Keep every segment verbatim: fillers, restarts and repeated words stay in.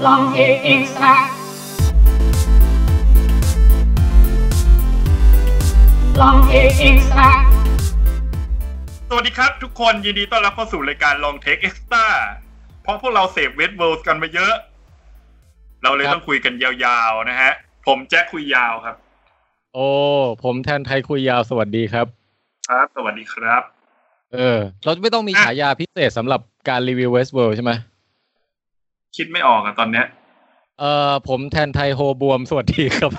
Long Take Extra Long Take Extra สวัสดีครับทุกคนยินดีต้อนรับเข้าสู่รายการ Long Take Extra เพราะพวกเราเสพเวทเวิลด์กันมาเยอะเราเลยต้องคุยกันยาวๆนะฮะผมแจ็คคุยยาวครับโอ้ผมแทนไทยคุยยาวสวัสดีครับครับสวัสดีครับเออเราไม่ต้องมีฉายาพิเศษสำหรับการรีวิวเวสต์เวิลด์ใช่ไหมคิดไม่ออกอะตอนเนี้ยเออผมแทนไทยโฮบวมสวัสดีครับ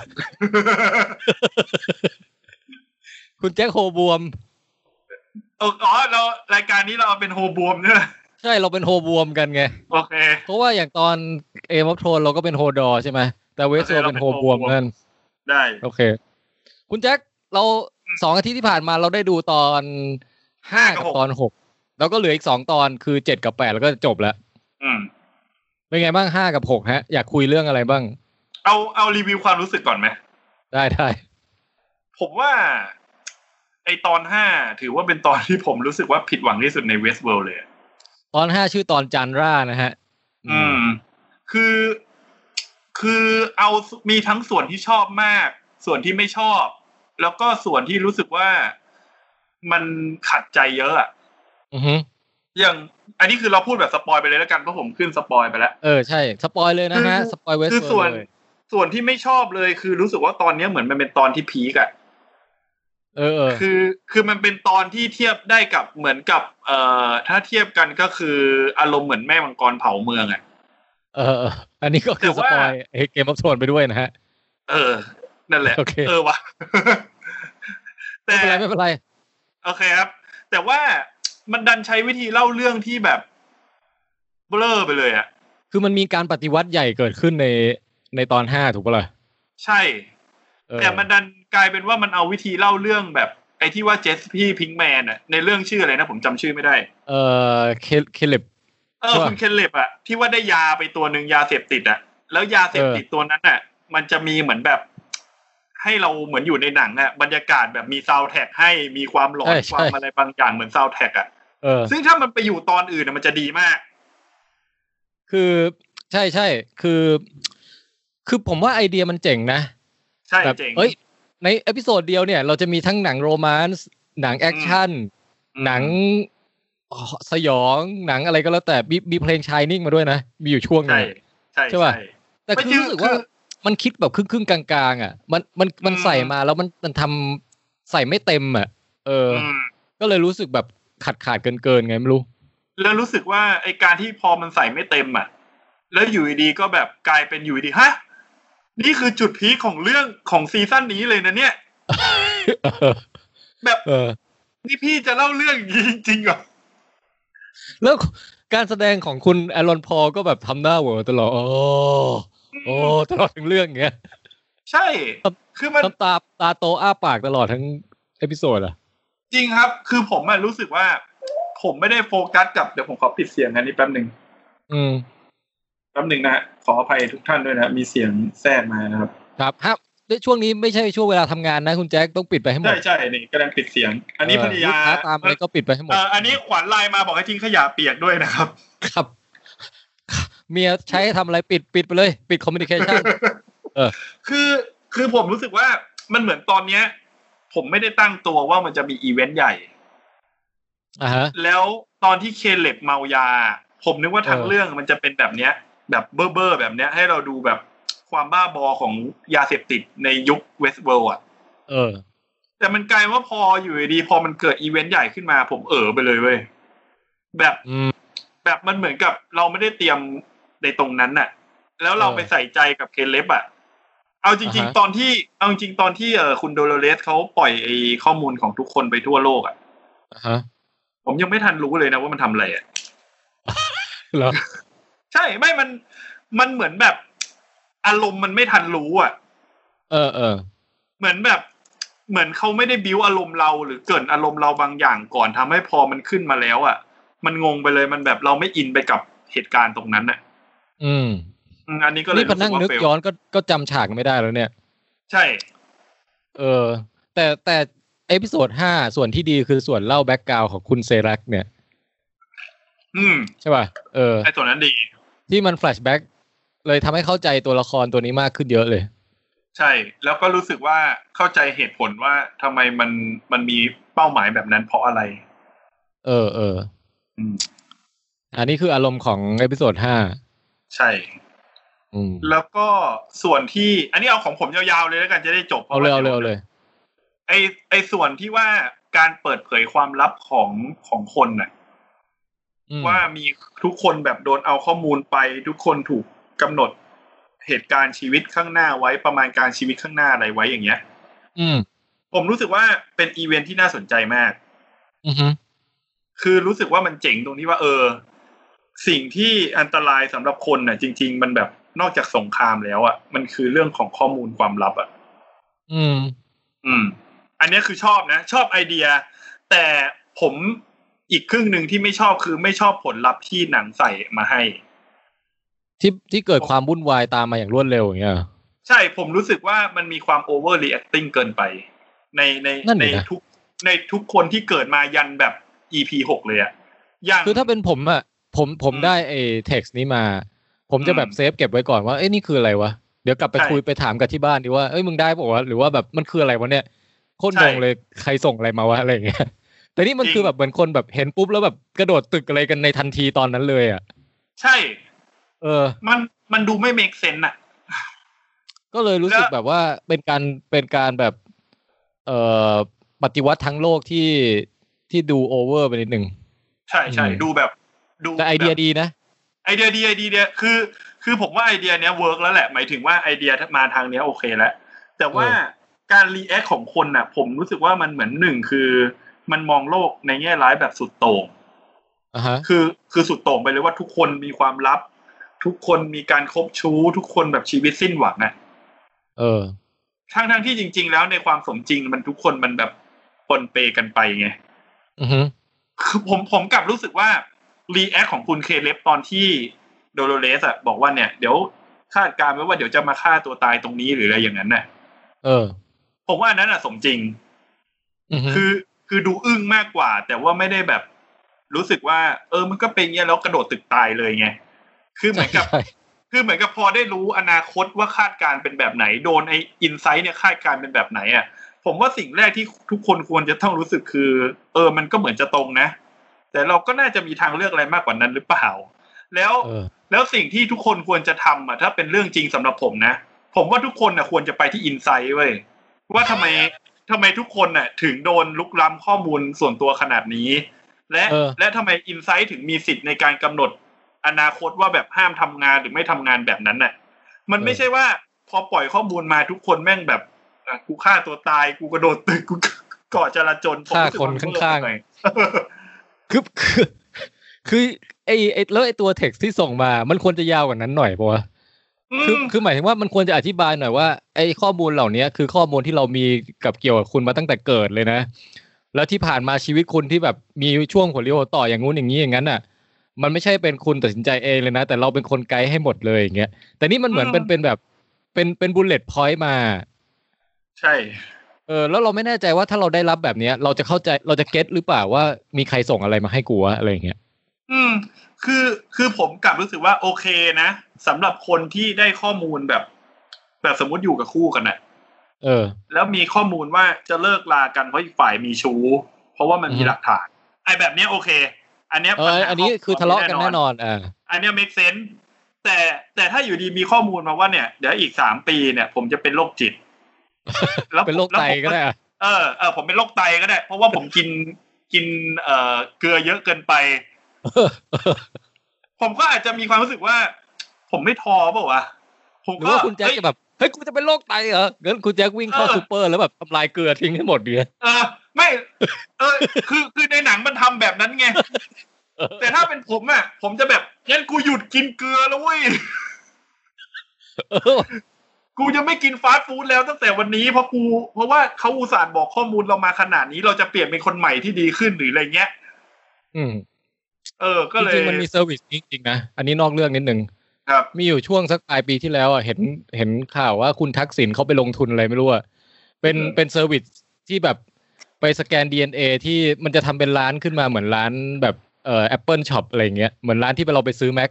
คุณแจ็คโฮบวมอ๋อเรารายการนี้เราเอาเป็นโฮบวมใช่ไหมใช่เราเป็นโฮบวมกันไงโอเคเพราะว่าอย่างตอนเอมออฟโทนเราก็เป็นโฮดอใช่ไหมแต่เวสต์เวิลด์เป็นโฮบวมนั่นได้โอเคคุณแจ็คเราสองอาทิตย์ที่ผ่านมาเราได้ดูตอนห้ากับตอนหกแล้วก็เหลืออีกสองตอนคือเจ็ดกับแปดแล้วก็จบแล้วอืมเป็นไงบ้างห้ากับหกฮะอยากคุยเรื่องอะไรบ้างเอาเอารีวิวความรู้สึกก่อนไหมได้ได้ผมว่าไอตอนห้าถือว่าเป็นตอนที่ผมรู้สึกว่าผิดหวังที่สุดในเวสต์เวิลด์เลยตอนห้าชื่อตอนจันร่านะฮะอืมคือคือเอามีทั้งส่วนที่ชอบมากส่วนที่ไม่ชอบแล้วก็ส่วนที่รู้สึกว่ามันขัดใจเยอะอ่ะอือฮึอย่างอันนี้คือเราพูดแบบสปอยไปเลยแล้วกันเพราะผมขึ้นสปอยไปแล้วเออใช่สปอยเลยนะฮะสปอยเวสต์เวิลด์คือส่วนส่วนที่ไม่ชอบเลยคือรู้สึกว่าตอนนี้เหมือนมันเป็นตอนที่พีคอ่ะเออๆคือคือมันเป็นตอนที่เทียบได้กับเหมือนกับเอ่อถ้าเทียบกันก็คืออารมณ์เหมือนแม่มังกรเผาเมืองอ่ะเออๆอันนี้ก็คือสปอยเกมออฟโทนไปด้วยนะฮะเออนั่นแหละเออวะแต่ไม่เป็นไรไม่เป็นไรโอเคครับแต่ว่ามันดันใช้วิธีเล่าเรื่องที่แบบเบลอไปเลยอ่ะคือมันมีการปฏิวัติใหญ่เกิดขึ้นในในตอนห้าถูกป่ะล่ะใช่แต่มันดันกลายเป็นว่ามันเอาวิธีเล่าเรื่องแบบไอ้ที่ว่าเจสพี่พิงค์แมนอ่ะในเรื่องชื่ออะไรนะผมจำชื่อไม่ได้เออเคเคเลบเออคุณเคเลบอ่ะที่ว่าได้ยาไปตัวนึงยาเสพติดอ่ะแล้วยาเสพติดตัวนั้นอ่ะมันจะมีเหมือนแบบให้เราเหมือนอยู่ในหนังอ่ะบรรยากาศแบบมีซาวด์แทร็กให้มีความหลอนความอะไรบางอย่างเหมือนซาวด์แทร็กอ่ะซึ่งถ้ามันไปอยู่ตอนอื่นมันจะดีมากคือใช่ใช่คือคือผมว่าไอเดียมันเจ๋งนะใช่เจ๋งเอ้ยในเอพิโซดเดียวเนี่ยเราจะมีทั้งหนังโรแมนต์หนังแอคชั่นหนังสยองหนังอะไรก็แล้วแต่มีมีเพลง Shining มาด้วยนะมีอยู่ช่วงนึงใช่ใช่ป่ะแต่คือรู้สึกว่ามันคิดแบบครึ่งๆกลางๆอ่ะมันมันมันใส่มาแล้วมันมันทำใส่ไม่เต็มอ่ะเออก็เลยรู้สึกแบบขาดขาดเกินเกินไงไม่รู้แล้วรู้สึกว่าไอการที่พอมันใส่ไม่เต็มอ่ะแล้วอยู่ดีก็แบบกลายเป็นอยู่ดีฮะนี่คือจุดพีคของเรื่องของซีซั่นนี้เลยนะเนี่ยแบบนี่พี่จะเล่าเรื่องจริงๆเหรอแล้วการแสดงของคุณแอรอนพอลก็แบบทำหน้าเหวอตลอดโอ้โอ้ตลอดทั้งเรื่องเงี้ยใช่คือมันตาตาโตอ้าปากตลอดทั้งเอพิโซดอ่ะจริงครับคือผมอ่ะรู้สึกว่าผมไม่ได้โฟกัสกับเดี๋ยวผมขอปิดเสียงอันนี้แป๊บนึงอืมแป๊บนึงนะขออภัยทุกท่านด้วยนะมีเสียงแทรกมานะครับครับครับช่วงนี้ไม่ใช่ช่วงเวลาทำงานนะคุณแจ็คต้องปิดไปให้หมดใช่ๆนี่กำลังปิดเสียงอันนี้ภรรยาตามอะไรก็ปิดไปให้หมดเอ่ออันนี้ขวัญไลน์มาบอกให้ทิ้งขยะเปียกด้วยนะครับครับเมียใช้ทำอะไรปิดปิดไปเลยปิดคอมมิวนิเคชั่นเออคือคือผมรู้สึกว่ามันเหมือนตอนเนี้ยผมไม่ได้ตั้งตัวว่ามันจะมีอีเวนต์ใหญ่อ่าฮะแล้วตอนที่เคเลบเมายาผมนึกว่าทั้งเรื่องมันจะเป็นแบบเนี้ยแบบเบ้อๆแบบเนี้ยให้เราดูแบบความบ้าบอของยาเสพติดในยุคเวสต์เวิลด์อ่ะเออแต่มันกลายว่าพออยู่ดีพอมันเกิดอีเวนต์ใหญ่ขึ้นมาผมเออไปเลยเว้ยแบบแบบมันเหมือนกับเราไม่ได้เตรียมในตรงนั้นน่ะแล้วเราไปใส่ใจกับเคเลบอ่ะเอาจริงๆตอนที่เอาจริงๆตอนที่เออคุณโดโลเรสเขาปล่อยไอ้ข้อมูลของทุกคนไปทั่วโลกอ่ะฮะผมยังไม่ทันรู้เลยนะว่ามันทำอะไรอ่ะเหรอใช่ไม่มันมันเหมือนแบบอารมณ์มันไม่ทันรู้อ่ะเออเออเหมือนแบบเหมือนเขาไม่ได้บิ้วอารมณ์เราหรือเกิดอารมณ์เราบางอย่างก่อนทำให้พอมันขึ้นมาแล้วอ่ะมันงงไปเลยมันแบบเราไม่อินไปกับเหตุการณ์ตรงนั้นอ่ะอืมอันนี้ก็เลยนี่พอนั่งนึกย้อนก็ก็จำฉากไม่ได้แล้วเนี่ยใช่เออแต่แต่เอพิโซดห้าส่วนที่ดีคือส่วนเล่าแบ็คกราวด์ของคุณเซรักเนี่ยอืมใช่ป่ะเออไอ้ส่วนนั้นดีที่มันแฟลชแบ็คเลยทำให้เข้าใจตัวละครตัวนี้มากขึ้นเยอะเลยใช่แล้วก็รู้สึกว่าเข้าใจเหตุผลว่าทำไมมันมันมีเป้าหมายแบบนั้นเพราะอะไรเออเอออืมอันนี้คืออารมณ์ของเอพิโซดห้าใช่อืมแล้วก็ส่วนที่อันนี้เอาของผมยาวๆเลยแล้วกันจะได้จบเอาเลยเอาเลยเอาเลยไอไอส่วนที่ว่าการเปิดเผยความลับของของคนน่ะว่ามีทุกคนแบบโดนเอาข้อมูลไปทุกคนถูกกำหนดเหตุการณ์ชีวิตข้างหน้าไว้ประมาณการชีวิตข้างหน้าอะไรไว้อย่างเงี้ยอืมผมรู้สึกว่าเป็นอีเวนท์ที่น่าสนใจมากอือฮึคือรู้สึกว่ามันเจ๋งตรงที่ว่าเออสิ่งที่อันตรายสำหรับคนน่ะจริงๆมันแบบนอกจากสงครามแล้วอ่ะมันคือเรื่องของข้อมูลความลับอ่ะอืมอืมอันนี้คือชอบนะชอบไอเดียแต่ผมอีกครึ่งนึงที่ไม่ชอบคือไม่ชอบผลลัพธ์ที่หนังใส่มาให้ที่ที่เกิดความวุ่นวายตามมาอย่างรวดเร็วอย่างเงี้ยใช่ผมรู้สึกว่ามันมีความโอเวอร์รีแอคติ้งเกินไปในในในทุกในทุกคนที่เกิดมายันแบบ อี พี หกเลยอ่ะอย่างคือถ้าเป็นผมอ่ะผมผมได้ไอ้ text นี้มาผมจะแบบเซฟเก็บไว้ก่อนว่าเอ้ยนี่คืออะไรวะเดี๋ยวกลับไปคุยไปถามกับที่บ้านดีว่าเอ้ยมึงได้ป่ะวะหรือว่าแบบมันคืออะไรวะเนี่ยโคตรงงเลยใครส่งอะไรมาวะอะไรอย่างเงี้ยแต่นี่มันคือแบบเหมือนคนแบบเห็นปุ๊บแล้วแบบกระโดดตึกอะไรกันในทันทีตอนนั้นเลยอ่ะใช่เออมันมันดูไม่เมคเซนส์อ่ะก็เลยรู้สึกแบบว่าเป็นการเป็นการแบบเอ่อปฏิวัติทั้งโลกที่ที่ดูโอเวอร์ไปนิดนึงใช่ใช่ดูแบบดูแต่ไอเดียดีนะไอเดียดีไอเดียคือคือผมว่าไอเดียเนี้ยเวิร์กแล้วแหละหมายถึงว่าไอเดียมาทางเนี้ยโอเคแล้วแต่ว่าการรีแอคของคนน่ะผมรู้สึกว่ามันเหมือนหนึ่งคือมันมองโลกในแง่ร้ายแบบสุดโต่งอ่าฮะคือคือสุดโต่งไปเลยว่าทุกคนมีความลับทุกคนมีการคบชู้ทุกคนแบบชีวิตสิ้นหวังอ่ะเออทั้งทั้งที่จริงๆแล้วในความสมจริงมันทุกคนมันแบบปนเปกันไปไงอือฮึคือผมผมกลับรู้สึกว่ารีแอคของคุณเคเลฟตอนที่โดโลเรสอ่ะบอกว่าเนี่ยเดี๋ยวคาดการณ์ไว้ว่าเดี๋ยวจะมาฆ่าตัวตายตรงนี้หรืออะไรอย่างนั้นน่ะเออผมว่าอันนั้นอ่ะสมจริงอือฮึคือคือดูอึ้งมากกว่าแต่ว่าไม่ได้แบบรู้สึกว่าเออมันก็เป็นเงี้ยแล้วกระโดดตึกตายเลยไงคือเหมือนกับคือเหมือนกับพอได้รู้อนาคตว่าคาดการณ์เป็นแบบไหนโดนไอ้อินไซต์เนี่ยคาดการณ์เป็นแบบไหนอ่ะผมว่าสิ่งแรกที่ทุกคนควรจะต้องรู้สึกคือเออมันก็เหมือนจะตรงนะแต่เราก็น่าจะมีทางเลือกอะไรมากกว่านั้นหรือเปล่าแล้วแล้วสิ่งที่ทุกคนควรจะทำอ่ะถ้าเป็นเรื่องจริงสำหรับผมนะผมว่าทุกคนน่ะควรจะไปที่อินไซต์เว้ยว่าทำไมทำไมทุกคนน่ะถึงโดนลุกล้ำข้อมูลส่วนตัวขนาดนี้และและทำไมอินไซต์ถึงมีสิทธิ์ในการกำหนดอนาคตว่าแบบห้ามทำงานหรือไม่ทำงานแบบนั้นน่ะมันไม่ใช่ว่าพอปล่อยข้อมูลมาทุกคนแม่งแบบกูฆ่าตัวตายกูกระโดดตึกกูก่อจราจรฆ่าคนข้างๆคือคือคือไอ้ไอ้แล้วไอ้ตัวเท็กซ์ที่ส่งมามันควรจะยาวกว่านั้นหน่อยป่ะคือคือหมายถึงว่ามันควรจะอธิบายหน่อยว่าไอ้ข้อมูลเหล่านี้คือข้อมูลที่เรามีกับเกี่ยวกับคุณมาตั้งแต่เกิดเลยนะแล้วที่ผ่านมาชีวิตคุณที่แบบมีช่วงหัวเลี้ยวหัวต่ออย่างงู้นอย่างนี้อย่างนั้นน่ะมันไม่ใช่เป็นคุณตัดสินใจเองเลยนะแต่เราเป็นคนไกด์ให้หมดเลยอย่างเงี้ยแต่นี่มันเหมือนเป็นเป็นแบบเป็นเป็นบุลเลตพอยต์มาใช่เออแล้วเราไม่แน่ใจว่าถ้าเราได้รับแบบนี้เราจะเข้าใจเราจะเก็ตหรือเปล่าว่ามีใครส่งอะไรมาให้กูวะอะไรอย่างเงี้ยอืมคือคือผมกลับรู้สึกว่าโอเคนะสำหรับคนที่ได้ข้อมูลแบบแบบสมมติอยู่กับคู่กันน่ะเออแล้วมีข้อมูลว่าจะเลิกลากันเพราะอีกฝ่ายมีชู้เพราะว่ามันมีหลักฐานไอ้แบบนี้โอเคอันเนี้ยเอออันนี้คือทะเลาะกันแน่นอนอ่าอันเนี้ย make sense แต่แต่ถ้าอยู่ดีมีข้อมูลมาว่าเนี่ยเดี๋ยวอีกสามปีเนี่ยผมจะเป็นโรคจิตแล้วเป็นโรคไตก็ได้เออเออผมเป็นโรคไตก็ได้เพราะว่าผมกินกินเอ่อเกลือเยอะเกินไปผมก็อาจจะมีความรู้สึกว่าผมไม่ท้อเปล่าวะผมก็คุณแจ็คจะแบบเฮ้ยกูจะเป็นโรคไตเหรองั้นคุณแจ็ควิ่งเข้าซูเปอร์แล้วแบบทำลายเกลือทิ้งให้หมดเดียเออไม่เออคือคือในหนังมันทำแบบนั้นไงแต่ถ้าเป็นผมอ่ะผมจะแบบงั้นกูหยุดกินเกลือแล้วเว้ยกูจะไม่กินฟาสต์ฟู้ดแล้วตั้งแต่วันนี้เพราะกูเพราะว่าเขาอุตส่าห์บอกข้อมูลเรามาขนาดนี้เราจะเปลี่ยนเป็นคนใหม่ที่ดีขึ้นหรืออะไรเงี้ยอืมเออก็เลยจริงๆมันมีเซอร์วิสจริงๆนะอันนี้นอกเรื่องนิดนึงครับมีอยู่ช่วงสักปลายปีที่แล้วอ่ะเห็นเห็นข่าวว่าคุณทักษิณเขาไปลงทุนอะไรไม่รู้อ่ะเป็นเป็นเซอร์วิสที่แบบไปสแกน ดี เอ็น เอ ที่มันจะทำเป็นร้านขึ้นมาเหมือนร้านแบบเอ่อ Apple Shop อะไรอย่างเงี้ยเหมือนร้านที่เราไปซื้อ Mac อ่ะ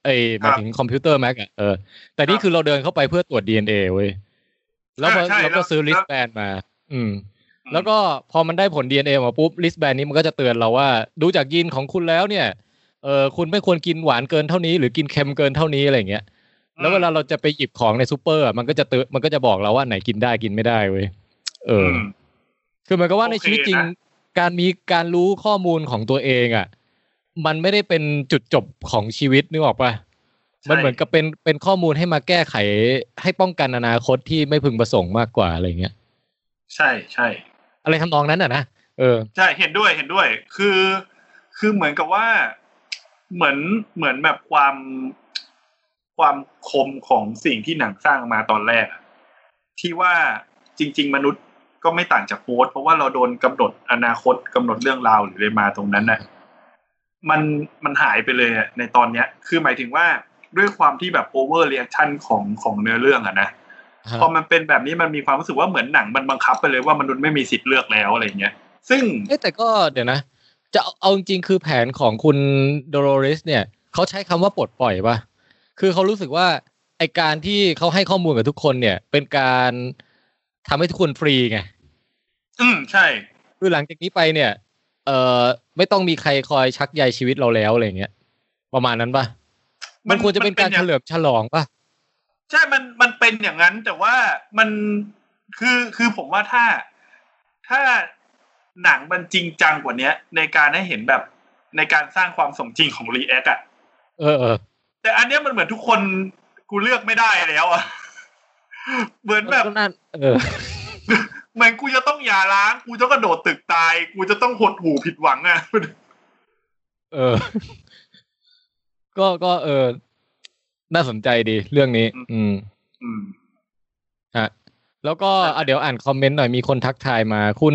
ไอ้หมายถึงคอมพิวเตอร์ Mac อ่ะเออแต่นี่คือเราเดินเข้าไปเพื่อตรวจ ดี เอ็น เอ เว้ยแล้วเราก็ซื้อ wristband มาอืมแล้วก็พอมันได้ผล ดี เอ็น เอ มาปุ๊บ wristband นี้มันก็จะเตือนเราว่าดูจากยีนของคุณแล้วเนี่ยเออคุณไม่ควรกินหวานเกินเท่านี้หรือกินเค็มเกินเท่านี้อะไรอย่างเงี้ยแล้วเวลาเราจะไปหยิบของในซูเปอร์อ่ะมันก็จะเตือนมันก็จะบอกเราว่าไหนกินได้กินไม่ได้เว้ยเออคือหมายความว่าในชีวิตจริงการมีการรู้ข้อมูลของตัวเองอ่ะมันไม่ได้เป็นจุดจบของชีวิตนึกออกป่ะมันเหมือนกับเป็นเป็นข้อมูลให้มาแก้ไขให้ป้องกันอนาคตที่ไม่พึงประสงค์มากกว่าอะไรเงี้ยใช่ใช่อะไรทำนองนั้นอ่ะนะเออใช่เห็นด้วยเห็นด้วยคือคือเหมือนกับว่าเหมือนเหมือนแบบความความคมของสิ่งที่หนังสร้างมาตอนแรกที่ว่าจริงๆมนุษย์ก็ไม่ต่างจากโค้ดเพราะว่าเราโดนกำหนดอนาคตกำหนดเรื่องราวหรืออะไรมาตรงนั้นน่ะมันมันหายไปเลยในตอนเนี้ยคือหมายถึงว่าด้วยความที่แบบโอเวอร์เรีแอคชั่นของของเนื้อเรื่องอะนะพอมันเป็นแบบนี้มันมีความรู้สึกว่าเหมือนหนังมันบังคับไปเลยว่ามนุษย์ไม่มีสิทธิ์เลือกแล้วอะไรเงี้ยซึ่งเอ๊ะแต่ก็เดี๋ยวนะจะเอาจริงๆคือแผนของคุณโดโรเรสเนี่ยเขาใช้คำว่าปลดปล่อยป่ะคือเขารู้สึกว่าไอการที่เขาให้ข้อมูลกับทุกคนเนี่ยเป็นการทำให้ทุกคนฟรีไงอืมใช่คือหลังจากนี้ไปเนี่ยเอ่อไม่ต้องมีใครคอยชักใยชีวิตเราแล้วอะไรเงี้ยประมาณนั้นป่ะมันควรจะเป็นการเฉลิมฉลองป่ะใช่มันมันเป็นอย่างนั้นแต่ว่ามันคือคือผมว่าถ้าถ้าหนังมันจริงจังกว่านี้ในการให้เห็นแบบในการสร้างความสมจริงของรีแอคอ่ะเออเออแต่อันนี้มันเหมือนทุกคนกูเลือกไม่ได้แล้วอ่ะเหมือนแบบนั่นเออเหมือนกูจะต้องหย่าร้างกูจะกระโดดตึกตายกูจะต้องหดหู่ผิดหวังอ่ะเออก็ก็เออน่าสนใจดีเรื่องนี้อืมอืมฮะแล้วก็อ่ะเดี๋ยวอ่านคอมเมนต์หน่อยมีคนทักทายมาคุณ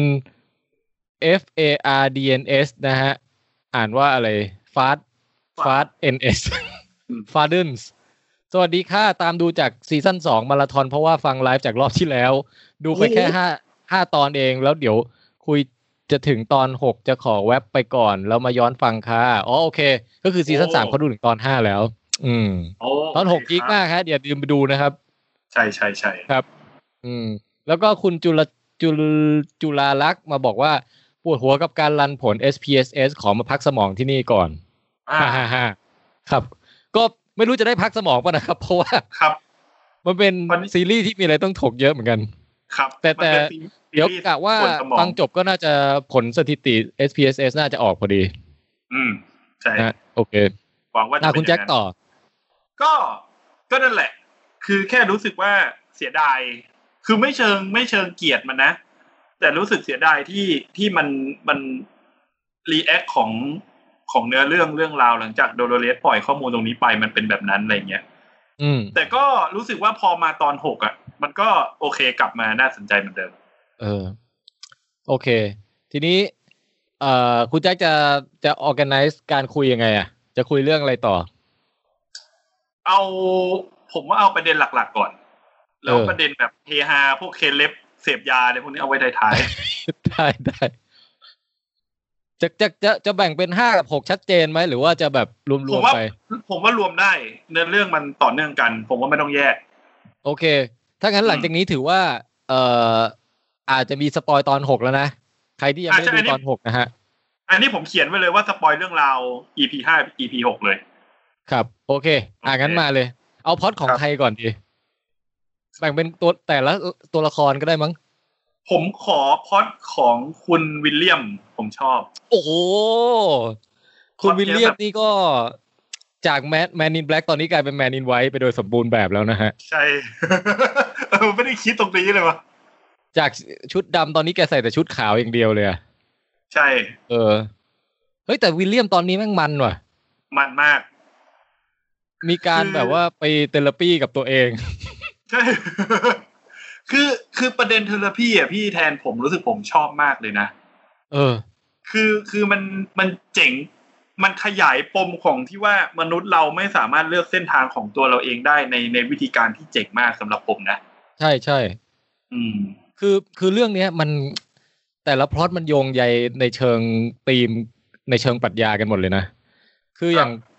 F A R D N S นะฮะอ่านว่าอะไร Fast Fast N S Fardens สวัสดีค่ะตามดูจากซีซั่นสองมาราธอนเพราะว่าฟังไลฟ์จากรอบที่แล้วดูไปแค่ห้า ห้าตอนเองแล้วเดี๋ยวคุยจะถึงตอนหกจะขอแว็บไปก่อนแล้วมาย้อนฟังค่ะอ๋อโอเคก็คือซีซั่นสามเขาดูถึงตอนห้าแล้วอืมตอนหกกิ๊กมากฮะเดี๋ยวลืมไปดูนะครับใช่ๆๆครับอืมแล้วก็คุณจุลจุลจุฬาลักษณ์มาบอกว่าปวดหัวกับการรันผล เอส พี เอส เอส ขอมาพักสมองที่นี่ก่อนอ่าๆครับก็ไม่รู้จะได้พักสมองป่ะนะครับเพราะว่าครับมันเป็นซีรีส์ที่มีอะไรต้องถกเยอะเหมือนกันครับแต่แต่เดี๋ยวกะว่าฟังจบก็น่าจะผลสถิติ เอส พี เอส เอส น่าจะออกพอดีอืมใช่นะโอเคหวังว่าจะคุณแจ็คต่อก็ก็นั่นแหละคือแค่รู้สึกว่าเสียดายคือไม่เชิงไม่เชิงเกลียดมันนะแต่รู้สึกเสียดายที่ที่มันมันรีแอคของของเนื้อเรื่องเรื่องราวหลังจากโดโลเรสปล่อยข้อมูลตรงนี้ไปมันเป็นแบบนั้นอะไรเงี้ยอืมแต่ก็รู้สึกว่าพอมาตอนหกอ่ะมันก็โอเคกลับมาน่าสนใจเหมือนเดิมเออโอเคทีนี้เอ่อคุณแจ็คจะจะ organize การคุยยังไงอ่ะจะคุยเรื่องอะไรต่อเอาผมว่าเอาประเด็นหลักๆก่อนแล้วประเด็นแบบเฮฮาพวกเคเล็บเสพยาอะไรพวกนี้เอาไว้ท้ายๆได้ได้จะจะจะจะแบ่งเป็นห้ากับหกชัดเจนไหมหรือว่าจะแบบรวมๆไปผมว่ารวมได้เนื้อเรื่องมันต่อเนื่องกันผมว่าไม่ต้องแยกโอเคถ้างั้นหลังจากนี้ถือว่าเอ่ออาจจะมีสปอยตอนหกแล้วนะใครที่ยังไม่ได้ดูตอนหกนะฮะอันนี้ผมเขียนไว้เลยว่าสปอยเรื่องราว อี พี ห้า อี พี หกเลยครับโอเคอ่ะงั้นมาเลยเอาพล็อตของใครก่อนดีแบ่งเป็นตัวแต่ละตัวละครก็ได้มั้งผมขอพล็อตของคุณวิลเลียมผมชอบโอ้โหคุณวิลเลียมนี่ก็จากแมนแมนอินแบล็กตอนนี้กลายเป็นแมนอินไวท์ไปโดยสมบูรณ์แบบแล้วนะฮะใช่เออไม่ได้คิดตรงนี้เลยวะจากชุดดำตอนนี้แกใส่แต่ชุดขาวอย่างเดียวเลยอ่ะใช่เออเฮ้ยแต่วิลเลียมตอนนี้แม่งมันว่ะมันมากมีการแบบว่าไปเทอราปีกับตัวเองใช่คือคือประเด็นเทอราปีอ่ะพี่แทนผมรู้สึกผมชอบมากเลยนะเออคือคือมันมันเจ๋งมันขยายปมของที่ว่ามนุษย์เราไม่สามารถเลือกเส้นทางของตัวเราเองได้ในในวิธีการที่เจ๋งมากสำหรับผมนะใช่ใช่อืมคือคือเรื่องนี้มันแต่ละพล็อตมันโยงใยในเชิงธีมในเชิงปรัชญากันหมดเลยนะคืออย่าง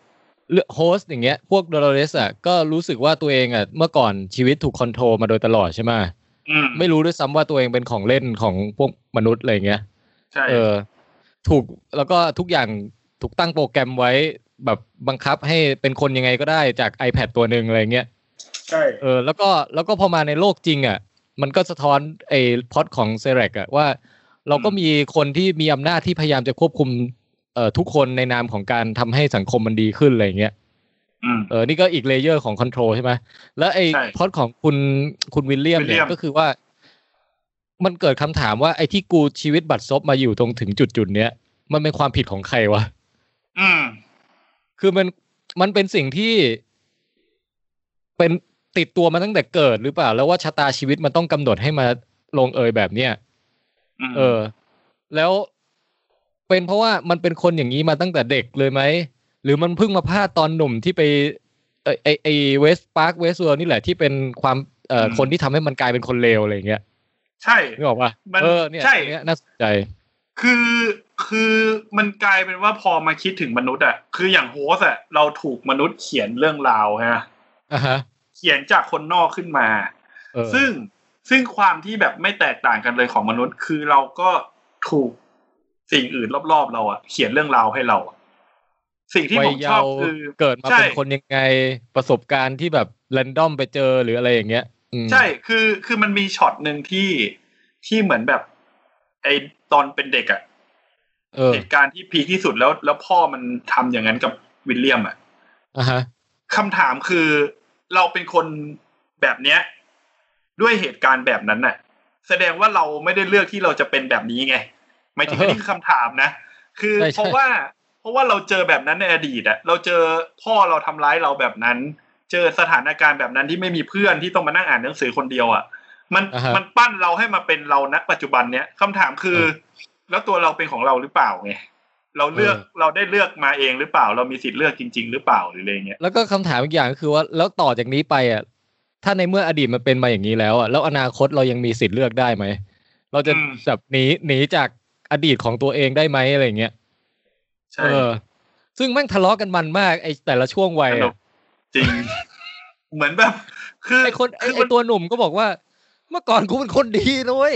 โฮสต์อย่างเงี้ยพวกดอลลาเรสอ่ะก็รู้สึกว่าตัวเองอ่ะเมื่อก่อนชีวิตถูกคอนโทรลมาโดยตลอดใช่ไหมไม่รู้ด้วยซ้ำว่าตัวเองเป็นของเล่นของพวกมนุษย์อะไรเงี้ยใช่เออถูกแล้วก็ทุกอย่างถูกตั้งโปรแกรมไว้แบบบังคับให้เป็นคนยังไงก็ได้จาก iPad ตัวนึงอะไรเงี้ยใช่เออแล้วก็แล้วก็พอมาในโลกจริงอ่ะมันก็สะท้อนไอ้พล็อตของเซเรกอ่ะว่าเราก็มีคนที่มีอำนาจที่พยายามจะควบคุมเอ่อทุกคนในนามของการทำให้สังคมมันดีขึ้นอะไรเงี้ยเออนี่ก็อีกเลเยอร์ของคอนโทรลใช่ไหมแล้วไอ้พล็อตของคุณคุณวิลเลียมเนี่ยก็คือว่ามันเกิดคำถามว่าไอ้ที่กูชีวิตบัดซบมาอยู่ตรงถึงจุดจุดเนี้ยมันเป็นความผิดของใครวะอืมคือมันมันเป็นสิ่งที่เป็นติดตัวมาตั้งแต่เกิดหรือเปล่าแล้วว่าชะตาชีวิตมันต้องกำหนดให้มาลงเอยแบบเนี้ยเออแล้วเป็นเพราะว่ามันเป็นคนอย่างนี้มาตั้งแต่เด็กเลยไหมหรือมันเพิ่งมาพลาดตอนหนุ่มที่ไปไอไอไอเวสต์พาร์คเวสต์เวิลด์นี่แหละที่เป็นความเอ่อคนที่ทำให้มันกลายเป็นคนเลวอะไรอย่างเงี้ยใช่นึกออกป่ะเออเนี่ยเนี่ยน่าสนใจคือคือมันกลายเป็นว่าพอมาคิดถึงมนุษย์อ่ะคืออย่างโฮสอ่ะเราถูกมนุษย์เขียนเรื่องราวฮะอ่าฮะเขียนจากคนนอกขึ้นมาซึ่งซึ่งความที่แบบไม่แตกต่างกันเลยของมนุษย์คือเราก็ถูกสิ่งอื่นรอบๆเราอ่ะเขียนเรื่องราวให้เราสิ่งที่ผมชอบคือเกิดมาเป็นคนยังไงประสบการณ์ที่แบบแรนดอมไปเจอหรืออะไรอย่างเงี้ยใช่คือคือมันมีช็อตนึงที่ที่เหมือนแบบไอตอนเป็นเด็กอ่ะเหตุการณ์ที่พีคที่สุดแล้วแล้วพ่อมันทำอย่างนั้นกับวิลเลียมอ่ะอ่าฮะคำถามคือเราเป็นคนแบบเนี้ยด้วยเหตุการณ์แบบนั้นน่ะแสดงว่าเราไม่ได้เลือกที่เราจะเป็นแบบนี้ไงหมายถึงนี่คือคำถามนะคือเพราะว่าเพราะว่าเราเจอแบบนั้นในอดีตอ่ะเราเจอพ่อเราทำร้ายเราแบบนั้นเจอสถานการณ์แบบนั้นที่ไม่มีเพื่อนที่ต้องมานั่งอ่านหนังสือคนเดียวอ่ะมัน uh-huh. มันปั้นเราให้มาเป็นเราณปัจจุบันเนี้ยคำถามคือ uh-huh. แล้วตัวเราเป็นของเราหรือเปล่าไงเราเลือก uh-huh. เราได้เลือกมาเองหรือเปล่าเรามีสิทธิ์เลือกจริงๆหรือเปล่าหรืออะไรเงี้ยแล้วก็คำถามอีกอย่างก็คือว่าแล้วต่อจากนี้ไปอ่ะถ้าในเมื่ออดีตมันเป็นมาอย่างนี้แล้วอ่ะแล้วอนาคตเรายังมีสิทธิ์เลือกได้ไหมเราจะแบบหนีหนีจากอดีตของตัวเองได้ไหมอะไรเงี้ยใช่เออซึ่งแม่งทะเลาะกันมันมากไอ้แต่ละช่วงวัยอ่ะจริงเหมือนแบบคือไอ้คนไอ้ตัวหนุ่มก็บอกว่าเมื่อก่อนกูเป็นคนดีนะเว้ย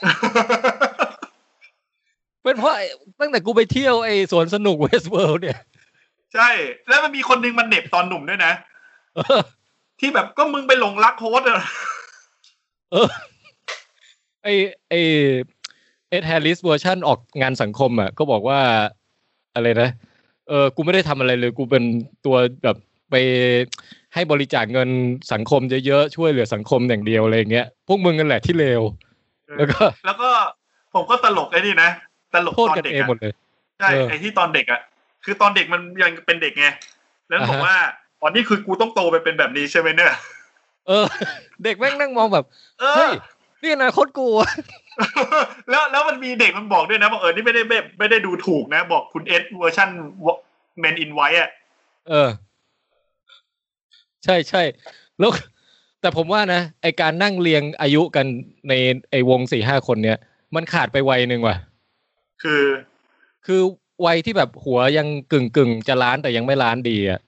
เป็นเพราะตั้งแต่กูไปเที่ยวไอ้สวนสนุกเวสต์เวิลด์เนี่ยใช่แล้วมันมีคนนึงมันเหน็บตอนหนุ่มด้วยนะที่แบบก็มึงไปหลงรักโฮสต์อ่ะเออไอ้ไอ้เอ็ดแฮร์ริสเวอร์ชั่นออกงานสังคมอ่ะก็บอกว่าอะไรนะเออกูไม่ได้ทำอะไรเลยกูเป็นตัวแบบไปให้บริจาคเงินสังคมเยอะๆช่วยเหลือสังคมอย่างเดียวอะไรอย่างเงี้ยพวกมึงกันแหละที่เลวแล้วก็แล้วก็ผมก็ตลกไอ้นี่นะตลกตอนเด็กอ่ะใช่ไอ้ที่ตอนเด็กอ่ะคือตอนเด็กมันยังเป็นเด็กไงแล้วบอกว่าตอนนี้คือกูต้องโตไปเป็นแบบนี้ใช่ไหมเนี่ยเออเด็กแม่งนั่งมองแบบเฮ้ยนี่อนาคตกูแล้วแล้วมันมีเด็กมันบอกด้วยนะบอกเออนี่ไม่ได้ไม่ไม่ได้ดูถูกนะบอกคุณเอสเวอร์ชั่น Men in White อ่ะเออใช่ใช่แล้วแต่ผมว่านะไอการนั่งเรียงอายุกันในไอวง สี่ห้า คนเนี้ยมันขาดไปวัยนึงว่ะคือคือวัยที่แบบหัวยังกึ่งๆจะล้านแต่ยังไม่ล้านดีอ่ะ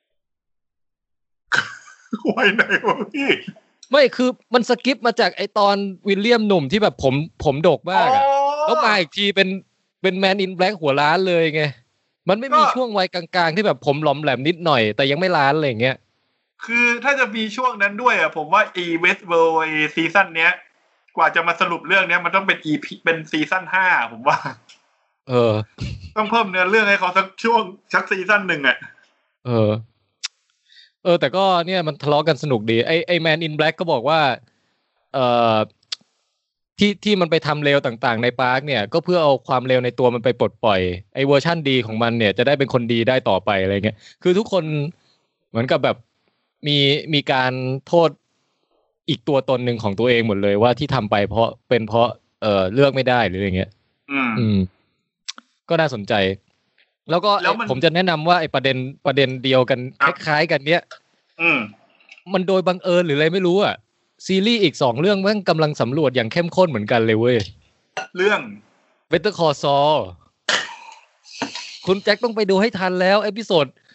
วัยไหนวะพี่ไม่คือมันสกิปมาจากไอตอนวิลเลียมหนุ่มที่แบบผมผมดกมากอ่ะแล้วมาอีกทีเป็นเป็นแมนอินแบล็คหัวล้านเลยไงมันไม่มีช่วงวัยกลางๆที่แบบผมหลอมแหลมนิดหน่อยแต่ยังไม่ล้านอะไรอย่างเงี้ยคือถ้าจะมีช่วงนั้นด้วยอ่ะผมว่าอีเวสต์เวิลด์ซีซั่นเนี้ยกว่าจะมาสรุปเรื่องเนี้ยมันต้องเป็น อี พี เป็นซีซั่นห้าผมว่าเออต้องเพิ่มเนื้อเรื่องให้เขาสักช่วงสักซีซั่นหนึ่งอ่ะเออเออแต่ก็เนี่ยมันทะเลาะกันสนุกดีไอไอแมนอินแบล็คก็บอกว่าเอ่อที่ที่มันไปทำเลวต่างๆในปาร์คเนี่ยก็เพื่อเอาความเลวในตัวมันไปปลดปล่อยไอเวอร์ชั่นดีของมันเนี่ยจะได้เป็นคนดีได้ต่อไปอะไรเงี้ยคือทุกคนเหมือนกับแบบมีมีการโทษอีกตัวตนหนึ่งของตัวเองหมดเลยว่าที่ทำไปเพราะเป็นเพราะเอ่อเลือกไม่ได้หรืออะไรเงี้ยอืมอืมก็น่าสนใจแล้วก็ผมจะแนะนำว่าไอ้ประเด็นประเด็นเดียวกันคล้ายๆกันเนี้ยอืมมันโดยบังเอิญหรืออะไรไม่รู้อ่ะซีรีส์อีกสองเรื่องมันกำลังสำรวจอย่างเข้มข้นเหมือนกันเลยเว้ยเรื่อง Better Call Saul คุณแจ็คต้องไปดูให้ทันแล้วเอพิโซด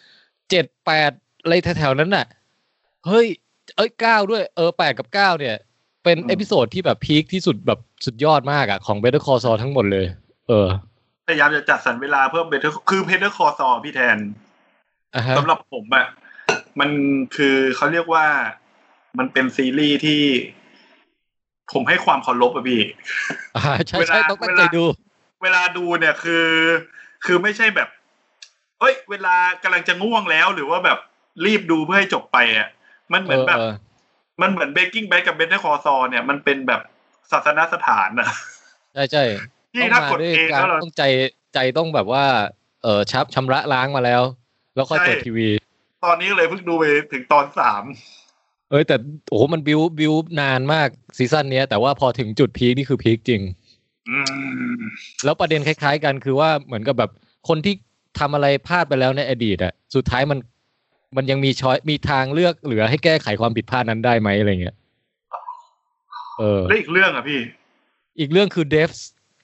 เจ็ด แปดอะไรแถวๆนั้นน่ะเฮ้ยเอ้ยเก้าด้วยเออแปดกับเก้าเนี่ยเป็นเอพิโซดที่แบบพีคที่สุดแบบสุดยอดมากอ่ะของ Better Call Saul ทั้งหมดเลยเออพยายามจะจัดสรรเวลาเพิ่ม Better คือ Better Call Saul พี่แทนสำหรับผมอ่ะมันคือเขาเรียกว่ามันเป็นซีรีส์ที่ผมให้ความเคารพอ่ะพี่อ่าใช่ๆต้องตั้งใจดูเวลาดูเนี่ยคือคือไม่ใช่แบบเฮ้ยเวลากำลังจะง่วงแล้วหรือว่าแบบรีบดูเพื่อให้จบไปอ่ะมันเหมือนแบบมันเหมือน Breaking Bad กับ Better Call Saul เนี่ยมันเป็นแบบศาสนสถานน่ะใช่ๆที่ถ้ากดเองแล้วเราต้องใจใจต้องแบบว่าเอ่อชับชำระล้างมาแล้วแล้วค่อยเปิดทีวีตอนนี้เลยเพิ่งดูไปถึงตอนสามเอ้ยแต่โอ้โหมันบิวบิวนานมากซีซั่นนี้แต่ว่าพอถึงจุดพีคนี่คือพีคจริงอืมแล้วประเด็นคล้ายๆกันคือว่าเหมือนกับแบบคนที่ทำอะไรพลาดไปแล้วในอดีตอ่ะสุดท้ายมันมันยังมีช้อยมีทางเลือกเหลือให้แก้ไขความผิดพลาดนั้นได้ไหมอะไรเงี้ยเออแล้วอีกเรื่องอ่ะพี่อีกเรื่องคือ Devs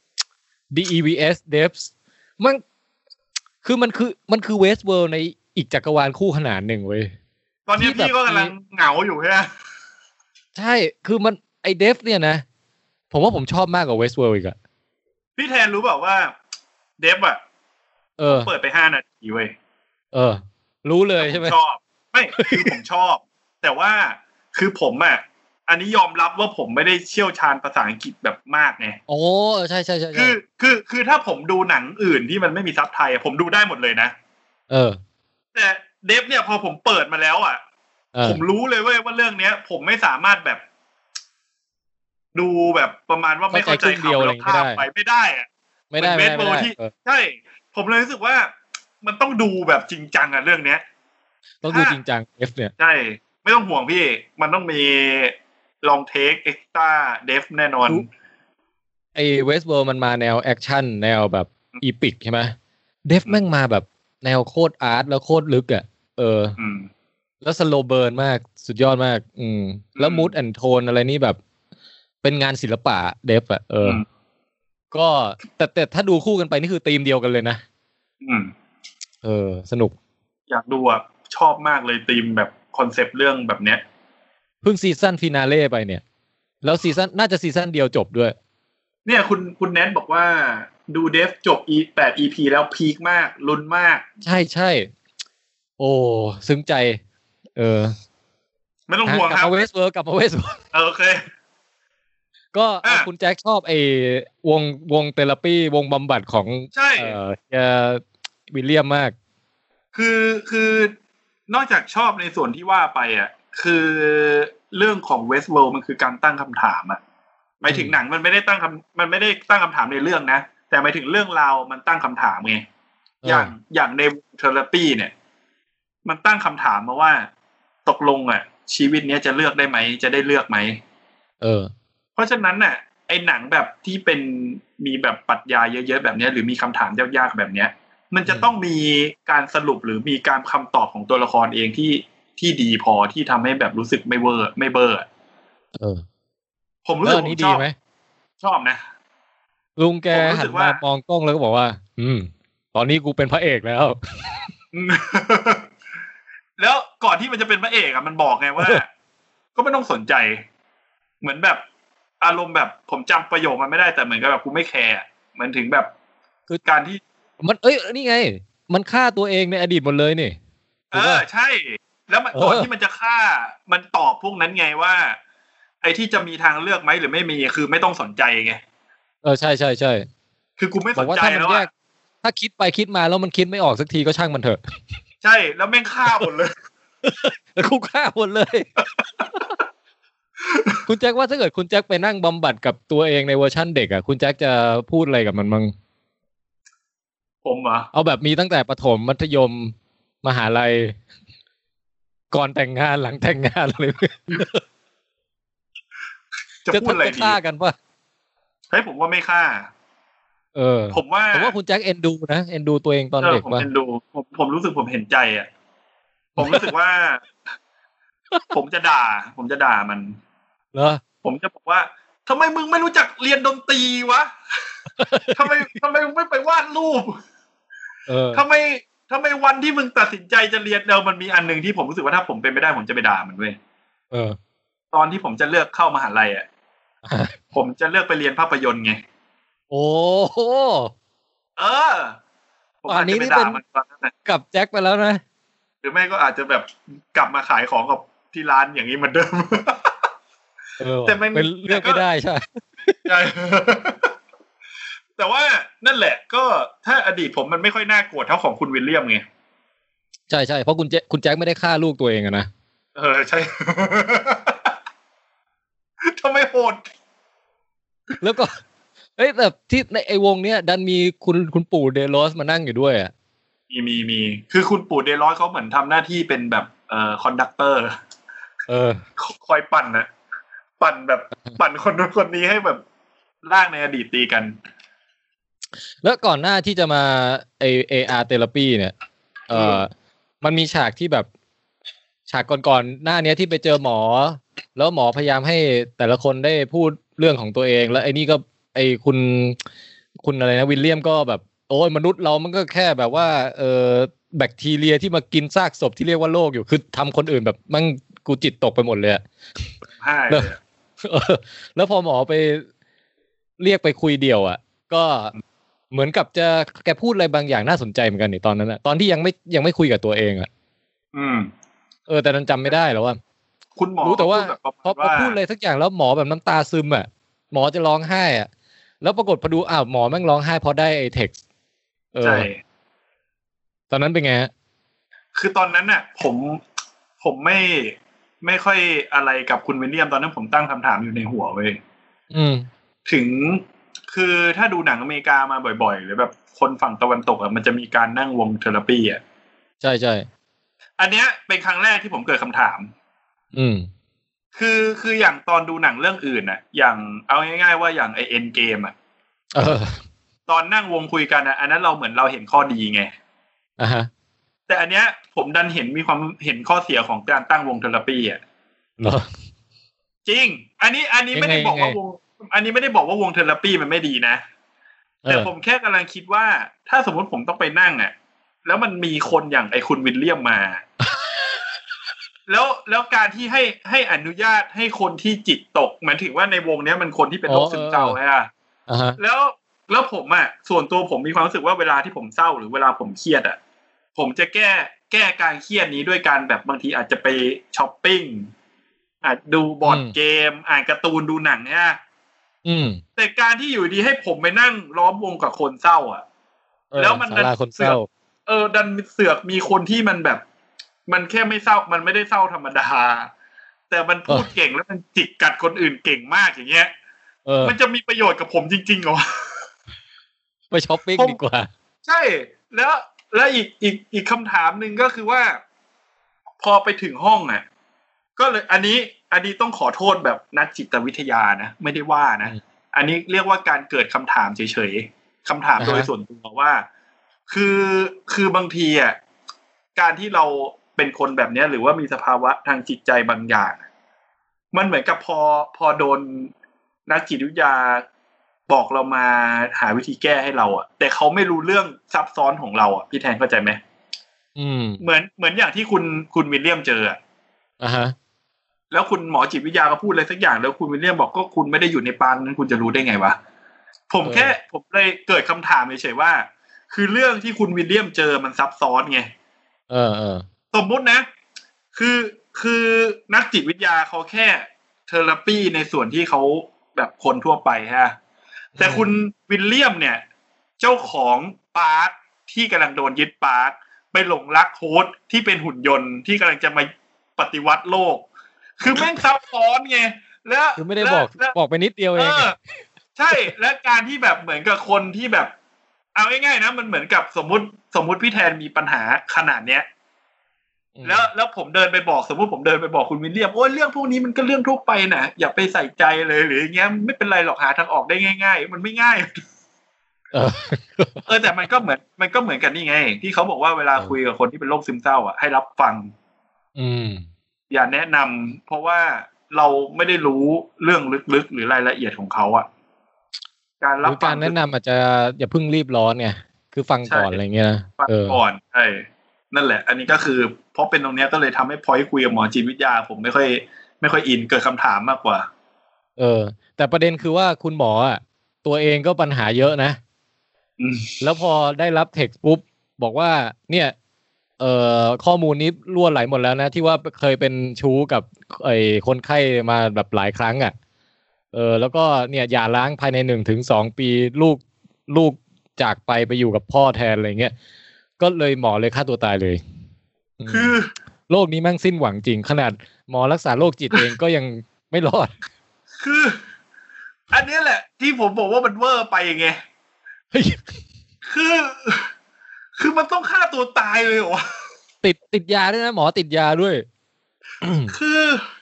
D E V S Devs มันคือมันคือมันคือ Westworld ในอีกจักรวาลคู่ขนานหนึ่งเว้ยตอนนี้พี่ก็กำลังเหงาอยู่ใช่ไหมใช่คือมันไอ้ Devs เนี่ยนะผมว่าผมชอบมากกว่า Westworld อีกอะพี่แทนรู้เปล่าว่า Devs อ่ะเออเปิดไปห้านาทีเว้ยเออรู้เลยใช่ไหมชอบไม่คือผมชอบแต่ว่าคือผมอ่ะอันนี้ยอมรับว่าผมไม่ได้เชี่ยวชาญภาษาอังกฤษแบบมากไงโอ้ใช่ใช่ใช่คือคือคือถ้าผมดูหนังอื่นที่มันไม่มีซับไทยผมดูได้หมดเลยนะเออแต่เดฟเนี่ยพอผมเปิดมาแล้วอ่ะผมรู้เลยเว้ยว่าเรื่องเนี้ยผมไม่สามารถแบบดูแบบประมาณว่าไม่เข้าใจคำแล้วข้ามไปไม่ได้อ่ะไม่ได้ไม่ได้ใช่ผมเลยรู้สึกว่ามันต้องดูแบบจริงจังอ่ะเรื่องเนี้ยต้องดูจริงจัง F เนี่ยใช่ไม่ต้องห่วงพี่มันต้องมีลองเทคเอ็กซ์ตร้าเดฟแน่นอนไอ้ Westworld มันมาแนวแอคชั่นแนวแบบอีพิกใช่ไหมเดฟแม่งมาแบบแนวโคตรอาร์ตแล้วโคตรลึกอ่ะเออแล้วสโลว์เบิร์นมากสุดยอดมากอืมแล้วมูดแอนด์โทนอะไรนี่แบบเป็นงานศิลปะเดฟอ่ะเออก็แต่แต่ถ้าดูคู่กันไปนี่คือธีมเดียวกันเลยนะอืมเออสนุกอยากดูอ่ะชอบมากเลยธีมแบบคอนเซปต์เรื่องแบบเนี้ยเพิ่งซีซั่นฟินาเล่ไปเนี่ยแล้วซีซั่นน่าจะซีซั่นเดียวจบด้วยเนี่ยคุณคุณแนทบอกว่าดูเดฟจบอีแปด อี พี แล้วพีคมากลุ้นมากใช่ๆโอ้ซึ้งใจเออไม่ต้องห่วงครับกลับมาเวสเวิร์กกลับมาเวสเวิร์กโอเคก็คุณแจ็คชอบไอ้วงวงเทอราปีวงบำบัดของเอ่อเอ่อวิลเลียมมากคือคือนอกจากชอบในส่วนที่ว่าไปอ่ะคือเรื่องของ Westworld มันคือการตั้งคำถามอ่ะหมายถึงหนังมันไม่ได้ตั้งคำมันไม่ได้ตั้งคำถามในเรื่องนะแต่หมายถึงเรื่องราวมันตั้งคำถามไงอย่างอย่างในเทอราปีเนี่ยมันตั้งคำถามมาว่าตกลงอ่ะชีวิตนี้จะเลือกได้ไหมจะได้เลือกไหมเออเพราะฉะนั้นน่ะไอ้หนังแบบที่เป็นมีแบบปรัชญาเยอะๆแบบนี้หรือมีคำถามยากๆแบบเนี้ยมันจะต้องมีการสรุปหรือมีการคำตอบของตัวละครเองที่ที่ดีพอที่ทำให้แบบรู้สึกไม่เวอร์ไม่เบอร์เออผมรู้สึกผมชอบชอบนะลุงแกหันมามองกล้องแล้วก็บอกว่าอืมตอนนี้กูเป็นพระเอกแล้วแล้วก่อนที่มันจะเป็นพระเอกอ่ะมันบอกไงว่าก็ไม่ต้องสนใจเหมือนแบบอารมณ์แบบผมจำประโยคมันไม่ได้แต่เหมือนกับแบบกูไม่แคร์เหมือนถึงแบบคือการที่มันเอ้ยนี่ไงมันฆ่าตัวเองในอดีตหมดเลยนี่เออใช่แล้วมันก่อนที่มันจะฆ่ามันตอบพวกนั้นไงว่าไอ้ที่จะมีทางเลือกไหมหรือไม่มีคือไม่ต้องสนใจไงเออใช่ใช่ใช่คือกูไม่สนใจแล้วอะถ้าคิดไปคิดมาแล้วมันคิดไม่ออกสักทีก็ช่างมันเถอะใช่แล้วแม่งฆ่าหมดเลยแล้วกูฆ่าหมดเลยคุณแจ็คว่าถ้าเกิดคุณแจ็คไปนั่งบำบัดกับตัวเองในเวอร์ชั่นเด็กอ่ะคุณแจ็คจะพูดอะไรกับมันมั้งผมเหรอเอาแบบมีตั้งแต่ประถมมัธยมมหาลัยก่อนแต่งงานหลังแต่งงานเลยจะพูดอะไรดีฆ่ากันป่ะเฮ้ยผมว่าไม่ฆ่าเออผมว่าผมว่าคุณแจ็คเอ็นดูนะเอ็นดูตัวเองตอนเด็กป่ะผมเอ็นดูผมผมรู้สึกผมเห็นใจอ่ะผมรู้สึกว่าผมจะด่าผมจะด่ามันเหรอผมจะบอกว่าทำไมมึงไม่รู้จักเรียนดนตรีวะทำไมทำไมมึงไม่ไปวาดรูปเออทำไมทำไมวันที่มึงตัดสินใจจะเรียนเดิมมันมีอันนึงที่ผมรู้สึกว่าถ้าผมเป็นไม่ได้ผมจะไปด่ามันเว้ยเออตอนที่ผมจะเลือกเข้ามหาลัยอ่ะผมจะเลือกไปเรียนภาพยนตร์ไงโอ้โหเออผมอาจจะไปด่ามันตอนนั้นกับแจ็คไปแล้วนะหรือไม่ก็อาจจะแบบกลับมาขายของกับที่ร้านอย่างนี้เหมือนเดิมแต่มันเลือกไม่ได้ใช่ใช่แต่ว่านั่นแหละก็ถ้าอดีตผมมันไม่ค่อยน่าโกรธเท่าของคุณวิลเลียมไงใช่ใช่เพราะคุณแจ็คคุณแจ็คไม่ได้ฆ่าลูกตัวเองอะนะเออใช่ทำไมโหดแล้วก็เอ้ยแต่ที่ในไอ้วงเนี้ยดันมีคุณคุณปู่เดลอสมานั่งอยู่ด้วยอ่ะมีมีมีคือคุณปู่เดลอสเขาเหมือนทำหน้าที่เป็นแบบเอ่อคอนดักเตอร์เออคอยปั่นน่ะปั่นแบบปั่นคนนู้นคนนี้ให้แบบร่างในอดีตตีกันแล้วก่อนหน้าที่จะมาไอ เอ อาร์ Therapy เนี่ยเอ่อมันมีฉากที่แบบฉากก่อนๆหน้านี้ที่ไปเจอหมอแล้วหมอพยายามให้แต่ละคนได้พูดเรื่องของตัวเองแล้วไอ้นี่ก็ไอ้คุณคุณอะไรนะวิลเลียมก็แบบโอ้ยมนุษย์เรามันก็แค่แบบว่าเออแบคทีเรียที่มากินซากศพที่เรียกว่าโรคอยู่คือทำคนอื่นแบบมันกูจิตตกไปหมดเลยอ่ะใช่แล้วพอหมอไปเรียกไปคุยเดี่ยวอ่ะก็เหมือนกับจะแกพูดอะไรบางอย่างน่าสนใจเหมือนกันนี่ตอนนั้นอ่ะตอนที่ยังไม่ยังไม่คุยกับตัวเองอ่ะอืมเออแต่นั้นจำไม่ได้แล้วว่าคุณหมอรู้แต่ว่าพอพอพูดอะไรสักอย่างแล้วหมอแบบน้ำตาซึมอ่ะหมอจะร้องไห้อ่ะแล้วปรากฏพอดูอ้าวหมอแม่งร้องไห้เพราะได้ไอ้เท็กซ์เออตอนนั้นเป็นไงฮะคือตอนนั้นน่ะผมผมไม่ไม่ค่อยอะไรกับคุณวิลเลียมตอนนั้นผมตั้งคำถามอยู่ในหัวเว้ยอืมถึงคือถ้าดูหนังอเมริกามาบ่อยๆหรือแบบคนฝั่งตะวันตกอ่ะมันจะมีการนั่งวงเทอราปีอ่ะใช่ใช่อันเนี้ยเป็นครั้งแรกที่ผมเกิดคำถามอืมคือคืออย่างตอนดูหนังเรื่องอื่นน่ะอย่างเอาง่ายๆว่าอย่างไอเอ็นเกมอ่ะเออตอนนั่งวงคุยกันอ่ะอันนั้นเราเหมือนเราเห็นข้อดีไงอ่าฮะแต่อันเนี้ยผมดันเห็นมีความเห็นข้อเสียของการตั้งวงเทอราปีอ่ะเหรอจริงอันนี้อันนี้ไม่ได้บอกว่าวงอันนี้ไม่ได้บอกว่าวงเทอราปีมันไม่ดีนะแต่ผมแค่กำลังคิดว่าถ้าสมมติผมต้องไปนั่งอ่ะแล้วมันมีคนอย่างไอคุณวิลเลียมมาแล้วแล้วการที่ให้ให้อนุญาตให้คนที่จิตตกหมายถึงว่าในวงเนี้ยมันคนที่เป็นโรคซึมเศร้าไงอ่ะแล้วแล้วผมอ่ะส่วนตัวผมมีความรู้สึกว่าเวลาที่ผมเศร้าหรือเวลาผมเครียดอ่ะผมจะแก้แก้การเครียดนี้ด้วยการแบบบางทีอาจจะไปช้อปปิ้งอาจดูบอร์ดเกมอ่านการ์ตูนดูหนังเนี่ยแต่การที่อยู่ดีให้ผมไปนั่งล้อมวงกับคนเศร้าอ่ะแล้วมันดันเสือกเออดันเสือกมีคนที่มันแบบมันแค่ไม่เศร้ามันไม่ได้เศร้าธรรมดาแต่มันพูดเก่งแล้วมันจิกกัดคนอื่นเก่งมากอย่างเงี้ยมันจะมีประโยชน์กับผมจริงๆเหรอไปช้อปปิ้งดีกว่าใช่แล้วแล้วอีกอีกอีกคำถามหนึ่งก็คือว่าพอไปถึงห้องอ่ะก็เลยอันนี้อันนี้ต้องขอโทษแบบนักจิตวิทยานะไม่ได้ว่านะอันนี้เรียกว่าการเกิดคำถามเฉยๆคำถามโดยส่วนตัวว่าคือคือบางทีอ่ะการที่เราเป็นคนแบบนี้หรือว่ามีสภาวะทางจิตใจบางอย่างมันเหมือนกับพอพอโดนนักจิตวิทยาบอกเรามาหาวิธีแก้ให้เราอ่ะแต่เขาไม่รู้เรื่องซับซ้อนของเราอ่ะพี่แทนเข้าใจไหมอืมเหมือนเหมือนอย่างที่คุณคุณวิลเลียมเจออ่ะอ่าฮะแล้วคุณหมอจิตวิทยาก็พูดอะไรสักอย่างแล้วคุณวิลเลียมบอกก็คุณไม่ได้อยู่ในปางนั้นคุณจะรู้ได้ไงวะผมแค่ผมเลยเกิดคำถามเฉยๆว่าคือเรื่องที่คุณวิลเลียมเจอมันซับซ้อนไงเออเออสมมุตินะคือคือนักจิตวิทยาเขาแค่เทอราปีในส่วนที่เขาแบบคนทั่วไปฮะแต่คุณวิลเลียมเนี่ยเจ้าของปาร์คที่กำลังโดนยึดปาร์คไปหลงรักโค้ดที่เป็นหุ่นยนต์ที่กำลังจะมาปฏิวัติโลกคือแม่งซับซ้อนไงแล้วคือไม่ได้บอกบอกไปนิดเดียวเองใช่และการที่แบบเหมือนกับคนที่แบบเอาง่ายๆนะมันเหมือนกับสมมุติสมมุติพี่แทนมีปัญหาขนาดเนี้ยแล้วแล้วผมเดินไปบอกสมมุติผมเดินไปบอกคุณวิลเลียมโอ้ยเรื่องพวกนี้มันก็เรื่องทั่วไปนะอย่าไปใส่ใจเลยหรืออย่างเงี้ยไม่เป็นไรหรอกหาทางออกได้ง่ายๆมันไม่ง่ายเออเออแต่มันก็เหมือนมันก็เหมือนกันนี่ไงที่เขาบอกว่าเวลาคุยกับคนที่เป็นโรคซึมเศร้าอ่ะให้รับฟังอืมอย่าแนะนำเพราะว่าเราไม่ได้รู้เรื่องลึกๆหรือรายละเอียดของเขาอ่ะการรับการแนะนำอาจจะอย่าเพิ่งรีบร้อนไงคือฟังก่อนอะไรเงี้ยฟังก่อนใช่นั่นแหละอันนี้ก็คือเพราะเป็นตรงเนี้ยก็เลยทำให้พอยคุยกับหมอจิตวิทยาผมไม่ค่อยไม่ค่อยอินเกิดคำถามมากกว่าเออแต่ประเด็นคือว่าคุณหมออ่ะตัวเองก็ปัญหาเยอะนะแล้วพอได้รับเท็กซ์ปุ๊บบอกว่าเนี่ยเอ่อข้อมูลนี้รั่วไหลหมดแล้วนะที่ว่าเคยเป็นชู้กับไอ้คนไข้มาแบบหลายครั้งอ่ะเออแล้วก็เนี่ยหย่าร้างภายในหนึ่งถึงสองปีลูกลูกจากไปไปอยู่กับพ่อแทนอะไรเงี้ยก็เลยหมอเลยฆ่าตัวตายเลยคือโรคนี้แม่งสิ้นหวังจริงขนาดหมอรักษาโรคจิตเองก็ยังไม่รอดคืออันนี้แหละที่ผมบอกว่ามันเวอร์ไปไงคือคือมันต้องฆ่าตัวตายเลยเหรอติดติดยาด้วยนะหมอติดยาด้วยคือ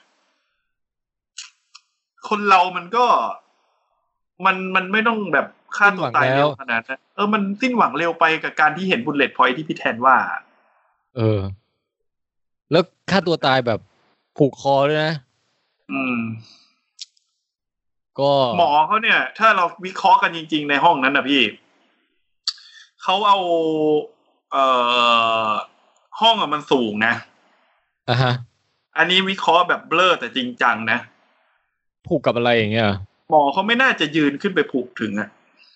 คนเรามันก็มันมันไม่ต้องแบบฆ่าตัวตายเร็วขนาดนั้นเออมันสิ้นหวังเร็วไปกับการที่เห็นบุลเลตพอยท์ที่พี่แทนว่าเออแล้วฆ่าตัวตายแบบผูกคอด้วยนะอืมก็หมอเขาเนี่ยถ้าเราวิเคราะห์กันจริงๆในห้องนั้นนะพี่เขาเอาเอ่อห้องอะมันสูงนะอ่าฮะอันนี้วิเคราะห์แบบเบลอแต่จริงจังนะผูกกับอะไรอย่างเงี้ยหมอเขาไม่น่าจะยืนขึ้นไปผูกถึงอ่ะ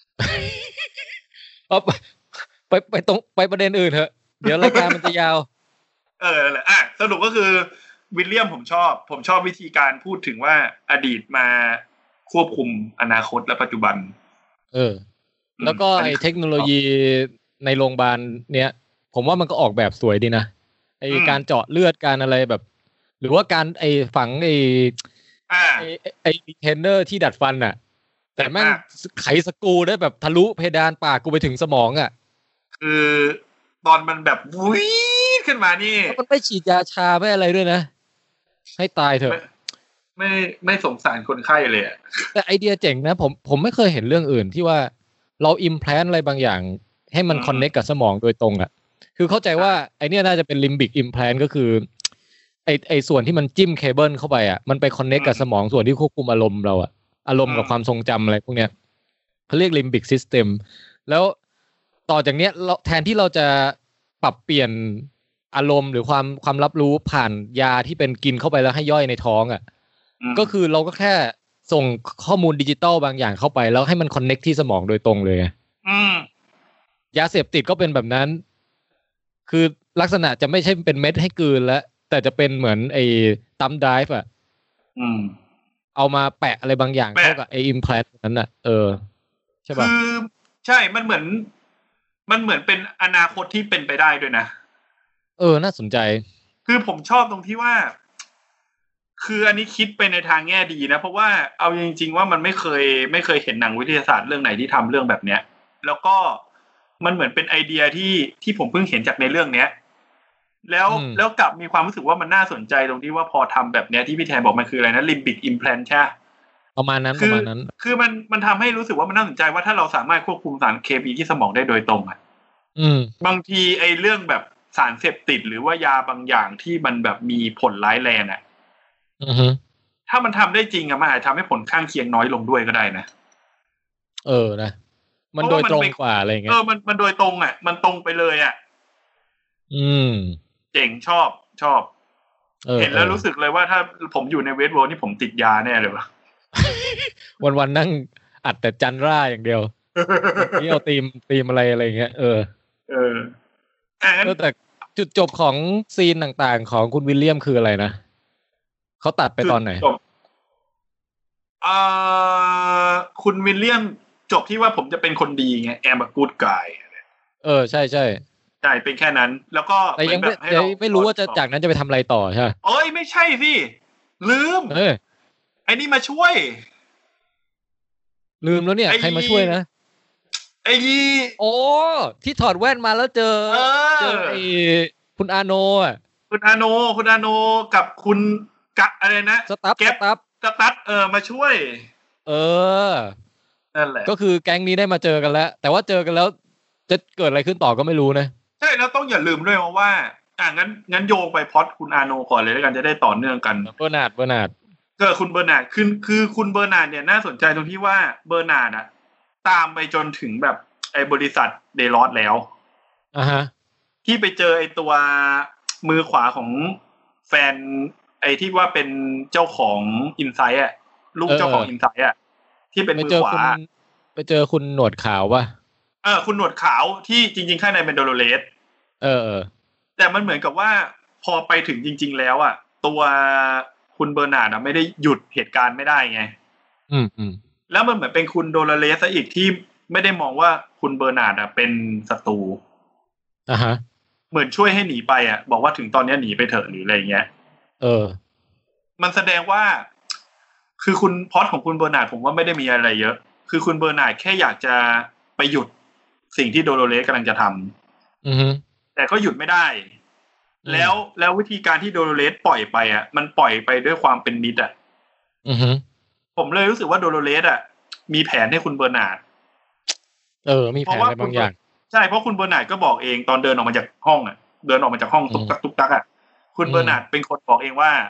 เอาไปไปตรงไปประเด็นอื่นเถอะเดี๋ยวรายการมันจะยาวเออแหละอ่ะสรุปก็คือวิลเลียมผมชอบผมชอบวิธีการพูดถึงว่าอดีตมาควบคุมอนาคตและปัจจุบันเออแล้วก็ไอ้เทคโนโลยีในโรงพยาบาลเนี้ยผมว่ามันก็ออกแบบสวยดีนะไอ้การเจาะเลือดการอะไรแบบหรือว่าการไอ้ฝังไอ้ไอ้ไอ้เทนเนอร์ที่ดัดฟันน่ะแต่แม่งไขสกรูได้แบบทะลุเพดานปากกูไปถึงสมองอ่ะคือตอนมันแบบวิ่งขึ้นมานี่มันไม่ฉีดยาชาไม่อะไรด้วยนะให้ตายเถอะไม่ไม่สงสารคนไข้เลยอ่ะแต่ไอเดียเจ๋งนะผมผมไม่เคยเห็นเรื่องอื่นที่ว่าเราอิมแพลนอะไรบางอย่างให้มันคอนเนคกับสมองโดยตรงอ่ะคือเข้าใจว่าไอเนี้ยน่าจะเป็นลิมบิกอิมแพลนก็คือไอไอส่วนที่มันจิ้มเคเบิลเข้าไปอ่ะมันไปคอนเนคกับสมองส่วนที่ควบคุมอารมณ์เราอ่ะอารมณ์กับความทรงจำอะไรพวกเนี้ยเขาเรียกลิมบิกซิสเต็มแล้วต่อจากเนี้ยเราแทนที่เราจะปรับเปลี่ยนอารมณ์หรือความความรับรู้ผ่านยาที่เป็นกินเข้าไปแล้วให้ย่อยในท้องอ่ะก็คือเราก็แค่ส่งข้อมูลดิจิตอลบางอย่างเข้าไปแล้วให้มันคอนเนคที่สมองโดยตรงเลยยาเสพติดก็เป็นแบบนั้นคือลักษณะจะไม่ใช่เป็นเม็ดให้กลืนแล้วแต่จะเป็นเหมือนไอ้ตัมไดฟ์อ่ะเอามาแปะอะไรบางอย่างเข้ากับไอ้อิมแพลนนั้นน่ะเออใช่ป่ะคือใช่มันเหมือนมันเหมือนเป็นอนาคตที่เป็นไปได้ด้วยนะเออน่าสนใจคือผมชอบตรงที่ว่าคืออันนี้คิดไปในทางแง่ดีนะเพราะว่าเอาจริงๆว่ามันไม่เคยไม่เคยเห็นหนังวิทยาศาสตร์เรื่องไหนที่ทำเรื่องแบบเนี้ยแล้วก็มันเหมือนเป็นไอเดียที่ที่ผมเพิ่งเห็นจากในเรื่องเนี้ยแล้วแล้วกลับมีความรู้สึกว่ามันน่าสนใจตรงที่ว่าพอทำแบบเนี้ยที่พี่แทนบอกมันคืออะไรนะ limbic implant ใช่ประมาณนั้นประมาณนั้นคือมันมันทำให้รู้สึกว่ามันน่าสนใจว่าถ้าเราสามารถควบคุมสารเคมีที่สมองได้โดยตรงอ่ะบางทีไอ้เรื่องแบบสารเสพติดหรือว่ายาบางอย่างที่มันแบบมีผลร้ายแรงอ่ะถ้ามันทำได้จริงอะมันอาจจะทำให้ผลข้างเคียงน้อยลงด้วยก็ได้นะเออนะมันโดยตรงกว่าอะไรเงี้ยเออมันมันโดยตรงอ่ะมันตรงไปเลยอ่ะอืมเจ๋งชอบชอบเห็นแล้วรู้สึกเลยว่าถ้าผมอยู่ในเวทโวนี่ผมติดยาแน่เลยวะวันวันนั่งอัดแต่จันร่าอย่างเดียวนี่เอาตีมตีมอะไรอะไรเงี้ยเออเออแต่จุดจบของซีนต่างๆของคุณวิลเลียมคืออะไรนะเขาตัดไปตอนไหนอ่าคุณวิลเลียมจบที่ว่าผมจะเป็นคนดีไงแอมกู๊ดไกด์เออใช่ใช่ใช่เป็นแค่นั้นแล้วก็แต่ยังไม่ไม่รู้ว่าจะจากนั้นจะไปทำอะไรต่อใช่เอ้ยไม่ใช่สิลืมเออไอ้นี่มาช่วยลืมแล้วเนี่ยใครมาช่วยนะไอ้ยี่โอ้ที่ถอดแว่นมาแล้วเจอเจอไอ้คุณอาโนอ่ะคุณอาโนคุณอาโนกับคุณกะอะไรนะสตั๊บสตั๊บสตั๊บเออมาช่วยเออนั่นแหละก็คือแก๊งนี้ได้มาเจอกันแล้วแต่ว่าเจอกันแล้วจะเกิดอะไรขึ้นต่อก็ไม่รู้นะใช่แล้วต้องอย่าลืมด้วยว่าอ่ะงั้นงั้นโยงไปพล็อตคุณอาโนก่อนเลยแล้วกันจะได้ต่อเนื่องกันเบอร์นาร์ดเบอร์นาร์ดก็คุณเบอร์นาร์ดคือคือคุณเบอร์นาร์ดเนี่ยน่าสนใจตรงที่ว่าเบอร์นาร์ดอ่ะตามไปจนถึงแบบไอ้บริษัทเดลอสแล้วอ่าฮะที่ไปเจอไอ้ตัวมือขวาของแฟนไอ้ที่ว่าเป็นเจ้าของอินไซต์อ่ะลูกเจ้าของอินไซต์อ่ะที่เป็นมือขวาไปเจอคุณหนวดขาวป่ะเออคุณหนวดขาวที่จริงๆข้างในเป็นโดโลเรสเออเออแต่มันเหมือนกับว่าพอไปถึงจริงๆแล้วอ่ะตัวคุณเบอร์นาร์ดอ่ะไม่ได้หยุดเหตุการณ์ไม่ได้ไงอืมอืมแล้วมันเหมือนเป็นคุณโดโลเรสซะอีกที่ไม่ได้มองว่าคุณเบอร์นาร์ดอ่ะเป็นศัตรูอ่าฮะเหมือนช่วยให้หนีไปอ่ะบอกว่าถึงตอนนี้หนีไปเถอะหรืออะไรเงี้ยเออมันแสดงว่าคือคุณพอดของคุณเบอร์นาร์ดผมว่าไม่ได้มีอะไรเยอะคือคุณเบอร์นาร์ดแค่อยากจะไปหยุดสิ่งที่โดโลเรสกำลังจะทำอือฮึแต่ก็หยุดไม่ได้แล้วแล้ววิธีการที่โดโลเรสปล่อยไปอ่ะมันปล่อยไปด้วยความเป็นมิตรอ่ะอือฮึผมเลยรู้สึกว่าโดโลเรสอ่ะมีแผนให้คุณเบอร์นาร์ดเออมีแผนอะไรบางอย่างใช่เพราะคุณเบอร์นาร์ดก็บอกเองตอนเดินออกมาจากห้องอ่ะเดินออกมาจากห้องตุ๊กตักตุ๊กตักอ่ะคุณเบอร์นาร์ดเป็นคนบอกเองว่า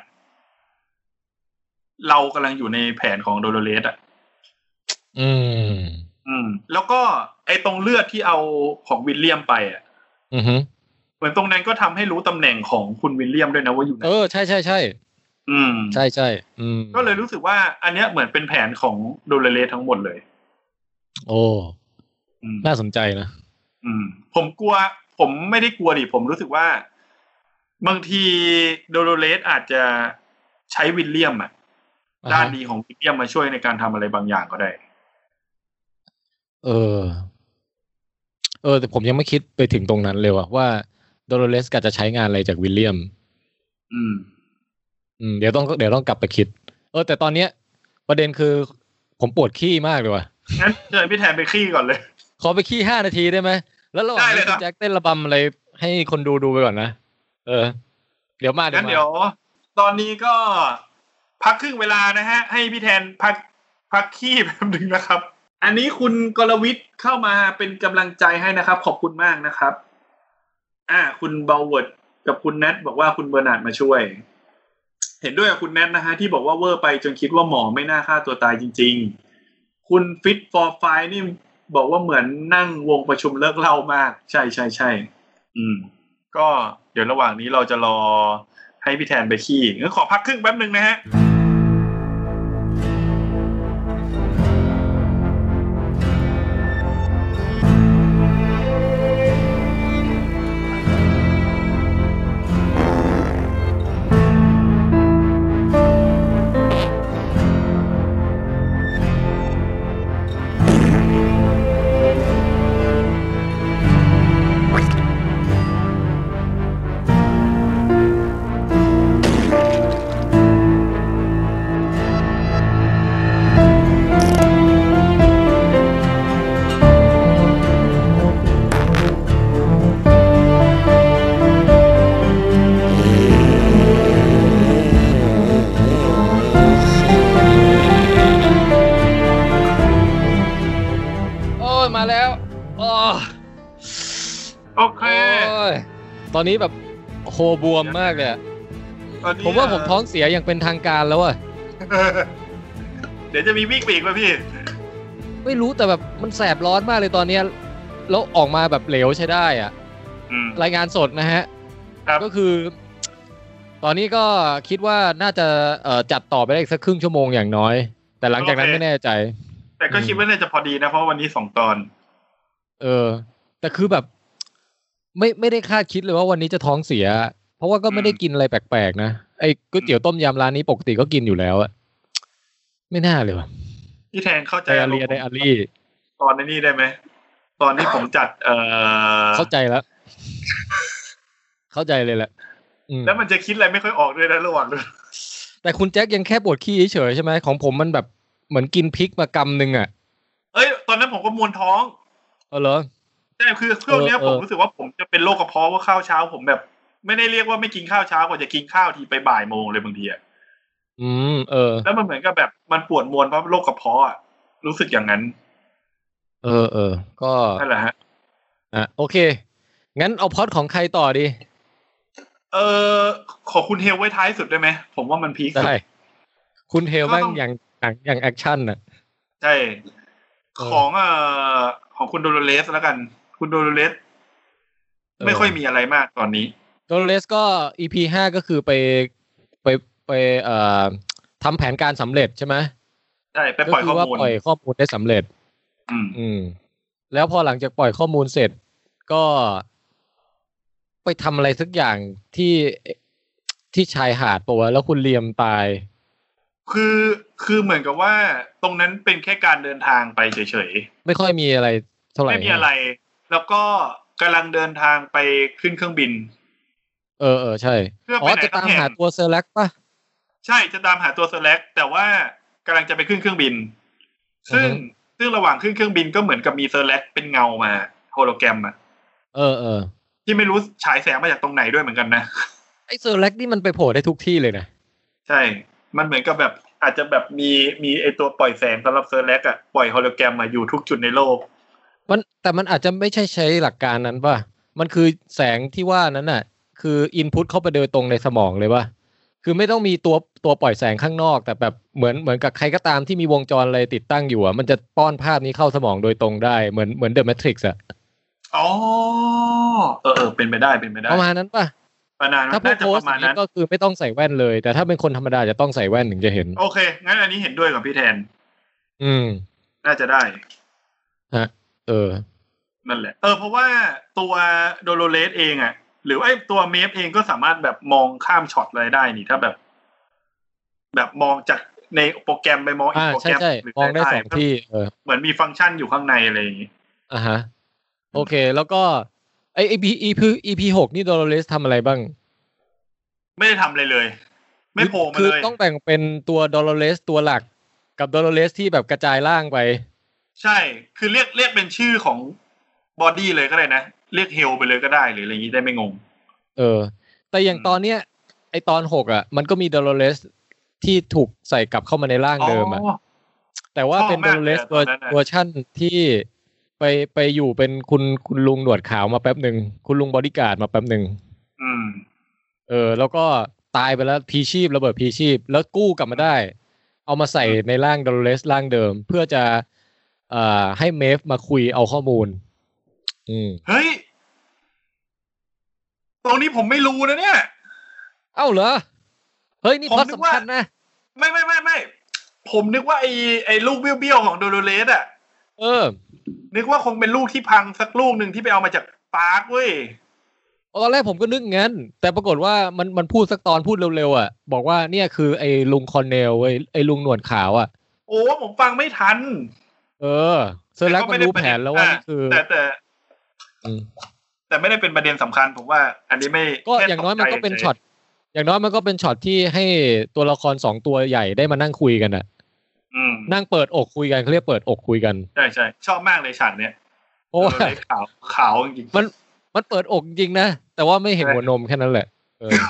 เรากำลังอยู่ในแผนของโดโลเรสอ่ะอืมอืมแล้วก็ไอ้ตรงเลือดที่เอาของวิลเลียมไปอ่ะอือฮึเหมือนตรงนั้นก็ทำให้รู้ตำแหน่งของคุณวิลเลียมด้วยนะว่าอยู่ไหนเออใช่ใช่ใช่อืมใช่ใช่อืมก็เลยรู้สึกว่าอันเนี้ยเหมือนเป็นแผนของโดโลเรสทั้งหมดเลยโอ้น่าสนใจนะอืมผมกลัวผมไม่ได้กลัวดิผมรู้สึกว่าบางทีโดโลเรสอาจจะใช้วิลเลียมอ่ะด้านดีของวิลเลียมมาช่วยในการทำอะไรบางอย่างก็ได้เออเออแต่ผมยังไม่คิดไปถึงตรงนั้นเลยว่ะว่าโดโลเรสจะใช้งานอะไรจากวิลเลียมอืมอืมเดี๋ยวต้องเดี๋ยวต้องกลับไปคิดเออแต่ตอนเนี้ยประเด็นคือผมปวดขี้มากเลยว่ะงั้นเชิญพี่แทนไปขี้ก่อนเลยขอไปขี้ห้านาทีได้ไหมแล้วระหว่างนี้คุณแจ็คเต้นระบำอะไรให้คนดูดูไปก่อนนะเออเดี๋ยวมาเดี๋ยวมาเดี๋ยวตอนนี้ก็พักครึ่งเวลานะฮะให้พี่แทนพักพักขี้แป๊บนึงนะครับอันนี้คุณกรวิทย์เข้ามาเป็นกำลังใจให้นะครับขอบคุณมากนะครับอ่าคุณเบลเวิร์ดกับคุณแนทบอกว่าคุณเบอร์นาร์ดมาช่วยเห็นด้วยกับคุณแนทนะฮะที่บอกว่าเวอร์ไปจนคิดว่าหมอไม่น่าฆ่าตัวตายจริงๆคุณฟิตฟอร์ไฟนี่บอกว่าเหมือนนั่งวงประชุมเลิกเล่ามากใช่ใช่ใช่อืมก็เดี๋ยวระหว่างนี้เราจะรอให้พี่แทนไปขี้งั้นขอพักครึ่งแป๊บนึงนะฮะตอนนี้แบบโหบวมมากเลยผมว่าผมท้องเสียอย่างเป็นทางการแล้วอ่ะเดี๋ยวจะมีวิ่งปีกป่ะพี่ไม่รู้แต่แบบมันแสบร้อนมากเลยตอนนี้แล้วออกมาแบบเหลวใช้ได้อ่ะรายงานสดนะฮะก็คือตอนนี้ก็คิดว่าน่าจะจัดต่อไปได้อีกสักครึ่งชั่วโมงอย่างน้อยแต่หลังจากนั้นไม่แน่ใจแต่ก็คิดว่าน่าจะพอดีนะเพราะวันนี้สองตอนเออแต่คือแบบไม่ไม่ได้คาดคิดเลยว่าวันนี้จะท้องเสียเพราะว่าก็ไม่ได้กินอะไรแปลกๆนะไอ้ก๋วยเตี๋ยวต้มยำร้านนี้ปกติก็กินอยู่แล้วอะไม่น่าเลยว่ะพี่แทนเข้าใจไดอารี่ไดอารี่ตอนนี้ได้ไหมตอนที่ผมจัดเอ่อเข้าใจแล้วเข้าใจเลยแหละแล้วมันจะคิดอะไรไม่ค่อยออกด้วยนะระหว่างเลยแต่คุณแจ็คยังแค่ปวดขี้เฉยๆใช่ไหมของผมมันแบบเหมือนกินพริกมากำนึงอ่ะเอ้ยตอนนั้นผมก็มวนท้องเออเหรอใช่คือช่วงนี้ผมรู้สึกว่าผมจะเป็นโรคกระเพาะว่าข้าวเช้าผมแบบไม่ได้เรียกว่าไม่กินข้าวเช้ากว่าจะกินข้าวทีไปบ่ายโมงเลยบางทีอ่ะอืมเออแล้วมันเหมือนกับแบบมันปวดมวนเพราะโรคกระเพาะอ่ะรู้สึกอย่างนั้นเออเออก็นั่นแหละฮะอ่ะโอเคงั้นเอาพล็อตของใครต่อดีเออขอคุณเฮลไว้ท้ายสุดได้ไหมผมว่ามันพีคสุดได้คุณเฮลแม่งอย่างอย่างแอคชั่นน่ะใช่ของเอ่อของคุณโดโลเรสแล้วกันคุณโดโลเรสไม่ค่อยมีอะไรมากตอนนี้โดโลเรสก็ อี พี ห้าก็คือไปไปไปเอ่อทำแผนการสำเร็จใช่ไหมใช่ไปปล่อยข้อมูลปล่อยข้อมูลได้สำเร็จอืมอืมแล้วพอหลังจากปล่อยข้อมูลเสร็จก็ไปทำอะไรสักอย่างที่ที่ชายหาดปะวะแล้วคุณเลียมตายคือคือเหมือนกับว่าตรงนั้นเป็นแค่การเดินทางไปเฉยๆไม่ค่อยมีอะไรเท่าไหร่ไม่มีอะไรแล้วก็กำลังเดินทางไปขึ้นเครื่องบินเออเออใช่อ๋อจะตามหาตัวเซอร์แลกป่ะใช่จะตามหาตัวเซอร์แลกแต่ว่ากำลังจะไปขึ้นเครื่องบินซึ่งซึ่งระหว่างขึ้นเครื่องบินก็เหมือนกับมีเซอร์แลกเป็นเงามาโฮโลแกรมอ่ะเออเออที่ไม่รู้ฉายแสงมาจากตรงไหนด้วยเหมือนกันนะไอ้เซอร์แลกนี่มันไปโผล่ได้ทุกที่เลยนะใช่มันเหมือนกับแบบอาจจะแบบมีมีไอตัวปล่อยแสงสำหรับเซอร์แลกอ่ะปล่อยโฮโลแกรมมาอยู่ทุกจุดในโลกมันแต่มันอาจจะไม่ใช่ใช้หลักการนั้นป่ะมันคือแสงที่ว่านั้นน่ะคืออินพุตเข้าไปโดยตรงในสมองเลยป่ะคือไม่ต้องมีตัวตัวปล่อยแสงข้างนอกแต่แบบเหมือนเหมือนกับใครก็ตามที่มีวงจรอะไรติดตั้งอยู่อ่ะมันจะป้อนภาพนี้เข้าสมองโดยตรงได้เหมือนเหมือนเดอะแมทริกซ์อ่ะอ๋อเออเออเป็นไปได้เป็นไปได้ประมาณนั้นป่ะประมาณนั้นถ้าโพสต์นั้นก็คือไม่ต้องใส่แว่นเลยแต่ถ้าเป็นคนธรรมดาจะต้องใส่แว่นถึงจะเห็นโอเคงั้นอันนี้เห็นด้วยกับพี่แทนอืมน่าจะได้ฮะเออนั่นแหละเออเพราะว่าตัวโดโลเรสเองอ่ะหรือไอ้ตัวเมฟเองก็สามารถแบบมองข้ามช็อตอะไรได้นี่ถ้าแบบแบบมองจากในโปรแกรมไปมองอีกโปรแกรมหรือมองได้สองที่เออเหมือนมีฟังก์ชันอยู่ข้างในอะไรอย่างงี้อ่าฮะโอเคแล้วก็ไอ้ อี พี อี พี อี พี หกนี่โดโลเรสทำอะไรบ้างไม่ได้ทำอะไรเลยไม่โผล่มาเลยคือต้องแบ่งเป็นตัวโดโลเรสตัวหลักกับโดโลเรสที่แบบกระจายร่างไปใช่คือเรียกเรียกเป็นชื่อของบอดี้เลยก็ได้นะเรียกเฮลไปเลยก็ได้หรืออะไรอย่างนี้ได้ไม่งงเออแต่อย่างตอนเนี้ยไอตอนหกอ่ะมันก็มีโดโลเรสที่ถูกใส่กลับเข้ามาในร่างเดิมอ่ะแต่ว่าเป็นโดโลเรสตัวเวอร์ชั่นที่ไปไปอยู่เป็นคุณคุณลุงหนวดขาวมาแป๊บหนึ่งคุณลุงบอดี้การ์ดมาแป๊บหนึ่งอืมเออแล้วก็ตายไปแล้วพีชีพระเบิดพีชีพแล้วกู้กลับมาได้เอามาใส่ในร่างโดโลเรสร่างเดิมเพื่อจะเอ่อให้เมฟมาคุยเอาข้อมูลอืมเฮ้ยตรงนี้ผมไม่รู้นะเนี่ยเอ้าเหรอเฮ้ยนี่พอสำคัญนะไม่ไม่ไม่ไม่ผมนึกว่าไอ้ไอ้ลูกเบี้ยวๆของโดโลเรสอ่ะเออนึกว่าคงเป็นลูกที่พังสักลูกหนึ่งที่ไปเอามาจากปาร์คเว้ยตอนแรกผมก็นึกงั้นแต่ปรากฏว่ามันมันพูดสักตอนพูดเร็วๆอ่ะบอกว่าเนี่ยคือไอ้ลุงคอนเนลเว้ยไอ้ลุงหนวดขาวอ่ะโอ้ผมฟังไม่ทันเออเซอร์แลกมันรู้แผนแล้วว่านี่คือแต่แต่แต่ไม่ได้เป็นประเด็นสำคัญผมว่าอันนี้ไม่ก็อย่างน้อยมันก็เป็นช็อตอย่างน้อยมันก็เป็นช็อตที่ให้ตัวละครสองตัวใหญ่ได้มานั่งคุยกันอ่ะนั่งเปิดอกคุยกันเขาเรียกเปิดอกคุยกันใช่ใช่ชอบมากเลยฉากเนี้ยโอ้ขาวขาวจริงมันมันเปิดอกจริงนะแต่ว่าไม่เห็นหัวนมแค่นั้นแหละเออ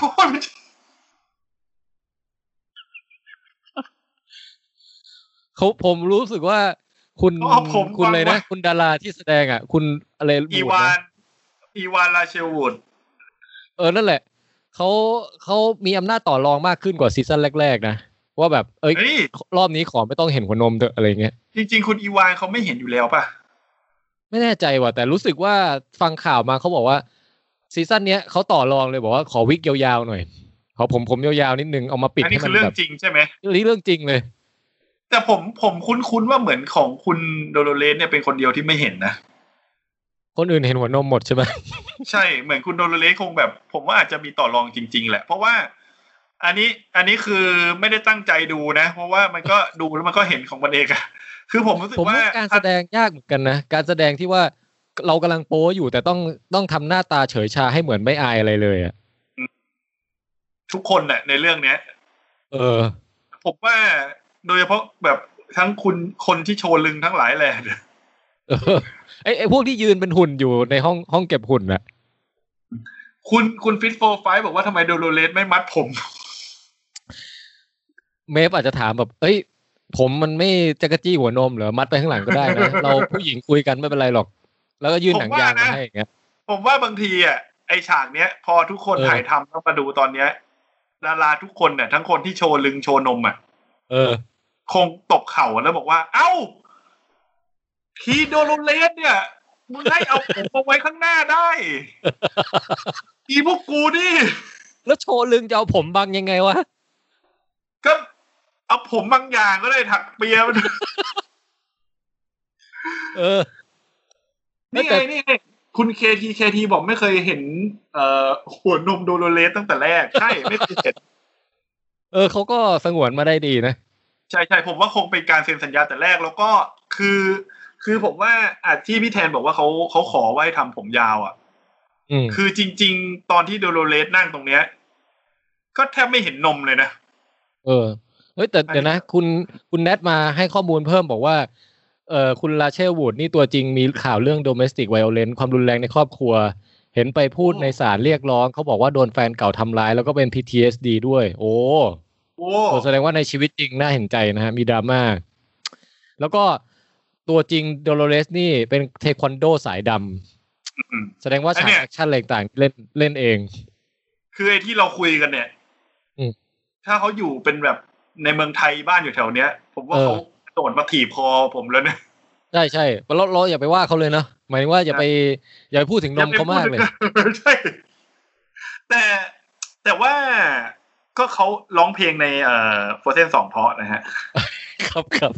เขาผมรู้สึกว่าคุณคุณอะไรนะคุณดาราที่แสดงอ่ะคุณอะไรอีวานอีวานลาเชลวูดเออนั่นแหละเขาเขามีอำนาจต่อรองมากขึ้นกว่าซีซั่นแรกๆนะว่าแบบเอ้ยรอบนี้ขอไม่ต้องเห็นหัวนมเถอะอะไรเงี้ยจริงๆคุณอีวานเขาไม่เห็นอยู่แล้วป่ะไม่แน่ใจว่ะแต่รู้สึกว่าฟังข่าวมาเขาบอกว่าซีซั่นเนี้ยเขาต่อรองเลยบอกว่าขอวิกยาวๆหน่อยขอผมผมยาวๆนิดนึงเอามาปิดให้มันแบบอันนี้คือเรื่องจริงใช่ไหมนี่เรื่องจริงเลยแต่ผมผมคุ้นๆว่าเหมือนของคุณโดโลเรสเนี่ยเป็นคนเดียวที่ไม่เห็นนะคนอื่นเห็นหัวนมหมดใช่ไหมใช่เหมือนคุณโดโลเรสคงแบบผมว่าอาจจะมีต่อรองจริงๆแหละเพราะว่าอันนี้อันนี้คือไม่ได้ตั้งใจดูนะเพราะว่ามันก็ดูแล้วมันก็เห็นของมันเองอะคือผมรู้สึกว่าการแสดงยากเหมือนกันนะการแสดงที่ว่าเรากำลังโป๊อยู่แต่ต้องต้องทำหน้าตาเฉยชาให้เหมือนไม่อายอะไรเลยอ่ะทุกคนน่ะในเรื่องเนี้ยเออผมว่าโดยเฉพาะแบบทั้งคุณคนที่โชว์ลึงทั้งหลายแหละเออไอไอพวกที่ยืนเป็นหุ่นอยู่ในห้องห้องเก็บหุ่นน่ะคุณคุณฟิตโฟร์ไฟบอกว่าทำไมโดโลเรสไม่มัดผมเมฟอาจจะถามแบบเอ้ยผมมันไม่จักรจี้หัวนมเหรอมัดไปข้างหลังก็ได้นะเราผู้หญิงคุยกันไม่เป็นไรหรอกแล้วก็ยื่นหนังยางมาให้อย่างเงี้ยผมว่าบางทีอ่ะไอฉากเนี้ยพอทุกคนถ่ายทำแล้วมาดูตอนเนี้ยดาราทุกคนเนี่ยทั้งคนที่โชว์ลึงโชว์นมอ่ะเออคงตบเข่าแล้วบอกว่าเอ้าทีโดโลเลสเนี่ยมึงให้เอาผมมาไว้ข้างหน้าได้ทีพวกกูนี่แล้วโชว์ลึงจะเอาผมบังยังไงวะก็เอาผมบางอย่างก็ได้ถักเปียมันเออนี่ไงนี่ไงคุณ เค ที เค ที บอกไม่เคยเห็นเอ่อหัวนมโดโลเลสตั้งแต่แรกใช่ไม่เคยเห็นเออเขาก็สงวนมาได้ดีนะใช่ๆผมว่าคงเป็นการเซ็นสัญญาแต่แรกแล้วก็คือคือผมว่าอาจที่พี่แทนบอกว่าเขาเขาขอไว้ทำผมยาวอ่ะคือจริงๆตอนที่โดโลเลสนั่งตรงเนี้ยก็แทบไม่เห็นนมเลยนะเออเฮ้ยแต่เดี๋ยวนะคุณคุณแนทมาให้ข้อมูลเพิ่มบอกว่าเอ่อคุณราเชลวูดนี่ตัวจริงมีข่าวเรื่อง domestic violence ความรุนแรงในครอบครัวเห็นไปพูดในศาลเรียกร้องเขาบอกว่าโดนแฟนเก่าทำร้ายแล้วก็เป็น พี ที เอส ดี ด้วยโอ้โอ้แสดงว่าในชีวิตจริงน่าเห็นใจนะฮะมีดราม่าแล้วก็ตัวจริงโดโลเรสนี่เป็นเทควันโดสายดำแสดงว่าฉากแอคชั่นอะไรต่างเล่นเล่นเองคือไอ้ที่เราคุยกันเนี่ยถ้าเขาอยู่เป็นแบบในเมืองไทยบ้านอยู่แถวเนี้ยผมว่าเขาโดดมาถีบคอผมแล้วเนี่ยใช่ใช่เราเราอย่าไปว่าเขาเลยเนาะหมายถึงว่าอย่าไปอย่าไปพูดถึงนมเขามากเลยใช่แต่แต่ว่าก็เขาร้องเพลงในเอ่อโฟร์เซนสองเพราะนะฮะครับครับ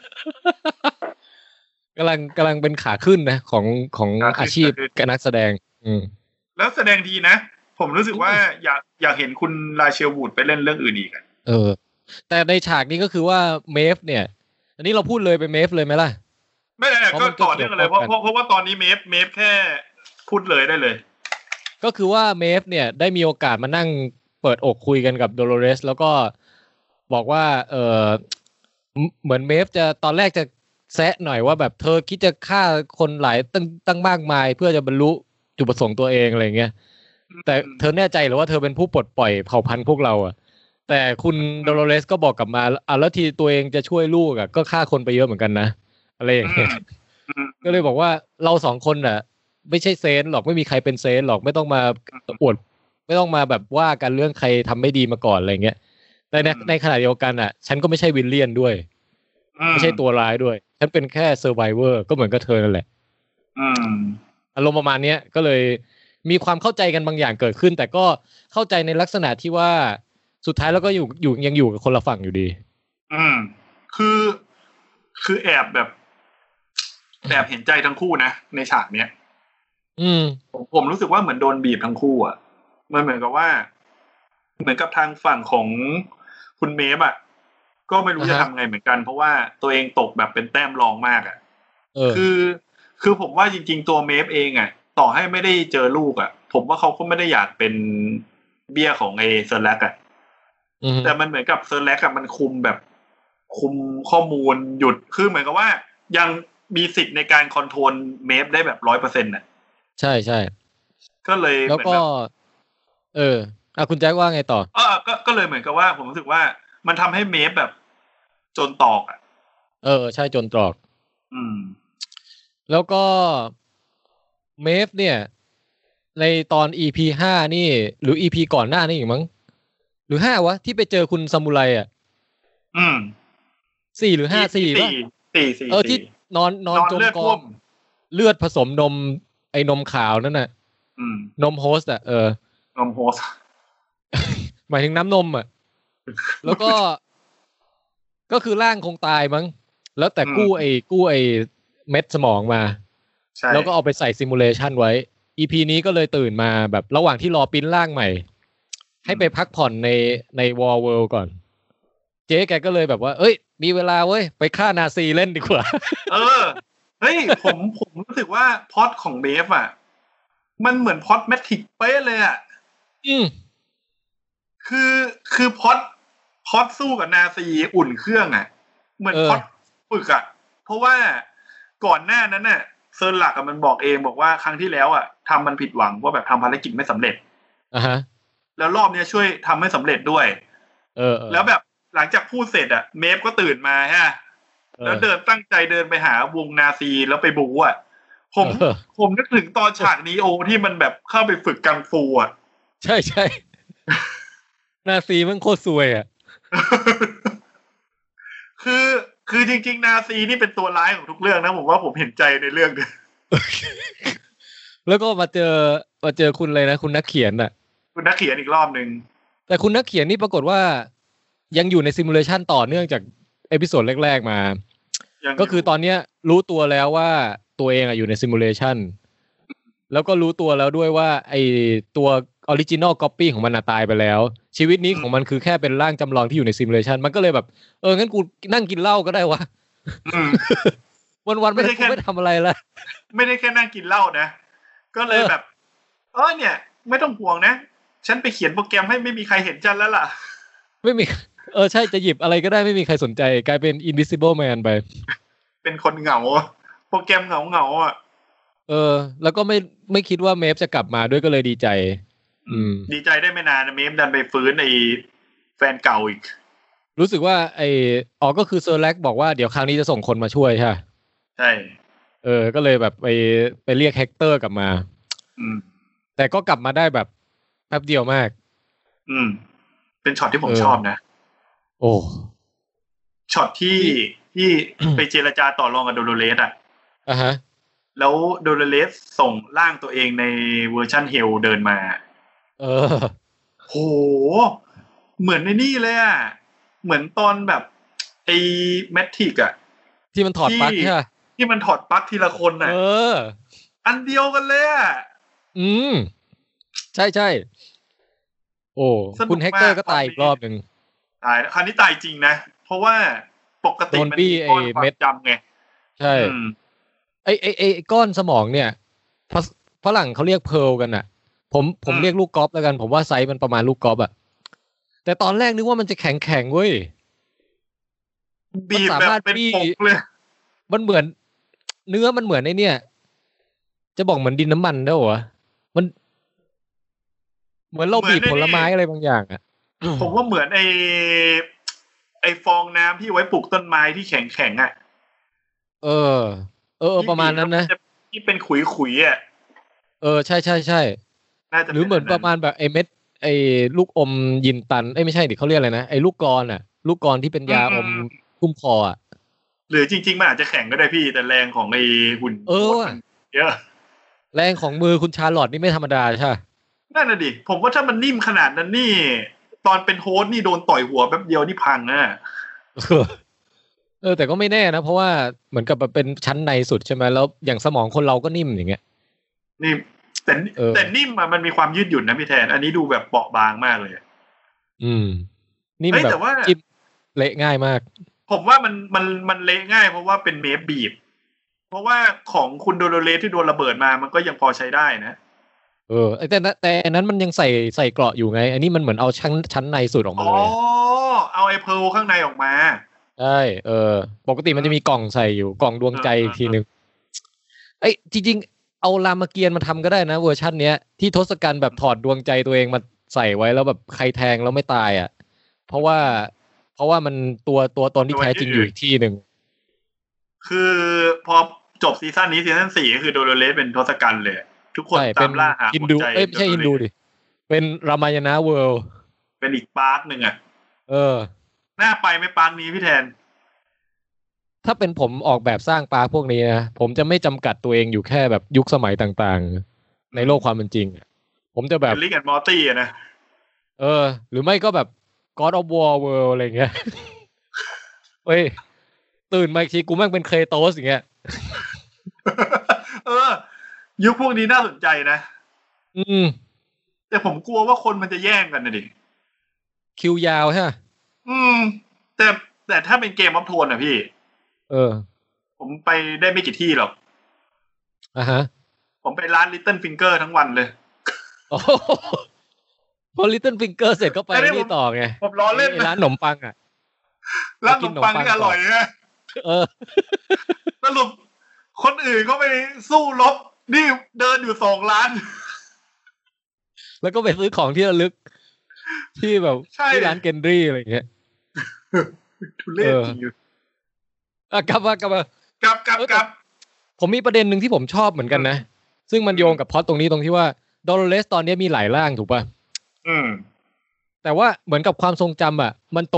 กำลังกำลังเป็นขาขึ้นนะของของอาชีพการนักแสดงอืมแล้วแสดงดีนะผมรู้สึกว่าอยากอยากเห็นคุณราเชลวูดไปเล่นเรื่องอื่นอีกอ่ะเออแต่ในฉากนี้ก็คือว่าเมฟเนี่ยอันนี้เราพูดเลยไปเมฟเลยไหมล่ะไม่ได้ก็ต่อเนื่องเลยเพราะเพราะว่าตอนนี้เมฟเมฟแค่พูดเลยได้เลยก็คือว่าเมฟเนี่ยได้มีโอกาสมานั่งเปิดอกคุยกันกับโดโลเรสแล้วก็บอกว่าเออเหมือนเมฟจะตอนแรกจะแซะหน่อยว่าแบบเธอคิดจะฆ่าคนหลายตั้งตั้งมากมายเพื่อจะบรรลุจุดประสงค์ตัวเองอะไรเงี้ยแต่เธอแน่ใจหรือว่าเธอเป็นผู้ปลดปล่อยเผ่าพันธุ์พวกเราอ่ะแต่คุณโดโลเรสก็บอกกลับมาอ่ะแล้วทีตัวเองจะช่วยลูกอ่ะก็ฆ่าคนไปเยอะเหมือนกันนะอะไรอย่างเงี้ยก็เลยบอกว่าเราสองคนอ่ะไม่ใช่เซนหรอกไม่มีใครเป็นเซนหรอกไม่ต้องมาอวดไม่ต้องมาแบบว่ากันเรื่องใครทำไม่ดีมาก่อนอะไรเงี้ยแต่ในในขณะเดียวกันอ่ะฉันก็ไม่ใช่วิลเลียนด้วยไม่ใช่ตัวร้ายด้วยฉันเป็นแค่เซอร์ไวเวอร์ก็เหมือนกับเธอนั่นแหละอารมณ์ประมาณนี้ก็เลยมีความเข้าใจกันบางอย่างเกิดขึ้นแต่ก็เข้าใจในลักษณะที่ว่าสุดท้ายแล้วก็อยู่อยู่ยังอยู่กับคนละฝั่งอยู่ดีอืมคือคือแอบแบบแอบเห็นใจทั้งคู่นะในฉากเนี้ยอืมผมผมรู้สึกว่าเหมือนโดนบีบทั้งคู่อ่ะมันเหมือนกับว่าเหมือนกับทางฝั่งของคุณเมฟอ่ะก็ไม่รู้จะทำไงเหมือนกันเพราะว่าตัวเองตกแบบเป็นแต้มรองมากอ่ะคือคือผมว่าจริงๆตัวเมฟเองอ่ะต่อให้ไม่ได้เจอลูกอ่ะผมว่าเขาก็ไม่ได้อยากเป็นเบี้ยของไอ้เซอร์แลกอ่ะแต่มันเหมือนกับเซอร์แลกอ่ะมันคุมแบบคุมข้อมูลหยุดคือเหมือนกับว่ายังมีสิทธิ์ในการคอนโทรลเมฟได้แบบร้อยเปอร์เซ็นต์น่ะใช่ใช่ก็เลยแล้วก็เอออ่ะคุณแจ็คว่าไงต่อเออก็ก็เลยเหมือนกับว่าผมรู้สึกว่ามันทำให้เมฟแบบจนตอกอ่ะเออใช่จนตอกอืมแล้วก็เมฟเนี่ยในตอน อี พี ห้านี่หรือ อี พี ก่อนหน้านี่อีกมั้งหรือห้าวะที่ไปเจอคุณซามูไรอ่ะอืมสี่หรือห้าสี่ป่ะสี่สี่เออที่นอนนอนจมกองเลือดผสมนมไอ้นมขาวนั่นน่ะอืมนมโฮสต์อ่ะเออนมโฮสต์หมายถึงน้ำนมอ่ะแล้วก็ก็คือร่างคงตายมั้งแล้วแต่กู้ไอ้กู้ไอ้เม็ดสมองมาแล้วก็เอาไปใส่ซิมูเลชันไว้ อี พี นี้ก็เลยตื่นมาแบบระหว่างที่รอปริ้นร่างใหม่ให้ไปพักผ่อนในใน War World ก่อนเจ๊แกก็เลยแบบว่าเอ้ยมีเวลาเว้ยไปฆ่านาซีเล่นดีกว่าเออเฮ้ยผมผมรู้สึกว่าพล็อตของเบฟอ่ะมันเหมือนพล็อตแมทริกเป๊ะเลยอ่ะอืมคือคือพล็อตพล็อตสู้กับนาซีอุ่นเครื่องอ่ะเหมือนพล็อตฝึกอ่ะเพราะว่าก่อนหน้านั้นน่ะเซิร์นหลักอ่ะมันบอกเองบอกว่าครั้งที่แล้วอ่ะทำมันผิดหวังว่าแบบทำภารกิจไม่สำเร็จอ่าฮะแล้วรอบนี้ช่วยทำให้สำเร็จด้วยเออแล้วแบบหลังจากพูดเสร็จอ่ะเมฟก็ตื่นมาฮะแล้วเดินตั้งใจเดินไปหาวงนาซีแล้วไปบู๊อ่ะผมผมนึกถึงตอนฉากนีโอที่มันแบบเข้าไปฝึกกังฟูอ่ะใช่ใช่นาซีมันโคตรซวยอ่ะคือคือคือจริงๆนาซีนี่เป็นตัวร้ายของทุกเรื่องนะผมว่าผมเห็นใจในเรื่องนี้แล้วก็มาเจอมาเจอคุณเลยนะคุณนักเขียนน่ะคุณนักเขียนอีกรอบนึงแต่คุณนักเขียนนี่ปรากฏว่ายังอยู่ในซิมูเลชันต่อเนื่องจากเอพิโซดแรกๆมาก็คือตอนเนี้ยรู้ตัวแล้วว่าตัวเองอ่ะอยู่ในซิมูเลชันแล้วก็รู้ตัวแล้วด้วยว่าไอตัวออริจินอลก๊อปปี้ของมันตายไปแล้วชีวิตนี้ของมันคือแค่เป็นร่างจำลองที่อยู่ในซิมูเลชันมันก็เลยแบบเอองั้นกูนั่งกินเหล้าก็ได้วะวันๆไม่ได้ไม่ทำอะไรละไม่ได้แค่นั่งกินเหล้านะก็เลยแบบเออเนี่ยไม่ต้องห่วงนะฉันไปเขียนโปรแกรมให้ไม่มีใครเห็นฉันแล้วล่ะไม่มีเออใช่จะหยิบอะไรก็ได้ไม่มีใครสนใจกลายเป็น Invisible Man ไปเป็นคนเหงาโปรแกรมเหงาเหงาอ่ะเออแล้วก็ไม่ไม่คิดว่าเมฟจะกลับมาด้วยก็เลยดีใจอืมดีใจได้ไม่นานเมฟดันไปฟื้นไอ้แฟนเก่าอีกรู้สึกว่าไอ้อ๋อก็คือเซอร์แลกบอกว่าเดี๋ยวครั้งนี้จะส่งคนมาช่วยใช่ใช่เออก็เลยแบบไปไปเรียกเฮกเตอร์กลับมาอืมแต่ก็กลับมาได้แบบแป๊บเดียวมากอืมเป็นช็อตที่ผมชอบนะโอ้ช็อตที่ที่ไปเจรจาต่อรองกับโดโลเรสอ่ะอ่าฮะแล้วโดโลเรสส่งร่างตัวเองในเวอร์ชันเฮลเดินมาเออโหเหมือนในนี่เลยอ่ะเหมือนตอนแบบไอ้แมทริกอ่ะที่มันถอดปลั๊กใช่ที่มันถอดปลั๊กทีละคนน่ะเอออันเดียวกันเลยอ่ะอืมใช่ๆโอ้คุณเฮกเตอร์ก็ตายอีกรอบนึงตายคราวนี้ตายจริงนะเพราะว่าปกติมันมีก้อนความจำไงใช่ไอ้ไอ้ไอ้ก้อนสมองเนี่ยฝรั่งเขาเรียกเพร์ลกันน่ะผมผมเรียกลูกกอล์ฟแล้วกันผมว่าไซส์มันประมาณลูกกอล์ฟอ่ะแต่ตอนแรกนึกว่ามันจะแข็งแข็งเว้ยบีบแบบเป็นปกเลยมันเหมือนเนื้อมันเหมือนไอ้เนี่ยจะบอกเหมือนดินน้ำมันได้เหรอมันเหมือนเราบีบผลไม้อะไรบางอย่างอ่ะผมว่าเหมือนไอ้ไอ้ฟองน้ำที่ไว้ปลูกต้นไม้ที่แข็งแข็งอ่ะเออเออประมาณนั้นนะที่เป็นขุยๆอ่ะเออใช่ใช่ใช่หรือเหมือนประมาณแบบไอ้เม็ดไอ้ลูกอมยินตันเอ้ยไม่ใช่ดิเขาเรียกอะไรนะไอ้ลูกกรอ่ะลูกกรที่เป็นยาอมคุ้มคออ่ะหรือจริงๆมันอาจจะแข็งก็ได้พี่แต่แรงของไอ้หุ่นเออเยอะแรงของมือคุณชาร์ลอตนี่ไม่ธรรมดาใช่นั่นน่ะดิผมว่าถ้ามันนิ่มขนาดนั้นนี่ตอนเป็นโฮสต์นี่โดนต่อยหัวแป๊บเดียวนี่พังนะเออแต่ก็ไม่แน่นะเพราะว่าเหมือนกับเป็นชั้นในสุดใช่ไหมแล้วอย่างสมองคนเราก็นิ่มอย่างเงี้ยนิ่มแต่แต่นิ่มอ่ะมันมีความยืดหยุ่นนะพี่แทนอันนี้ดูแบบเปราะบางมากเลยอืมนิ่มแบบจิ้มเละง่ายมากผมว่ามันมันมันเละง่ายเพราะว่าเป็นเมฟบีบเพราะว่าของคุณโดโลเรสที่โดนระเบิดมามันก็ยังพอใช้ได้นะเออแต่แต่อันนั้นมันยังใส่ใส่เกราะอยู่ไงอันนี้มันเหมือนเอาชั้นชั้นในสุดออกมาเลยอ๋อเอาไอ้เพร์ลข้างในออกมาใช่เออปกติมันจะมีกล่องใส่อยู่กล่องดวงใจอีกทีนึงไอ้จริงๆเอารามเกียรติ์มาทำก็ได้นะเวอร์ชันเนี้ยที่ทศกัณฐ์แบบถอดดวงใจตัวเองมาใส่ไว้แล้วแบบใครแทงแล้วไม่ตายอ่ะเพราะว่าเพราะว่ามันตัวตัวตนที่แท้จริงอยู่อีกที่นึงคือพอจบซีซั่นนี้ซีซั่นสี่ก็คือโดโลเรสเป็นทศกัณฐ์เลยทุกคนตามล่าหาฮินดูเอ้ยไม่ใช่ฮินดูดิเป็นรามายณะเวิลด์เป็นอีกปาร์คนึงอ่ะเออน่าไปไหมปาร์คนี้พี่แทนถ้าเป็นผมออกแบบสร้างปาร์คพวกนี้นะผมจะไม่จำกัดตัวเองอยู่แค่แบบยุคสมัยต่างๆในโลกความเป็นจริงผมจะแบบลิกแอนด์มอร์ตี้อ่ะนะเออหรือไม่ก็แบบ God of War World อะไรเงี้ยเฮ้ยตื่นมาอีกทีกูแม่งเป็นเครโตสอย่างเงี้ยเออยุคพวกนี้น่าสนใจนะอืมแต่ผมกลัวว่าคนมันจะแย่งกันนะดิคิวยาวใช่ไหมอืมแต่แต่ถ้าเป็นเกมออฟโทนอ่ะพี่เออผมไปได้ไม่กี่ที่หรอกอ่าฮะผมไปร้าน Little Finger ทั้งวันเลยโอ้พอ Little Finger เสร็จก็ไปนี่ต่อไงผมล้อเล่นร้านขนมปังอ่ะร้านขนมปังนี่อร่อยนะเออสรุปคนอื่นเขาไปสู้รบนี่เดินอยู่สองร้านแล้วก็ไปซื้อของที่ระลึกที่แบบที่ร้านเกนดรี่อะไรอย่างเงี้ยทุเรศจริงอยู่อ่ะกลับมากลับมากลับกลับกลับผมมีประเด็นหนึ่งที่ผมชอบเหมือนกันนะซึ่งมันโยงกับพล็อตตรงนี้ตรงที่ว่าดอลเลสตอนนี้มีหลายร่างถูกป่ะอืมแต่ว่าเหมือนกับความทรงจำอ่ะมันตรง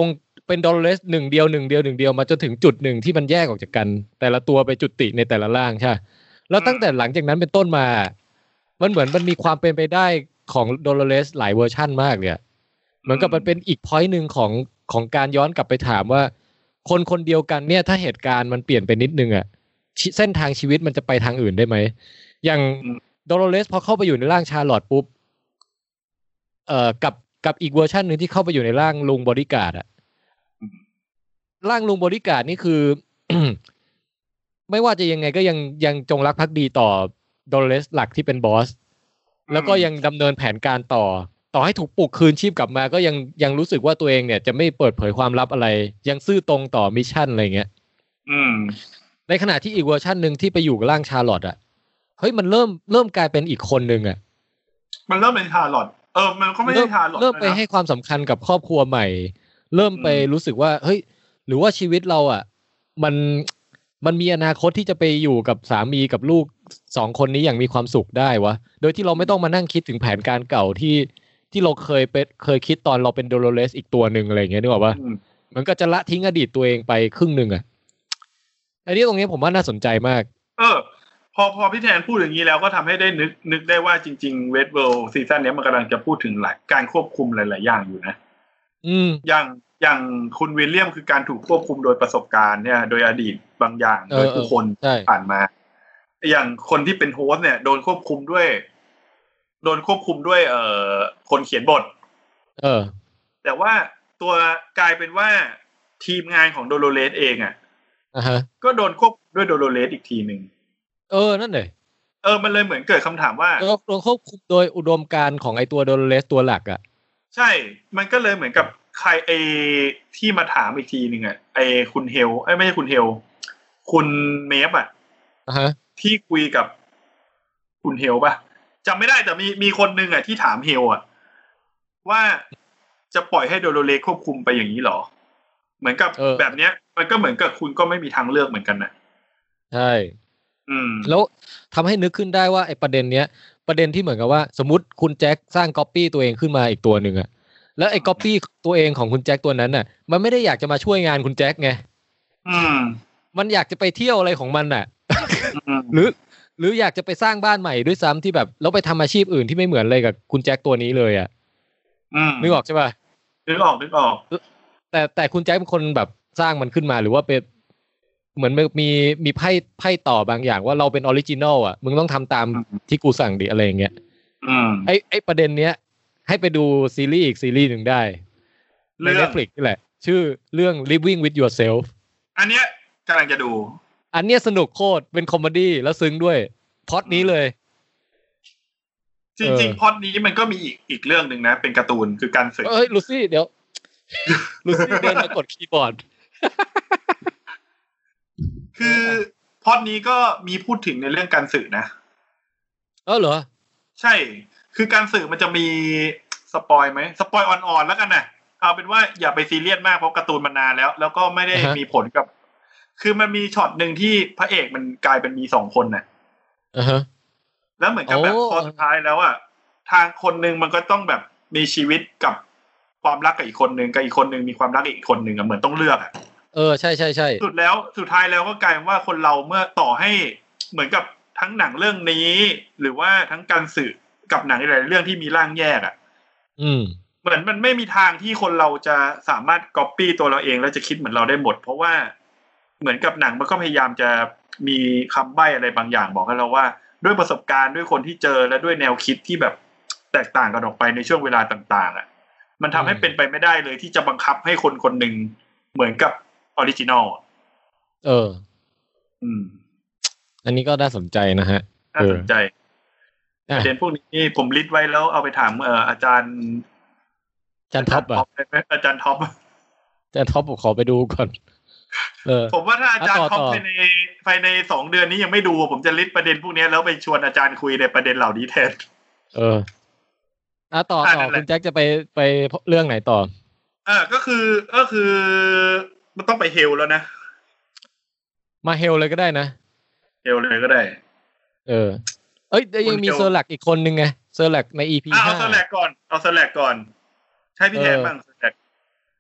เป็นดอลเลสหนึ่งเดียวหนึ่งเดียวหนึ่งเดียวมาจนถึงจุดหนึ่งที่มันแยกออกจากกันแต่ละตัวไปจุติในแต่ละร่างใช่แล้วตั้งแต่หลังจากนั้นเป็นต้นมามันเหมือนมันมีความเป็นไปได้ของดอลเลสหลายเวอร์ชั่นมากเลยเหมือนกับมันเป็นอีกพอยต์นึงของของการย้อนกลับไปถามว่าคนคนเดียวกันเนี่ยถ้าเหตุการณ์มันเปลี่ยนไปนิดนึงอ่ะเส้นทางชีวิตมันจะไปทางอื่นได้ไหมอย่างดอลเลสพอเข้าไปอยู่ในร่างชาร์ลอตปุ๊บเอ่อกับกับอีกเวอร์ชันนึงที่เข้าไปอยู่ในร่างลุงบอดี้การ์ดอะร่างลุงบอดี้การ์ดนี่คือ ไม่ว่าจะยังไงก็ยังยังจงรักภักดีต่อดอลเลสหลักที่เป็นบอสแล้วก็ยังดำเนินแผนการต่อต่อให้ถูกปลุกคืนชีพกลับมาก็ยังยังรู้สึกว่าตัวเองเนี่ยจะไม่เปิดเผยความลับอะไรยังซื่อตรงต่อมิชชั่นอะไรเงี้ยอืมในขณะที่อีกเวอร์ชันนึงที่ไปอยู่กับร่างชาร์ลอตอะเฮ้ยมันเริ่มเริ่มกลายเป็นอีกคนนึงอะมันเริ่มเป็นชาร์ลอตเออมันก็ไม่ใช่ชาร์ลอตเริ่มไปให้ความสำคัญกับครอบครัวใหม่เริ่มไปรู้สึกว่าเฮ้ยหรือว่าชีวิตเราอ่ะมันมันมีอนาคตที่จะไปอยู่กับสามีกับลูกสองคนนี้อย่างมีความสุขได้วะโดยที่เราไม่ต้องมานั่งคิดถึงแผนการเก่าที่ที่เราเคยเป็นเคยคิดตอนเราเป็นโดโลเรสอีกตัวนึงอะไรอย่างเงี้ยนึกออกปะมันก็จะละทิ้งอดีตตัวเองไปครึ่งนึงอ่ะอันนี้ตรงนี้ผมว่าน่าสนใจมากเออพอพอพี่แทนพูดอย่างนี้แล้วก็ทำให้ได้นึกนึกได้ว่าจริงๆ Westworld ซีซั่นนี้มันกำลังจะพูดถึงหลายการควบคุมหลายๆอย่างอยู่นะอืมอย่างอย่างคุณวิลเลียมคือการถูกควบคุมโดยประสบการณ์เนี่ยโดยอดีตบางอย่างโดยผู้คนผ่านมาอย่างคนที่เป็นโฮสต์เนี่ยโดนควบคุมด้วยโดนควบคุมด้วยเอ่อคนเขียนบทเออแต่ว่าตัวกลายเป็นว่าทีมงานของโดโลเรสเองอ่ะอ่าฮะก็โดนควบด้วยโดโลเรสอีกทีนึงเออนั่นเลยเออมันเลยเหมือนเกิดคำถามว่าโดนควบคุมโดยอุดมการณ์ของไอตัวโดโลเรสตัวหลักอ่ะใช่มันก็เลยเหมือนกับใครไอที่มาถามอีกทีนึงอ่ะไอคุณเฮลไอไม่ใช่คุณเฮลคุณเมฟอ่ะอ่าฮะที่คุยกับคุณเฮลป่ะจำไม่ได้แต่มีมีคนนึงอ่ะที่ถามเฮลอ่ะว่าจะปล่อยให้โดโลเรสควบคุมไปอย่างนี้หรอเหมือนกับแบบเนี้ยมันก็เหมือนกับคุณก็ไม่มีทางเลือกเหมือนกันนะใช่อืมแล้วทำให้นึกขึ้นได้ว่าไอ้ประเด็นเนี้ยประเด็นที่เหมือนกับว่าสมมติคุณแจ็คสร้างก๊อปปี้ตัวเองขึ้นมาอีกตัวหนึ่งอะแล้วไอ้ก๊อปปี้ตัวเองของคุณแจ็คตัวนั้นน่ะมันไม่ได้อยากจะมาช่วยงานคุณแจ็คไงอืมมันอยากจะไปเที่ยวอะไรของมันน่ะหรือหรืออยากจะไปสร้างบ้านใหม่ด้วยซ้ำที่แบบแล้วไปทำอาชีพอื่นที่ไม่เหมือนเลยกับคุณแจ็คตัวนี้เลยอ่ะนึกออกใช่ป่ะนึกออกนึกออกแต่แต่คุณแจ็คเป็นคนแบบสร้างมันขึ้นมาหรือว่าเป็นเหมือนมีมีไพ่ไพ่ต่อบางอย่างว่าเราเป็นออริจินอลอ่ะมึงต้องทำตามที่กูสั่งดิอะไรอย่างเงี้ยไอ้ไอ้ประเด็นเนี้ยให้ไปดูซีรีส์อีกซีรีส์หนึ่งได้ใน Netflix นี่แหละชื่อเรื่อง Living with Yourself อันเนี้ยกำลังจะดูอันเนี้ยสนุกโคตรเป็นคอมเมดี้แล้วซึ้งด้วยพล็อตนี้เลยจริงๆพล็อตนี้มันก็มีอีกอีกเรื่องนึงนะเป็นการ์ตูนคือการศึกเอ้ยลูซี่เดี๋ยวลูซี่เดินมากดคีย์บอร์ดคือพล็อตนี้ก็มีพูดถึงในเรื่องการสื่อนะเออเหรอใช่คือการสื่อมันจะมีสปอยไหมสปอยอ่อนๆแล้วกันนะเอาเป็นว่าอย่าไปซีเรียสมากเพราะการ์ตูนมันนานแล้วแล้วก็ไม่ได้มีผลกับคือมันมีช็อตหนึ่งที่พระเอกมันกลายเป็นมีสองคนน่ะอ่าฮะแล้วเหมือนกับแบบพอสุดท้ายแล้วอ่ะทางคนนึงมันก็ต้องแบบมีชีวิตกับความรักกับอีกคนนึงกับอีกคนนึงมีความรักกับอีกคนนึงอ่ะเหมือนต้องเลือกอ่ะเออใช่ใช่ใช่สุดแล้วสุดท้ายแล้วก็กลายเป็นว่าคนเราเมื่อต่อให้เหมือนกับทั้งหนังเรื่องนี้หรือว่าทั้งการสื่อกับหนังหลายเรื่องที่มีร่างแยกอ่ะอืมเหมือนมันไม่มีทางที่คนเราจะสามารถก๊อปปี้ตัวเราเองแล้วจะคิดเหมือนเราได้หมดเพราะว่าเหมือนกับหนังมันก็พยายามจะมีคำใบ้อะไรบางอย่างบอกให้เราว่าด้วยประสบการณ์ด้วยคนที่เจอและด้วยแนวคิดที่แบบแตกต่างกันออกไปในช่วงเวลาต่างๆอ่ะมันทำให้เป็นไปไม่ได้เลยที่จะบังคับให้คนคนหนึ่งเหมือนกับออริจินอลเอออืมอันนี้ก็น่าสนใจนะฮะน่าสนใจประเด็นพวกนี้ผมลิสต์ไว้แล้วเอาไปถามเอ่ออาจารย์อาจารย์ท็อปอ่ะอาจารย์ท็อปอาจารย์ท็อปผมขอไปดูก่อนเออผมว่าถ้าอาจารย์ท็อปภายในภายในสองเดือนนี้ยังไม่ดูผมจะลิสต์ประเด็นพวกนี้แล้วไปชวนอาจารย์คุยในประเด็นเหล่านี้แทนเอออ่ะต่อต่อคุณแจ็คจะไปไปเรื่องไหนต่ออ่าก็คือก็คือมันต้องไปเฮลแล้วนะมาเฮลเลยก็ได้นะเฮลเลยก็ได้เออเอ้ยยังมีเซอร์แลกอีกคนนึงไงเซอร์แลกใน อี พี ห้าเอาเซอร์แลกก่อนเอาเซอร์แลกก่อนใช่พี่แทนบ้างเซอร์แลก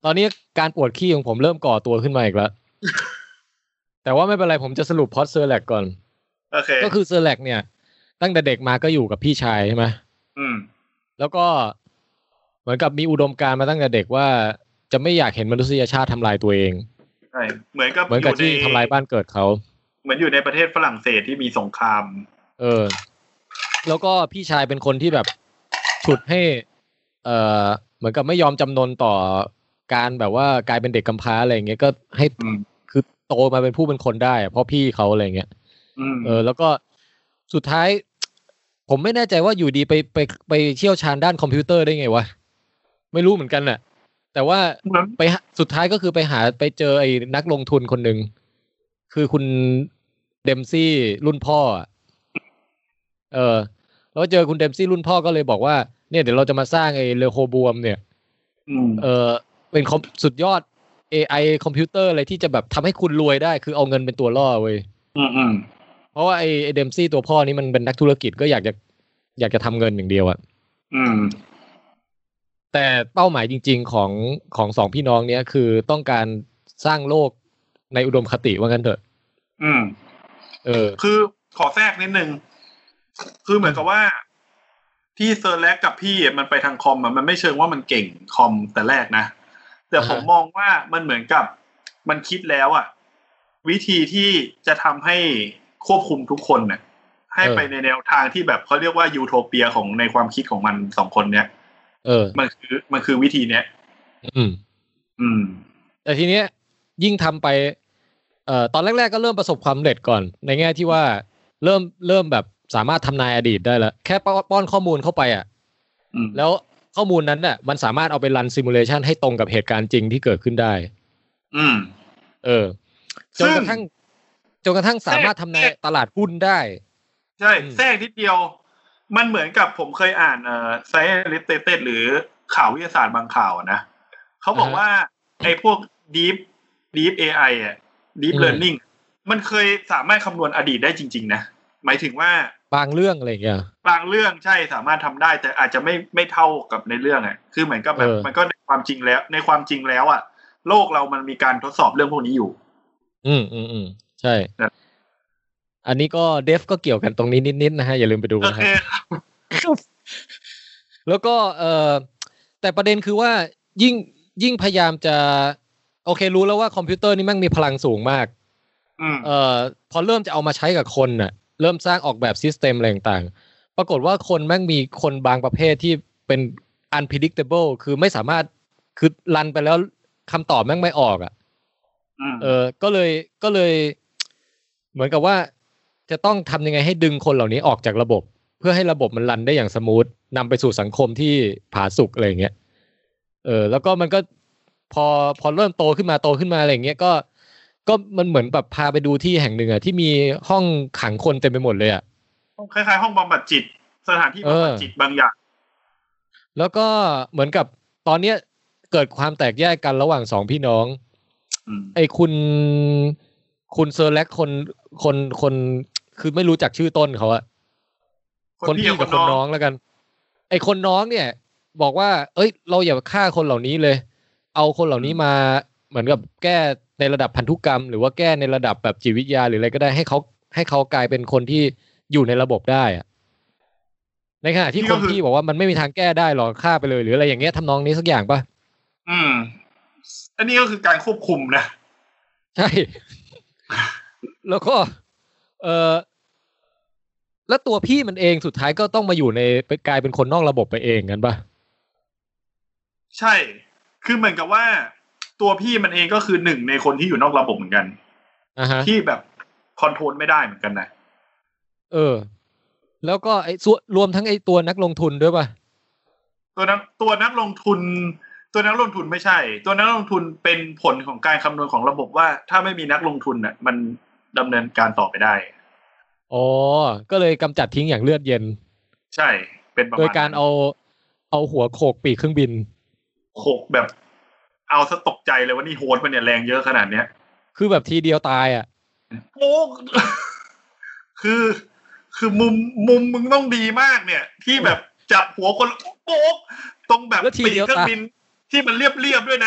ตอนนี้การปวดขี้ของผมเริ่มก่อตัวขึ้นมาอีกแล้ว แต่ว่าไม่เป็นไรผมจะสรุปพล็อตเซอร์แลกก่อนโอเคก็คือเซอร์แลกเนี่ยตั้งแต่เด็กมาก็อยู่กับพี่ชายใช่ไหมอืมแล้วก็เหมือนกับมีอุดมการณ์มาตั้งแต่เด็กว่าจะไม่อยากเห็นมนุษยชาติทำลายตัวเองใช่เหมือนกับเหมือนกับที่ทำลายบ้านเกิดเขาเหมือนอยู่ในประเทศฝรั่งเศสที่มีสงครามเออแล้วก็พี่ชายเป็นคนที่แบบฉุดให้เอ่อเหมือนกับไม่ยอมจำนนต่อการแบบว่ากลายเป็นเด็กกำพร้าอะไรอย่างเงี้ยก็ให้คือโตมาเป็นผู้เป็นคนได้เพราะพี่เขาอะไรอย่างเงี้ยเออแล้วก็สุดท้ายผมไม่แน่ใจว่าอยู่ดีไปไปไปเชี่ยวชาญด้านคอมพิวเตอร์ได้ไงวะไม่รู้เหมือนกันแหละแต่ว่าไปสุดท้ายก็คือไปหาไปเจอไอ้นักลงทุนคนหนึ่งคือคุณเดมซี่รุ่นพ่อเออแล้วเจอคุณเดมซี่รุ่นพ่อก็เลยบอกว่าเนี่ยเดี๋ยวเราจะมาสร้างไอ้เรโฮบวมเนี่ยเออเป็นสุดยอด เอ ไอ คอมพิวเตอร์อะไรที่จะแบบทำให้คุณรวยได้คือเอาเงินเป็นตัวล่อเว้ยอืมเพราะว่าไอ้ไอ้เดมซี่ตัวพ่อนี้มันเป็นนักธุรกิจก็อยากจะอยากจะทำเงินอย่างเดียวอ่ะอืมแต่เป้าหมายจริงๆของของสองพี่น้องเนี้ยคือต้องการสร้างโลกในอุดมคติว่างั้นเถอะอืมเออคือขอแทรกนิดนึงคือเหมือนกับว่าที่เซอร์แลกกับพี่มันไปทางคอมมันไม่เชิงว่ามันเก่งคอมแต่แรกนะแต่ผมมองว่ามันเหมือนกับมันคิดแล้วอ่ะวิธีที่จะทำให้ควบคุมทุกคนเนี่ยให้ไปในแนวทางที่แบบเขาเรียกว่ายูโทเปียของในความคิดของมันสองคนเนี้ยเออมันคือมันคือวิธีเนี้ยอืมอืมแต่ทีเนี้ยยิ่งทำไปเอ่อตอนแรกๆก็เริ่มประสบความสำเร็จก่อนในแง่ที่ว่าเริ่มเริ่มแบบสามารถทำนายอดีตได้แล้วแค่ป้อนข้อมูลเข้าไปอ่ะแล้วข้อมูลนั้นน่ะมันสามารถเอาไปรันซิมูเลชันให้ตรงกับเหตุการณ์จริงที่เกิดขึ้นได้อืมเออจนกระทั่งจนกระทั่งสามารถทำนายตลาดหุ้นได้ใช่แทรกนิดเดียวมันเหมือนกับผมเคยอ่านเอ่อ Science Illustrated หรือข่าววิทยาศาสตร์บางข่าวนะเขาบอกว่าไอ้พวก Deep Deep เอ ไอ อ่ะ Deep Learning มันเคยสามารถคำนวณอดีตได้จริงๆนะหมายถึงว่าบางเรื่องอะไรอย่างเงี้ยบางเรื่องใช่สามารถทำได้แต่อาจจะไม่ไม่เท่ากับในเรื่องอ่ะคือเหมือนกับแบบมันก็ในความจริงแล้วในความจริงแล้วอ่ะโลกเรามันมีการทดสอบเรื่องพวกนี้อยู่อืมอืมอืมใช่อันนี้ก็เดฟก็เกี่ยวกันตรงนี้นิดๆนะฮะอย่าลืมไปดูนะครับแล้วก็เอ่อแต่ประเด็นคือว่ายิ่งยิ่งพยายามจะโอเครู้แล้วว่าคอมพิวเตอร์นี่แม่งมีพลังสูงมากเอ่อพอเริ่มจะเอามาใช้กับคนน่ะเริ่มสร้างออกแบบซิสเต็มอะไรต่างๆปรากฏว่าคนแม่งมีคนบางประเภทที่เป็น unpredictable คือไม่สามารถคือรันไปแล้วคำตอบแม่งไม่ออกอ่ะเออก็เลยก็เลยเหมือนกับว่าจะต้องทำยังไงให้ดึงคนเหล่านี้ออกจากระบบเพื่อให้ระบบมันรันได้อย่างสมูทนำไปสู่สังคมที่ผาสุกอะไรอย่างเงี้ยเออแล้วก็มันก็พอพอเริ่มโตขึ้นมาโตขึ้นมาอะไรอย่างเงี้ยก็ก็มันเหมือนแบบพาไปดูที่แห่งหนึ่งอ่ะที่มีห้องขังคนเต็มไปหมดเลยอ่ะคล้ายๆห้องบำบัดจิตสถานที่บำบัดจิตบางอย่างแล้วก็เหมือนกับตอนเนี้ยเกิดความแตกแยกกันระหว่างสองพี่น้องไอ้คุณคุณเซอร์แลกคนคนคนคือไม่รู้จักชื่อต้นเขาอะคนพี่กับคนน้องแล้วกันไอ้คนน้องเนี่ยบอกว่าเอ้ยเราอย่าฆ่าคนเหล่านี้เลยเอาคนเหล่านี้มาเหมือนกับแก้ในระดับพันธุกรรมหรือว่าแก้ในระดับแบบจิตวิทยาหรืออะไรก็ได้ให้เขาให้เขากลายเป็นคนที่อยู่ในระบบได้อะในขณะที่คนพี่บอกว่ามันไม่มีทางแก้ได้หรอกฆ่าไปเลยหรืออะไรอย่างเงี้ยทำนองนี้สักอย่างป่ะอืมอันนี้ก็คือการควบคุมนะใช่แล้วก็เออแล้วตัวพี่มันเองสุดท้ายก็ต้องมาอยู่ในไปกลายเป็นคนนอกระบบไปเองกันป่ะใช่คือเหมือนกับว่าตัวพี่มันเองก็คือหนึ่งในคนที่อยู่นอกระบบเหมือนกันที่แบบคอนโทรลไม่ได้เหมือนกันนะเออแล้วก็ไอ้ส่วนรวมทั้งไอ้ตัวนักลงทุนด้วยป่ะตัวนักตัวนักลงทุนตัวนักลงทุนไม่ใช่ตัวนักลงทุนเป็นผลของการคำนวณของระบบว่าถ้าไม่มีนักลงทุนน่ะมันดำเนินการต่อไปได้อ๋อก็เลยกำจัดทิ้งอย่างเลือดเย็นใช่เป็นประมาณโดยการเอาเอาหัวโขกปีกเครื่องบินโขกแบบเอาซะตกใจเลยว่านี่โหดมันเนี่ยแรงเยอะขนาดเนี้ยคือแบบทีเดียวตายอ่ะโอ้คือคือมุมมุมมึงต้องดีมากเนี่ยที่แบบจับหัวคนโป๊กตรงแบบปีกเครื่องบินที่มันเรียบๆด้วยนะ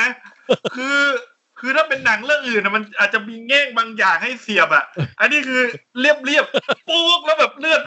คือคือถ้าเป็นหนังเรื่องอื่นนะมันอาจจะมีแง่งบางอย่างให้เสียบอ่ะอันนี้คือเรียบเรียบปุ๊กแล้วแบบเลือด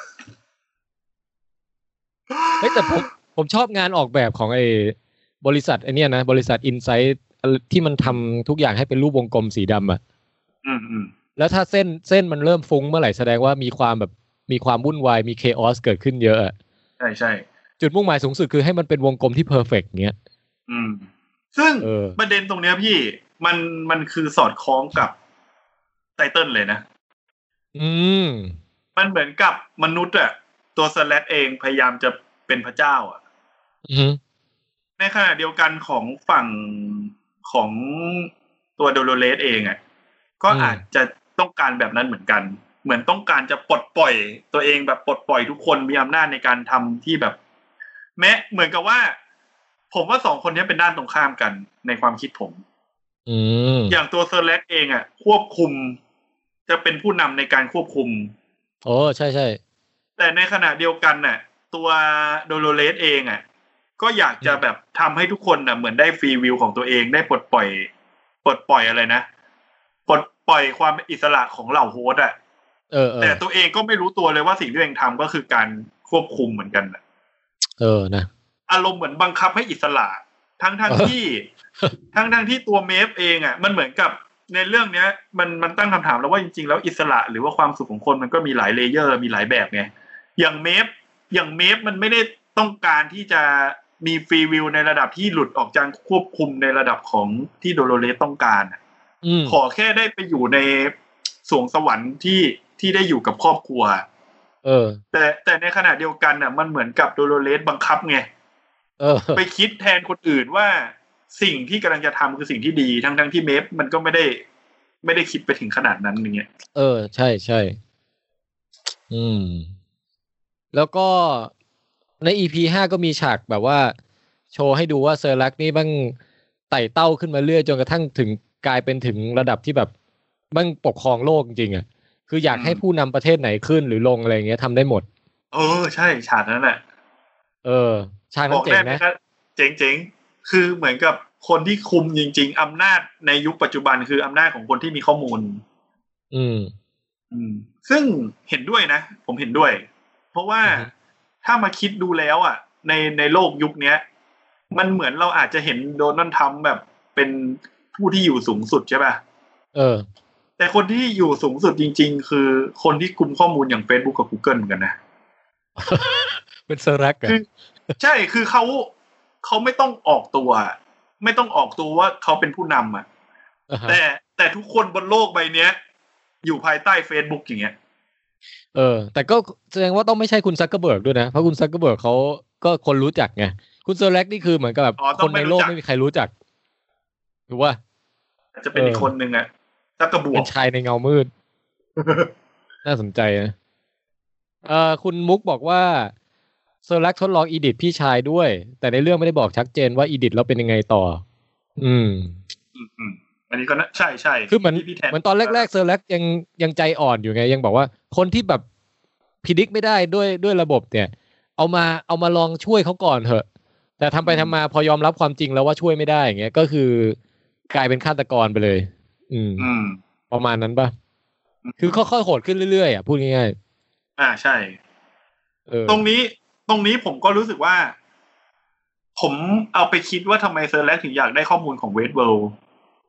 เฮ้ยแต่ผมผมชอบงานออกแบบของไอ้บริษัทไอ้นี่นะบริษัท Insight ที่มันทำทุกอย่างให้เป็นรูปวงกลมสีดำอ่ะอืมอืมแล้วถ้าเส้นเส้นมันเริ่มฟุ้งเมื่อไหร่แสดงว่ามีความแบบมีความวุ่นวายมี chaos เกิดขึ้นเยอะอ่ะใช่ใช่จุดมุ่งหมายสูงสุดคือให้มันเป็นวงกลมที่ perfect เงี้ยอืมซึ่งประเด็นตรงเนี้ยพี่มันมันคือสอดคล้องกับไตเติ้ลเลยนะอืมมันเหมือนกับมนุษย์อ่ะตัวสแลกเองพยายามจะเป็นพระเจ้าอ่ะอืมในขณะเดียวกันของฝั่งของตัวโดโลเรสเองอ่ะก็อาจจะต้องการแบบนั้นเหมือนกันเหมือนต้องการจะปลดปล่อยตัวเองแบบปลดปล่อยทุกคนมีอำนาจในการทำที่แบบแม้เหมือนกับว่าผมว่าสองคนนี้เป็นด้านตรงข้ามกันในความคิดผมอืมอย่างตัวเซอร์แลกเองอ่ะควบคุมจะเป็นผู้นำในการควบคุมโอ้ใช่ใช่แต่ในขณะเดียวกันน่ะตัวโดโลเรสเองอ่ะก็อยากจะแบบทำให้ทุกคนน่ะเหมือนได้ฟรีวิลของตัวเองได้ปลดปล่อยปลดปล่อยอะไรนะปลดปล่อยความอิสระของเหล่าโฮสต์อ่ะเออแต่ตัวเองก็ไม่รู้ตัวเลยว่าสิ่งที่ตัวเองทำก็คือการควบคุมเหมือนกันน่ะเออนะอารมณ์เหมือนบังคับให้อิสระทั้งทั้งที่ทั้งทั้งที่ตัวเมฟเองอ่ะมันเหมือนกับในเรื่องเนี้ยมันมันตั้งคำถามแล้วว่าจริงๆแล้วอิสระหรือว่าความสุขของคนมันก็มีหลายเลเยอร์มีหลายแบบไงอย่างเมฟอย่างเมฟมันไม่ได้ต้องการที่จะมีฟรีวิลในระดับที่หลุดออกจากควบคุมในระดับของที่โดโลเรสต้องการขอแค่ได้ไปอยู่ในสวงสวรรค์ที่ที่ได้อยู่กับครอบครัวเออแต่แต่ในขณะเดียวกันอ่ะมันเหมือนกับโดโลเรสบังคับไงเออไปคิดแทนคนอื่นว่าสิ่งที่กำลังจะทำคือสิ่งที่ดีทั้งทั้งที่เมฟมันก็ไม่ได้ไม่ได้คิดไปถึงขนาดนั้นอย่างเงี้ยเออใช่ใช่อืมแล้วก็ใน อี พี ห้าก็มีฉากแบบว่าโชว์ให้ดูว่าเซอร์ลักนี่บ้างไต่เต้าขึ้นมาเรื่อยจนกระทั่งถึงกลายเป็นถึงระดับที่แบบบ้างปกครองโลกจริงๆอ่ะคืออยากให้ผู้นำประเทศไหนขึ้นหรือลงอะไรเงี้ยทำได้หมดเออใช่ฉากนั้นแหละเออฉากนั้นเจ๋งนะเจ๋งๆคือเหมือนกับคนที่คุมจริงๆอำนาจในยุคปัจจุบันคืออำนาจของคนที่มีข้อมูลอืมอืมซึ่งเห็นด้วยนะผมเห็นด้วยเพราะว่าถ้ามาคิดดูแล้วอ่ะในในโลกยุคนี้มันเหมือนเราอาจจะเห็นโดนัลด์ทรัมป์แบบเป็นผู้ที่อยู่สูงสุดใช่ป่ะเออแต่คนที่อยู่สูงสุดจริงๆคือคนที่คุมข้อมูลอย่าง Facebook กับ Google เหมือนกันนะเป็นเซอร์รักอ่ะใช่คือเขาเขาไม่ต้องออกตัวไม่ต้องออกตัวว่าเขาเป็นผู้นำอ่ะแต่แต่ทุกคนบนโลกใบนี้อยู่ภายใต้ Facebook อย่างเงี้ยเออแต่ก็แสดงว่าต้องไม่ใช่คุณซักเกอร์เบิร์กด้วยนะเพราะคุณซักเกอร์เบิร์กเขาก็คนรู้จักไงคุณเซอร์แร็กนี่คือเหมือนกับแบบคนในโลกไม่มีใครรู้จักหรือว่าอาจจะเป็นอีกคนนึงอ่ะซักเกอร์เบิร์กเป็นชายในเงามืด น่าสนใจนะเอ่อคุณมุกบอกว่าเซอร์แร็กทดลองอีดิทพี่ชายด้วยแต่ในเรื่องไม่ได้บอกชัดเจนว่าอีดิทแล้วเป็นยังไงต่ออืมอืมอันนี้ก็นะใช่ใช่คือเหมือนเหมือนตอนแรกๆเซอร์แร็กยังยังใจอ่อนอยู่ไงยังบอกว่าคนที่แบบพิดิกไม่ได้ด้วยด้วยระบบเนี่ยเอามาเอามาลองช่วยเขาก่อนเถอะแต่ทำไปทำมาพอยอมรับความจริงแล้วว่าช่วยไม่ได้อย่างเงี้ยก็คือกลายเป็นฆาตกรไปเลยอืมประมาณนั้นป่ะคือค่อยๆโหดขึ้นเรื่อยๆอ่ะพูดง่ายๆอ่าใช่ตรงนี้ตรงนี้ผมก็รู้สึกว่าผมเอาไปคิดว่าทำไมเซอร์แร็กถึงอยากได้ข้อมูลของเวสเวิลด์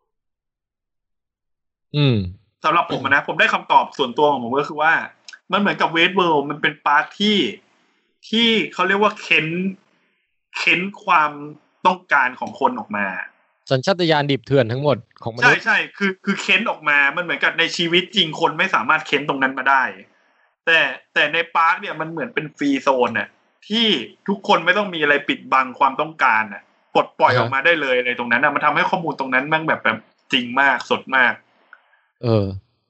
อืมสำหรับผมนะผมได้คำตอบส่วนตัวของผมก็คือว่ามันเหมือนกับเวสเวิลด์มันเป็นปาร์คที่ที่เขาเรียกว่าเค้นเค้นความต้องการของคนออกมาสัญชาตญาณดิบเถื่อนทั้งหมดของมนุษย์ใช่ใช่คือคือเค้นออกมามันเหมือนกับในชีวิตจริงคนไม่สามารถเค้นตรงนั้นมาได้แต่แต่ในปาร์คเนี่ยมันเหมือนเป็นฟรีโซนน่ะที่ทุกคนไม่ต้องมีอะไรปิดบังความต้องการน่ะปลดปล่อยออกมาได้เลยในตรงนั้นน่ะมันทำให้ข้อมูลตรงนั้นมันแบบแบบจริงมากสดมากเออ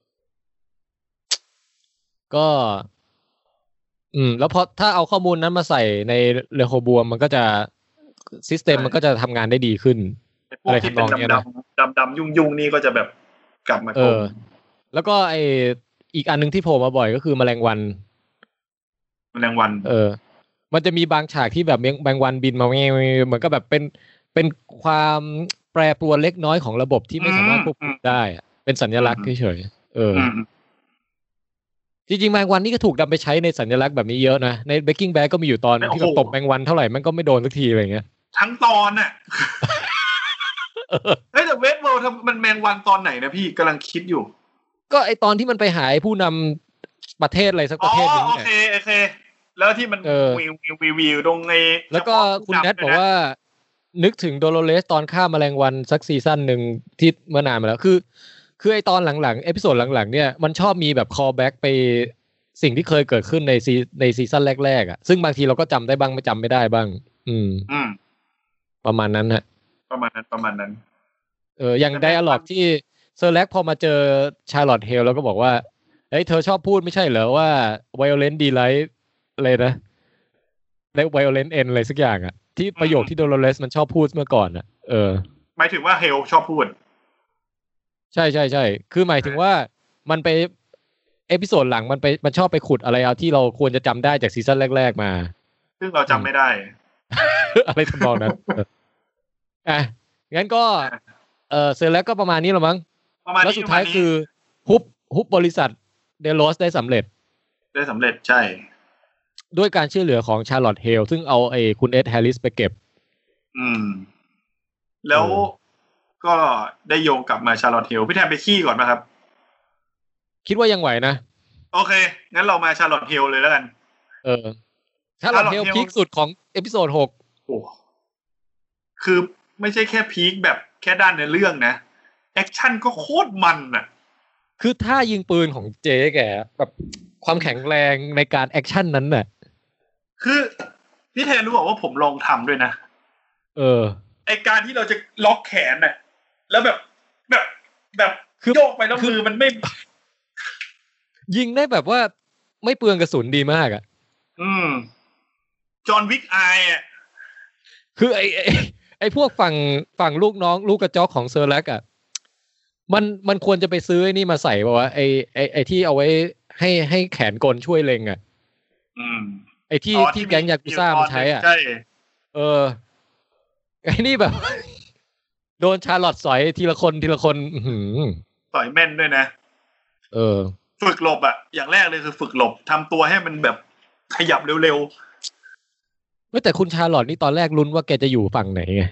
ก็อืมแล้วพอถ้าเอาข้อมูลนั้นมาใส่ในเรโฮบัวมันก็จะซิสเต็มมันก็จะทำงานได้ดีขึ้นอะไรทำนองนี้นะดำดำยุ่งยุ่งนี่ก็จะแบบกลับมาเออแล้วก็ไออีกอันนึงที่โผล่มาบ่อยก็คือแมลงวันแมลงวันเออมันจะมีบางฉากที่แบบแมลงวันบินมาเหมือนกับแบบเป็นเป็นความแปรปรวนเล็กน้อยของระบบที่ไม่สามารถควบคุมได้เป็นสัญลักษณ์เฉยๆเออจริงๆแมงวันนี่ก็ถูกนำไปใช้ในสัญลักษณ์แบบนี้เยอะนะใน Breaking Bad ก็มีอยู่ตอนที่แบบตบแมงวันเท่าไหร่มันก็ไม่โดนสักทีอะไรเงี้ยทั้งตอนน่ะเฮ้ยแต่เวสเวิลด์มันแมงวันตอนไหนนะพี่กำลังคิดอยู่ก็ไอตอนที่มันไปหาผู้นำประเทศอะไรสักประเทศนึงโอเคโอเคแล้วที่มันวิววิววิววิวตรงไงแล้วก็คุณแนทบอกว่านึกถึงโดโลเรสตอนฆ่าแมลงวันสักซีซั่นหนึ่งที่เมื่อนานมาแล้วคือคือไอตอนหลังๆเอพิโซดหลังๆเนี่ยมันชอบมีแบบ call back ไปสิ่งที่เคยเกิดขึ้นในซีในซีซั่นแรกๆอ่ะซึ่งบางทีเราก็จำได้บ้างไม่จำไม่ได้บ้างอืมอืมประมาณนั้นฮะประมาณนั้นประมาณนั้นเอออย่างไดอะล็อกที่เซอร์แลกพอมาเจอชาร์ลอตเฮลแล้วก็บอกว่าเฮ้ยเธอชอบพูดไม่ใช่เหรอว่า violent delight อะไรนะและ violent end อะไรสักอย่างอ่ะที่ประโยคที่โดโลเรสมันชอบพูดเมื่อก่อนอ่ะเออหมายถึงว่าเฮลชอบพูดใช่ใช่ใช่คือหมายถึงว่ามันไปเอพิโซดหลังมันไปมันชอบไปขุดอะไรเอาที่เราควรจะจำได้จากซีซั่นแรกๆมาซึ่งเราจำไม่ได้อะไรทำนองนั้นอ่ะงั้นก็เออเสร็จแล้วก็ประมาณนี้แล้วมั้งแล้วสุดท้ายคือฮุบฮุบบริษัทเดลอสได้สำเร็จได้สำเร็จใช่ด้วยการช่วยเหลือของชาร์ลอตเฮลซึ่งเอาไอ้คุณเอ็ดแฮร์ริสไปเก็บอืมแล้วก็ได้โยงกลับมาชาร์ลอตเฮลพี่แทนไปขี้ก่อนนะครับคิดว่ายังไหวนะโอเคงั้นเรามาชาร์ลอตเฮลเลยแล้วกันเออชาร์ลอตเฮลพีคสุดของเอพิโซดหกโอ้คือไม่ใช่แค่พีคแบบแค่ด้านในเรื่องนะแอคชั่นก็โคตรมันอ่ะคือท่ายิงปืนของเจ๊แกแบบความแข็งแรงในการแอคชั่นนั้นน่ะคือพี่แทนรู้บอกว่าผมลองทำด้วยนะเออไอการที่เราจะล็อกแขนน่ะแล้วแบบแบบแบบโยกไปแล้วมือมันไม่ยิงได้แบบว่าไม่เปลืองกระสุนดีมากอ่ะอืมจอห์นวิกอายอ่ะคือไอไอไอพวกฝั่งฝั่งลูกน้องลูกกระจอกของเซอร์แลกอ่ะมันมันควรจะไปซื้อไอ้นี่มาใส่ป่าววะไอไอไอที่เอาไว้ให้ให้แขนกลช่วยเล็งอ่ะอืมไอที่ที่แก๊งยากุซ่ามันใช้อ่ะใช่เออไอนี่แบบโดนชาร์ลอตสอยทีละคนทีละคนสอยแม่นด้วยนะเออฝึกหลบอ่ะอย่างแรกเลยคือฝึกหลบทำตัวให้มันแบบขยับเร็วๆไม่แต่คุณชาร์ลอตนี่ตอนแรกลุ้นว่าแกจะอยู่ฝั่งไหนไง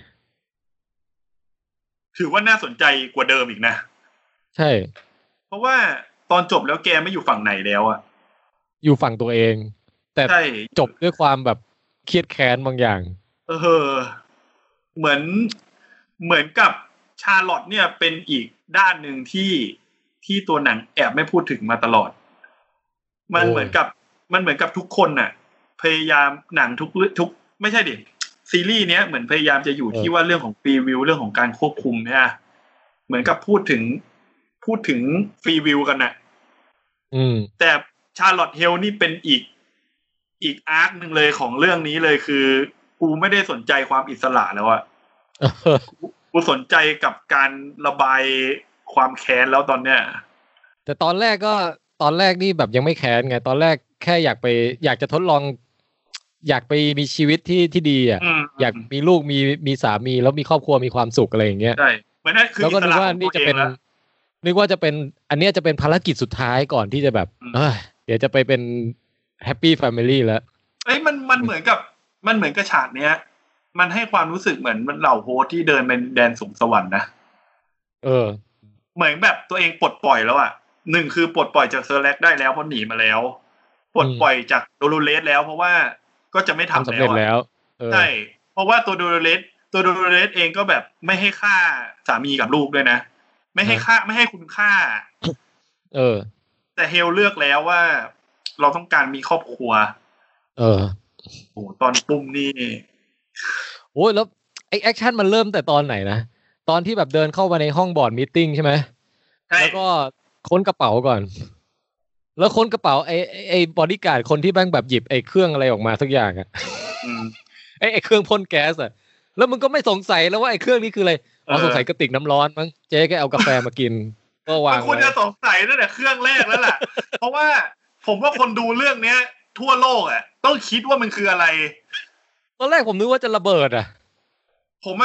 ถือว่าน่าสนใจกว่าเดิมอีกนะใช่เพราะว่าตอนจบแล้วแกไม่อยู่ฝั่งไหนแล้วอ่ะอยู่ฝั่งตัวเองแต่จบด้วยความแบบเครียดแค้นบางอย่างเออเหมือนเหมือนกับชาร์ลอตเนี่ยเป็นอีกด้านหนึ่งที่ที่ตัวหนังแอบไม่พูดถึงมาตลอดมันเหมือนกับมันเหมือนกับทุกคนน่ะพยายามหนังทุกทุกไม่ใช่ดิซีรีส์เนี้ยเหมือนพยายามจะอยู่ที่ว่าเรื่องของฟรีวิวเรื่องของการควบคุมเนี่ยเหมือนกับพูดถึงพูดถึงฟรีวิวกันน่ะอืมแต่ชาร์ลอตเฮลนี่เป็นอีกอีกอาร์คนึงเลยของเรื่องนี้เลยคือกูไม่ได้สนใจความอิสระแล้วอะกูสนใจกับการระบายความแค้นแล้วตอนเนี้ยแต่ตอนแรกก็ตอนแรกนี่แบบยังไม่แค้นไงตอนแรกแค่อยากไปอยากจะทดลองอยากไปมีชีวิตที่ที่ดีอ่ะอยากมีลูกมีมีสามีแล้วมีครอบครัวมีความสุขอะไรอย่างเงี้ยใช่เหมือนนั่นคือแล้วก็นึกว่านี่จะเป็นนึกว่าจะเป็นอันนี้จะเป็นภารกิจสุดท้ายก่อนที่จะแบบเออเดี๋ยวจะไปเป็นแฮปปี้แฟมิลี่แล้วเอ้ยมันมันเหมือนกับมันเหมือนกับฉากเนี้ยมันให้ความรู้สึกเหมือนเหล่าโฮสที่เดินเป็นแดนสูงสวรรค์นะเออเหมือนแบบตัวเองปลดปล่อยแล้วอ่ะหนึ่งคือปลดปล่อยจากเซอร์แลกได้แล้วเพราะหนีมาแล้วปลดปล่อยจากโดโลเรสแล้วเพราะว่าก็จะไม่ทำแล้วใช่เพราะว่าตัวโดโลเรสตัวโดโลเรสเองก็แบบไม่ให้ฆ่าสามีกับลูกด้วยนะไม่ให้ฆ่าไม่ให้คุณฆ่าเออแต่เฮลเลือกแล้วว่าเราต้องการมีครอบครัวเออโอ้ตอนปุ่มนี่โอ้ยแล้วไอแอคชั่นมันเริ่มแต่ตอนไหนนะตอนที่แบบเดินเข้ามาในห้องบอร์ดมีตติ้งใช่ไหมแล้วก็ค้นกระเป๋าก่อนแล้วค้นกระเป๋าไอ้ไอ้บอดี้การ์ดคนที่แม่งแบบหยิบไอ้เครื่องอะไรออกมาสักอย่างอ่ะไอ้ไอ้เครื่องพ่นแก๊สอ่ะแล้วมึงก็ไม่สงสัยแล้วว่าไอ้เครื่องนี้คืออะไรอ๋อสงสัยกระติกน้ำร้อนมั้งเจ๊แกเอากาแฟมากินก็วางไว้คุณจะสงสัยตั้งแต่เครื่องแรกแล้วแหละเพราะว่าผมว่าคนดูเรื่องเนี้ยทั่วโลกอ่ะต้องคิดว่ามันคืออะไรตอนแรกผมนึกว่าจะระเบิดอ่ะผมอ่ะ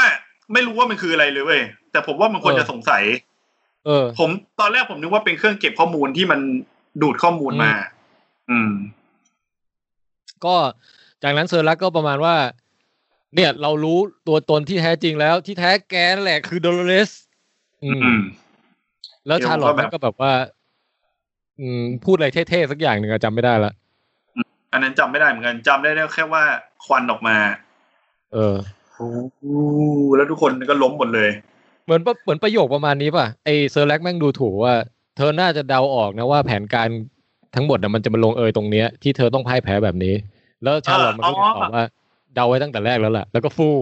ไม่รู้ว่ามันคืออะไรเลยเว้ยแต่ผมว่ามันควรจะสงสัยเออผมตอนแรกผมนึกว่าเป็นเครื่องเก็บข้อมูลที่มันดูดข้อมูลมาอืมก็จากนั้นเซอร์ลักก็ประมาณว่าเนี่ยเรารู้ตัวตนที่แท้จริงแล้วที่แท้แกนั่นแหละคือโดโลเรสอืมแล้วชาร์ลอตต์ก็แบบว่าอืมพูดอะไรเท่ๆสักอย่างหนึ่งจำไม่ได้ละอันนั้นจำไม่ได้เหมือนกันจำได้แค่ว่าควันออกมาเออโอ้แล้วทุกคนก็ล้มหมดเลยเหมือนเหมือนประโยคประมาณนี้ป่ะไอเซอร์แล็กแม่งดูถูกว่าเธอน่าจะเดาออกนะว่าแผนการทั้งหมดมันจะมาลงเอยตรงเนี้ยที่เธอต้องพ่ายแพ้แบบนี้แล้วชาร์ลอตต์มันก็เลยตอบว่าเดาไว้ตั้งแต่แรกแล้วล่ะแล้วก็ฟู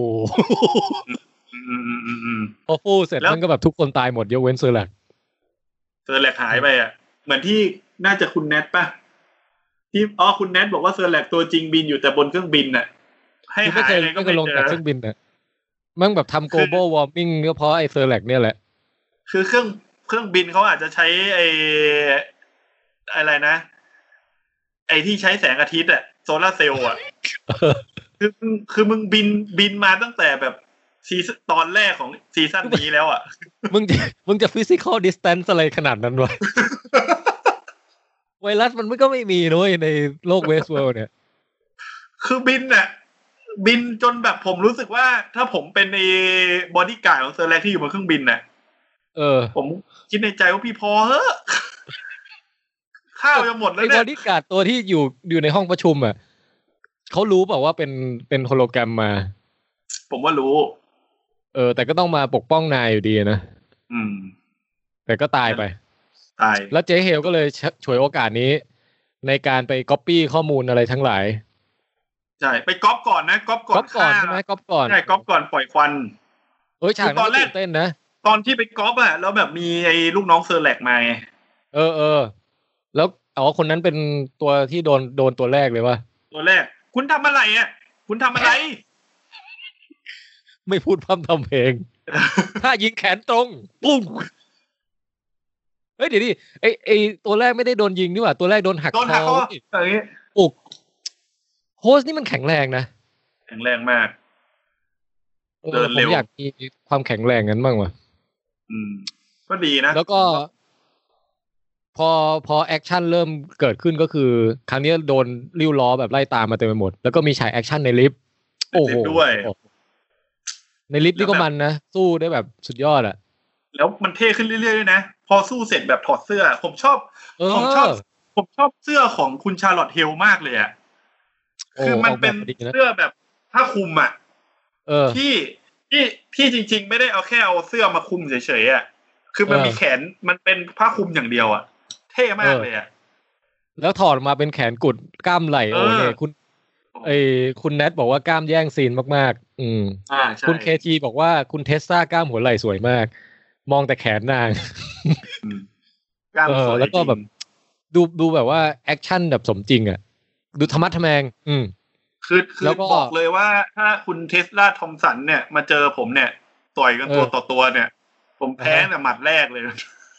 พอฟูเสร็จมันก็แบบทุกคนตายหมดยกเว้นเซอร์แล็กเซอร์แล็กหายไปอ่ะเหมือนที่น่าจะคุณแนทป่ะที่อ๋อคุณแนทบอกว่าเซอร์แล็กตัวจริงบินอยู่แต่บนเครื่องบินน่ะให้หายเลยก็ไม่ลงจากเครื่องบินน่ะมั่งแบบทำ global warming ก็เพราะไอ้เซอร์แล็กเนี่ยแหละคือเครื่องเครื่องบินเขาอาจจะใช้ไอ้อะไรนะไอ้ที่ใช้แสงอาทิตย์อ่ะโซลาร์เซลล์อ่ะคือคือมึงบินบินมาตั้งแต่แบบซีซั่นตอนแรกของซีซั่นนี้แล้วอ่ะมึงจะมึงจะ physical distance อะไรขนาดนั้นวะไวรัสมันก็ไม่มีน้อยในโลกเวสต์เวิลด์เนี่ยคือบินน่ะบินจนแบบผมรู้สึกว่าถ้าผมเป็นในบอดี้การ์ดของเซอร์แล็กที่อยู่บนเครื่องบินน่ะเออผมคิดในใจว่าพี่พอเฮ้อข้าวจะหมดแล้วเนี่ยไอ้บอดี้การ์ดตัวที่อยู่อยู่ในห้องประชุมอ่ะเขารู้เปล่าว่าเป็นเป็นโฮโลแกรมมาผมว่ารู้เออแต่ก็ต้องมาปกป้องนายอยู่ดีนะอืมแต่ก็ตายไปตายแล้วเจ๊เฮลก็เลยฉวยโอกาสนี้ในการไปก๊อปปี้ข้อมูลอะไรทั้งหลายใช่ไปก๊อปก่อนนะก๊อปก่อนก๊อปก่อนใช่ไหมก๊อปก่อนใช่ก๊อปก่อนปล่อยควันเอ้ยฉากนั้นตื่นเต้นนะตอนที่ไปก๊อปอ่ะแล้วแบบมีไอ้ลูกน้องเซอร์แล็กมาไงเออเออแล้วอ๋อคนนั้นเป็นตัวที่โดนโดนตัวแรกเลยว่ะตัวแรกคุณทำอะไรอ่ะคุณทำอะไรไม่พูดพร่ำทำเพลงถ้ายิงแขนตรงปุ้งเฮ้ยเดี๋ยวดิไอไอตัวแรกไม่ได้โดนยิงนี่หว่าตัวแรกโดนหักคออย่างงี้อุกโฮสนี่มันแข็งแรงนะแข็งแรงมากเดินเร็วผมอยากมีความแข็งแรงงั้นบ้างว่ะอืมก็ดีนะแล้วก็พอพอแอคชั่นเริ่มเกิดขึ้นก็คือครั้งนี้โดนริ้วล้อแบบไล่ตามมาเต็มไปหมดแล้วก็มีฉากแอคชั่นในลิฟต์โอ้โหด้วยในลิฟต์นี่ก็มันนะสู้ได้แบบสุดยอดอ่ะแล้วมันเท่ขึ้นเรื่อยๆด้วยนะพอสู้เสร็จแบบถอดเสื้อผมชอบผมชอบผมชอบเสื้อของคุณชาร์ลอตต์เฮลมากเลยอ่ะคือมันเป็นเสื้อแบบผ้าคลุมอ่ะที่ที่ที่จริงๆไม่ได้เอาแค่เอาเสื้อมาคลุมเฉยๆอ่ะคือมันมีแขนมันเป็นผ้าคลุมอย่างเดียวอ่ะเท่มากเลยอ่ะแล้วถอดมาเป็นแขนกุดกล้ามไหล่โอ้เนี่ยคุณไอ้คุณแนทบอกว่ากล้ามแย่งซีนมากๆอืมอ่าใช่คุณเคทีบอกว่าคุณเทสซ่ากล้ามหัวไหล่สวยมากมองแต่แขนนางกล้ามสวยแล้วก็แบบดูดูแบบว่าแอคชั่นแบบสมจริงอ่ะดูธรรมะทแมงอืมคือคือบอกเลยว่าถ้าคุณเทสลาทอมสันเนี่ยมาเจอผมเนี่ยต่อยกันตัวต่อตัวเนี่ยผมแพ้แต่หมัดแรกเลย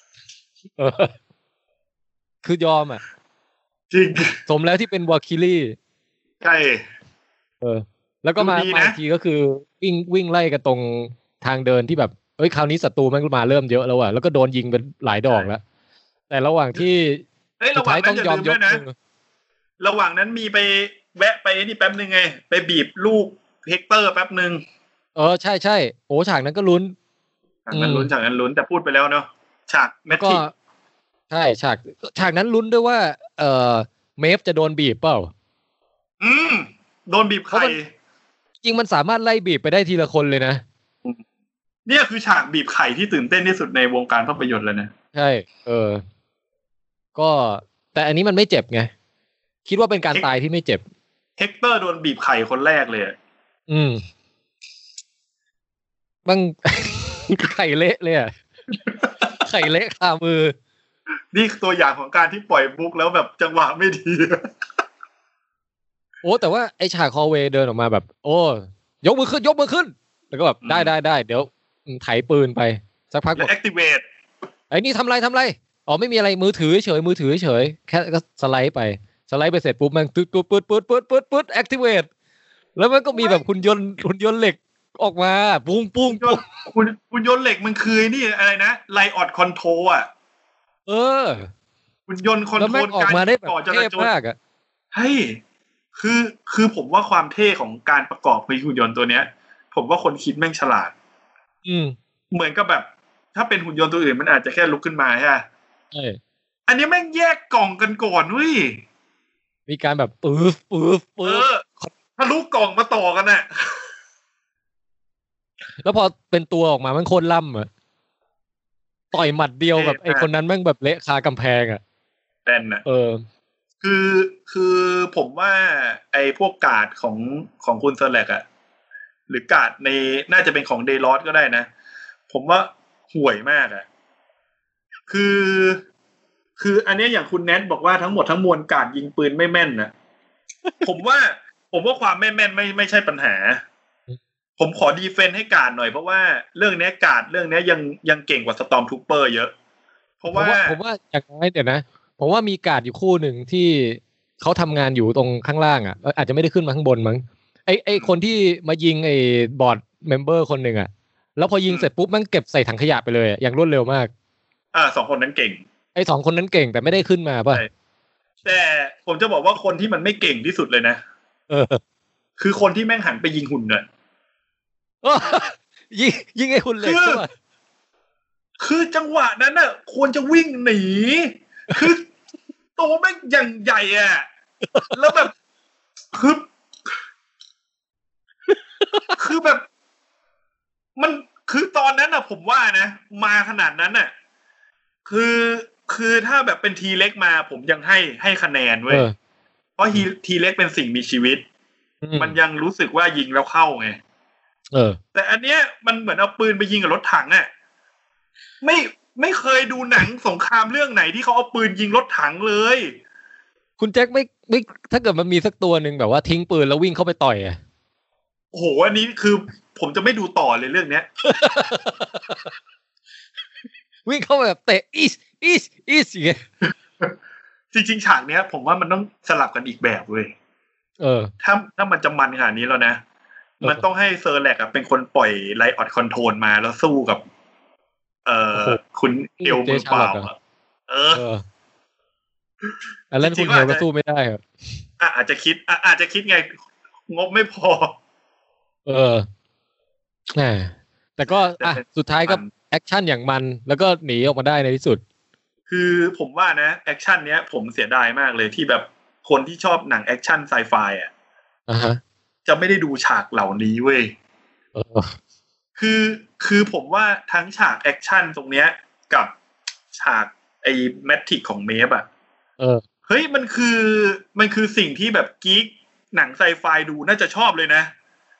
คือยอมอ่ะจริงสมแล้วที่เป็นวาคิลี่ใช่เออแล้วก็มาบางทีก็คือวิ่งวิ่งไล่กันตรงทางเดินที่แบบเอ้ยคราวนี้ศัตรูมันมาเริ่มเยอะแล้วอ่ะแล้วก็โดนยิงเป็นหลายดอกแล้วแต่ระหว่างที่สุดท้ายต้องยอมยกนะระหว่างนั้นมีไปแวะไปนี่แป๊บนึงไงไปบีบลูกเฮกเตอร์แป๊บนึงเออใช่ใช่โอ้ฉากนั้นก็ลุ้นฉากนั้นลุ้นฉากนั้นลุ้นแต่พูดไปแล้วเนาะฉากแมทริกใช่ฉากฉากนั้นลุ้นด้วยว่าเอ่อเมฟจะโดนบีบเปล่าอืมโดนบีบใครจริงมันสามารถไล่บีบไปได้ทีละคนเลยนะเนี่ยคือฉากบีบไข่ที่ตื่นเต้นที่สุดในวงการภาพยนตร์เลยนะใช่เออก็แต่อันนี้มันไม่เจ็บไงคิดว่าเป็นการตายที่ไม่เจ็บเฮกเตอร์โดนบีบไข่คนแรกเลยอืมบังไข่เละเลยอ่ะไข่เละคามือนี่ตัวอย่างของการที่ปล่อยบุ๊กแล้วแบบจังหวะไม่ดีโอ้แต่ว่าไอฉากคอเวย์เดินออกมาแบบโอ้ยกมือขึ้นยกมือขึ้นแล้วก็แบบได้ได้ได้เดี๋ยวไถปืนไปสักพักแล้ว activate ไอ้นี่ทำไรทำไรอ๋อไม่มีอะไรมือถือเฉยมือถือเฉยแค่ก็สไลด์ไปสไลด์ไปเสร็จปุ๊บมันปึ๊ดปึ๊ดปึ๊ดปึ๊ดปึ๊ดปึ๊ดปึ๊ด activate แล้วมันก็มีแบบหุ่นยนต์หุ่นยนต์เหล็กออกมาปุ้งปุ้งปุ้งคุณคุณยนต์เหล็กมันคือนี่อะไรนะไลออดคอนโทรลอ่ะเออคุณยนต์คอนโทรลการต่อจราจรมากอ่ะเฮ้ยคือคือผมว่าความเท่ของการประกอบหุ่นยนต์ตัวเนี้ยผมว่าคนคิดแม่งฉลาดอืมเหมือนกับแบบถ้าเป็นหุ่นยนต์ตัวอื่นมันอาจจะแค่ลุกขึ้นมาใช่ไหมใช่อันนี้แม่งแยกกล่องกันก่อนเว้ยมีการแบบปื๊บปื๊บปื๊บทะลุกล่องมาต่อกันน่ะแล้วพอเป็นตัวออกมามันโคตรล่ำอ่ะต่อยหมัดเดียวแบบไอ้คนนั้นแม่งแบบเละคากำแพงอ่ะแน่นอ่ะเออคือคือผมว่าไอ้พวกการ์ดของของคุณเซอร์แลกอ่ะหรือการ์ดในน่าจะเป็นของเดย์ลอสก็ได้นะผมว่าห่วยมากอ่ะคือคืออันนี้อย่างคุณแนทบอกว่าทั้งหมดทั้งมวลการ์ดยิงปืนไม่แม่นนะผมว่าผมว่าความไม่แม่นไม่ไม่ใช่ปัญหาผมขอดีเฟนส์ให้การ์ดหน่อยเพราะว่าเรื่องนี้การ์ดเรื่องนี้ยังยังเก่งกว่าสตอร์มทรูปเปอร์เยอะเพราะว่าผมว่าอย่างน้อยเดี๋ยวนะผมว่ามีการ์ดอยู่คู่หนึ่งที่เขาทำงานอยู่ตรงข้างล่างอ่ะอาจจะไม่ได้ขึ้นมาข้างบนมั้งไอไอคนที่มายิงไอบอร์ดเมมเบอร์คนหนึ่งอ่ะแล้วพอยิงเสร็จปุ๊บมันเก็บใส่ถังขยะไปเลยอย่างรวดเร็วมากอ่าสองคนนั้นเก่งไอสองคนนั้นเก่งแต่ไม่ได้ขึ้นมาป่ะแต่ผมจะบอกว่าคนที่มันไม่เก่งที่สุดเลยนะเออคือคนที่แม่งหันไปยิงหุ่นน่ะยิงยิงไอ้หุ่นเหล็กใช่ป่ะคือจังหวะนั้นน่ะควรจะวิ่งหนีคือตัวแม่งอย่างใหญ่อ่ะแล้วแบบคือคือแบบมันคือตอนนั้นน่ะผมว่านะมาขนาดนั้นน่ะคือคือถ้าแบบเป็นทีเล็กมาผมยังให้ให้คะแนนเว้ยเพราะทีเล็กเป็นสิ่งมีชีวิตมันยังรู้สึกว่ายิงแล้วเข้าไงเออแต่อันเนี้ยมันเหมือนเอาปืนไปยิงกับรถถังอ่ะไม่ไม่เคยดูหนังสงครามเรื่องไหนที่เขาเอาปืนยิงรถถังเลยคุณแจ็คไม่ไม่ถ้าเกิดมันมีสักตัวหนึ่งแบบว่าทิ้งปืนแล้ววิ่งเข้าไปต่อยอ่ะโอ้โหอันนี้คือผมจะไม่ดูต่อเลยเรื่องเนี้ยวิ่งเข้าไปแบบเตะอีสอีสอีสอย่างเงี้ยจริงๆฉากเนี้ยผมว่ามันต้องสลับกันอีกแบบเว้ยเออถ้าถ้ามันจะมันขนาดนี้แล้วนะมันต้องให้เซอร์แลกอ่ะเป็นคนปล่อยไลออดคอนโทรลมาแล้วสู้กับเอ่อคุณเอลมือเปล่าเอออันนั้นคุณเฮลก็สู้ไม่ได้ครับอ่ะอาจจะคิดอ่ะอาจจะคิดไงงบไม่พอเออแหมแต่ก็อ่ะสุดท้ายก็แอคชั่นอย่างมันแล้วก็หนีออกมาได้ในที่สุดคือผมว่านะแอคชั่นเนี้ยผมเสียดายมากเลยที่แบบคนที่ชอบหนังแอคชั่นไซไฟอ่ะอ่าฮะจะไม่ได้ดูฉากเหล่านี้เว้ยเออคือคือผมว่าทั้งฉากแอคชั่นตรงเนี้ยกับฉากไอ้แมทริกของเมฟอ่ะเออเฮ้ยมันคือมันคือสิ่งที่แบบกิ๊กหนังไซไฟดูน่าจะชอบเลยนะ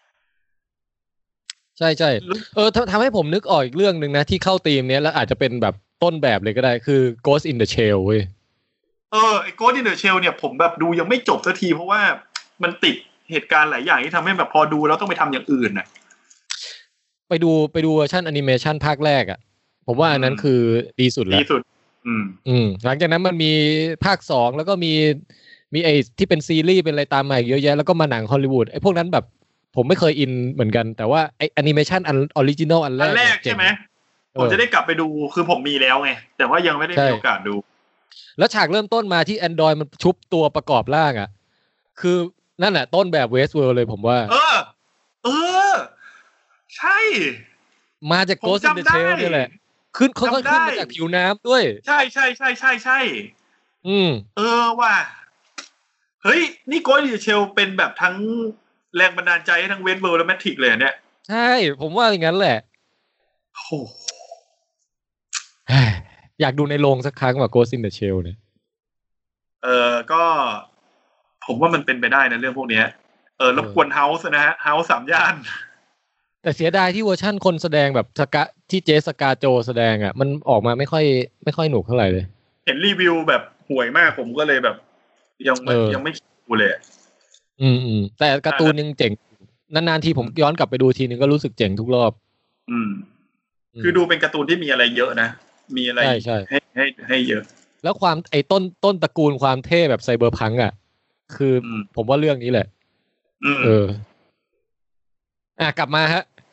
ใช่ๆเออทำให้ผมนึกออกอีกเรื่องนึงนะที่เข้าธีมเนี้ยแล้วอาจจะเป็นแบบต้นแบบเลยก็ได้คือ Ghost in the Shell เว้ยเออไอ้ Ghost in the Shell เนี่ยผมแบบดูยังไม่จบสักทีเพราะว่ามันติดเหตุการณ์หลายอย่างที่ทำให้แบบพอดูแล้วต้องไปทำอย่างอื่นน่ะไปดูไปดูเวอร์ชันแอนิเมชันภาคแรกอ่ะผมว่าอันนั้นคือดีสุดแล้วดีสุดอืมอืมหลังจากนั้นมันมีภาคสองแล้วก็มีมีไอ้ที่เป็นซีรีส์เป็นอะไรตามมาอีกเยอะแยะแล้วก็มาหนังฮอลลีวูดไอ้พวกนั้นแบบผมไม่เคยอินเหมือนกันแต่ว่าไอ้แอนิเมชันอันออริจินอลอันแรกอันแรกใช่ไหมผมจะได้กลับไปดูคือผมมีแล้วไงแต่ว่ายังไม่ได้มีโอกาสดูแล้วฉากเริ่มต้นมาที่ Android มันชุบตัวประกอบร่างอ่ะคือนั่นแหละต้นแบบ Westworld เลยผมว่าเออเออใช่มาจาก Ghost in the Shell นี่แหละขึ้นค่อยๆขึ้นมาจากผิวน้ำด้วยใช่ใช่ใช่ใช่ใช่อืมเออว่ะเฮ้ยนี่ Ghost in the Shell เป็นแบบทั้งแรงบันดาลใจให้ทั้ง Westworld และ Matrix เลยเนี่ยใช่ผมว่าอย่างนั้นแหละโอ้อยากดูในโรงสักครั้งว่า Ghost in the Shell เนี่ยเออก็ผมว่ามันเป็นไปได้นะเรื่องพวกนี้เออรบกวน House นะฮะ House สามย่านแต่เสียดายที่เวอร์ชั่นคนแสดงแบบสกาที่เจสกาโจแสดงอ่ะมันออกมาไม่ค่อยไม่ค่อยหนุกเท่าไหร่เลยเห็นรีวิวแบบห่วยมากผมก็เลยแบบยังยังไม่ดูเลยอืมอืมแต่การ์ตูนยังเจ๋งนานๆทีผมย้อนกลับไปดูทีนึงก็รู้สึกเจ๋งทุกรอบอืมคือดูเป็นการ์ตูนที่มีอะไรเยอะนะมีอะไรให้ให้ให้เยอะแล้วความไอ้ต้นต้นตระกูลความเท่แบบไซเบอร์พังอ่ะคือผมว่าเรื่องนี้แหละเอออ่ะกลับมาฮะ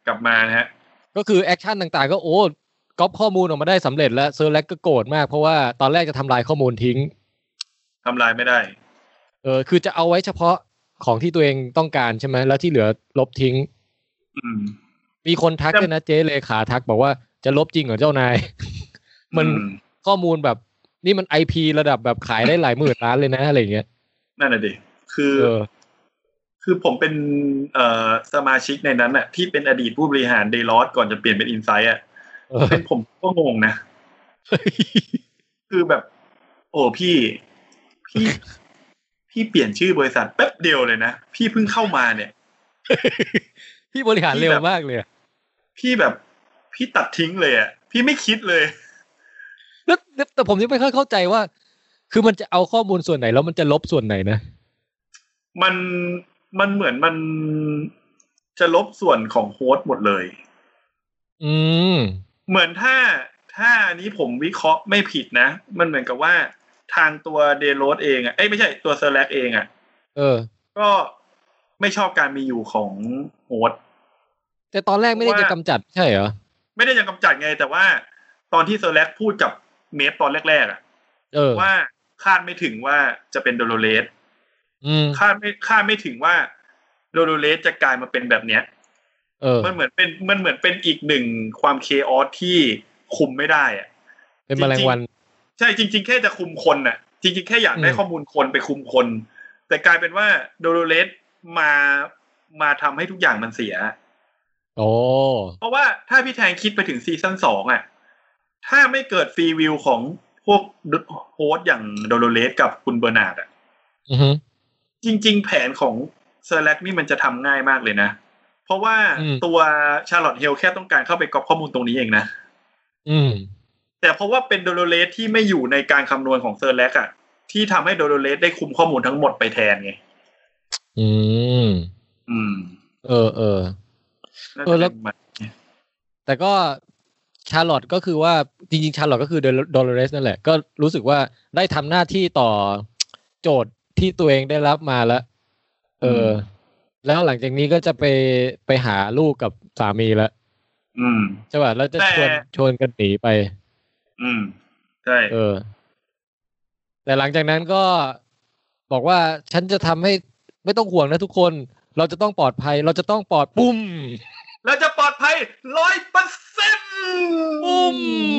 กลับมานะฮะก็คือแอคชั่นต่างๆก็โอ้ก๊อปข้อมูลออกมาได้สำเร็จแล้วเซอร์แลกก็โกรธมากเพราะว่าตอนแรกจะทำลายข้อมูลทิ้งทำลายไม่ได้เออคือจะเอาไว้เฉพาะของที่ตัวเองต้องการใช่ไหมแล้วที่เหลือลบทิ้งอืมมีคนทักด้วยนะเจ๊เลขาทักบอกว่าจะลบจริงเหรอเจ้านายมันข้อมูลแบบนี่มัน ไอ พี ระดับแบบขายได้หลายหมื่นล้านเลยนะอะไรอย่างเงี้ยนั่นน่ะดิคือคือผมเป็นเอ่อสมาชิกในนั้นน่ะที่เป็นอดีตผู้บริหารเดลอสก่อนจะเปลี่ยนเป็นอินไซต์อ่ะเป็นผมก็งงนะคือแบบโอ้พี่พี่พี่เปลี่ยนชื่อบริษัทแป๊บเดียวเลยนะพี่เพิ่งเข้ามาเนี่ยพี่บริหารเร็วมากเลยพี่แบบพี่ตัดทิ้งเลยอ่ะพี่ไม่คิดเลยแล้วแต่ผมยังไม่ค่อยเข้าใจว่าคือมันจะเอาข้อมูลส่วนไหนแล้วมันจะลบส่วนไหนนะมันมันเหมือนมันจะลบส่วนของโฮสต์หมดเลยอืมเหมือนถ้าถ้านี้ผมวิเคราะห์ไม่ผิดนะมันเหมือนกับว่าทางตัวเดโรสเองอ่ะเอ้ยไม่ใช่ตัวเซอร์แลกเองอ่ะเออก็ไม่ชอบการมีอยู่ของโฮสต์แต่ตอนแรกไม่ได้จะกำจัดใช่เหรอไม่ได้จะกำจัดไงแต่ว่าตอนที่เซอร์แลกพูดกับเมฟตอนแรกๆอ่ะเออว่าคาดไม่ถึงว่าจะเป็นโดโลเรสอืมคาดไม่คาดไม่ถึงว่าโดโลเรสจะกลายมาเป็นแบบเนี้ยเออมันเหมือนเป็นมันเหมือนเป็นอีกหนึ่งความเคออสที่คุมไม่ได้อ่ะเป็นแมลงวันใช่จริงๆแค่จะคุมคนน่ะจริงๆแค่อยากได้ข้อมูลคนไปคุมคนแต่กลายเป็นว่าโดโลเรสมามาทำให้ทุกอย่างมันเสียโอ้เพราะว่าถ้าพี่แทงคิดไปถึงซีซั่นสองอ่ะถ้าไม่เกิดฟรีวิวของพวกโฮสต์อย่างโดโลเรสกับคุณเบอร์นาร์ดอ่ะอือฮึจริงๆแผนของเซอร์แลกนี่มันจะทำง่ายมากเลยนะเพราะว่าตัวชาร์ลอตต์เฮลแค่ต้องการเข้าไปก๊อปข้อมูลตรงนี้เองนะอืมแต่เพราะว่าเป็นโดโลเรสที่ไม่อยู่ในการคำนวณของเซอร์แลกอ่ะที่ทำให้โดโลเรสได้คุมข้อมูลทั้งหมดไปแทนไงอืมอืมเออเออเออแล้วแต่ก็ชาร์ลอตต์ก็คือว่าจริงๆชาร์ลอตต์ก็คือโดโลเรสนั่นแหละก็รู้สึกว่าได้ทำหน้าที่ต่อโจทย์ที่ตัวเองได้รับมาแล้วเออแล้วหลังจากนี้ก็จะไปไปหาลูกกับสามีแล้วอืมใช่ป่ะแล้วจะชวนชวนกันหนีไปอืมใช่เออแต่หลังจากนั้นก็บอกว่าฉันจะทำให้ไม่ต้องห่วงนะทุกคนเราจะต้องปลอดภัยเราจะต้องปลอดปุ้มเราจะปลอดภัย ร้อยเปอร์เซ็นต์ปุ้ม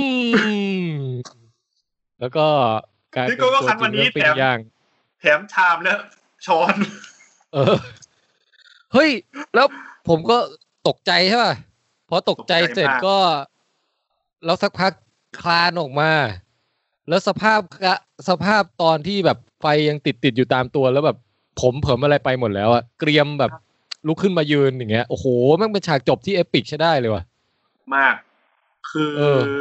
แล้วก็การเป็นตัวจริงเรื่องปิ้งย่างแถมชามแล้วช้อนเออเฮ้ยแล้วผมก็ตกใจใช่ป่ะพอตกใจเสร็จก็แล้วสักพักคลานออกมาแล้วสภาพสภาพตอนที่แบบไฟยังติดติดอยู่ตามตัวแล้วแบบผมเผิมอะไรไปหมดแล้วอะเกรียมแบบลุกขึ้นมายืนอย่างเงี้ยโอ้โหแม่งเป็นฉากจบที่เอปิกใช้ได้เลยว่ะมากคือ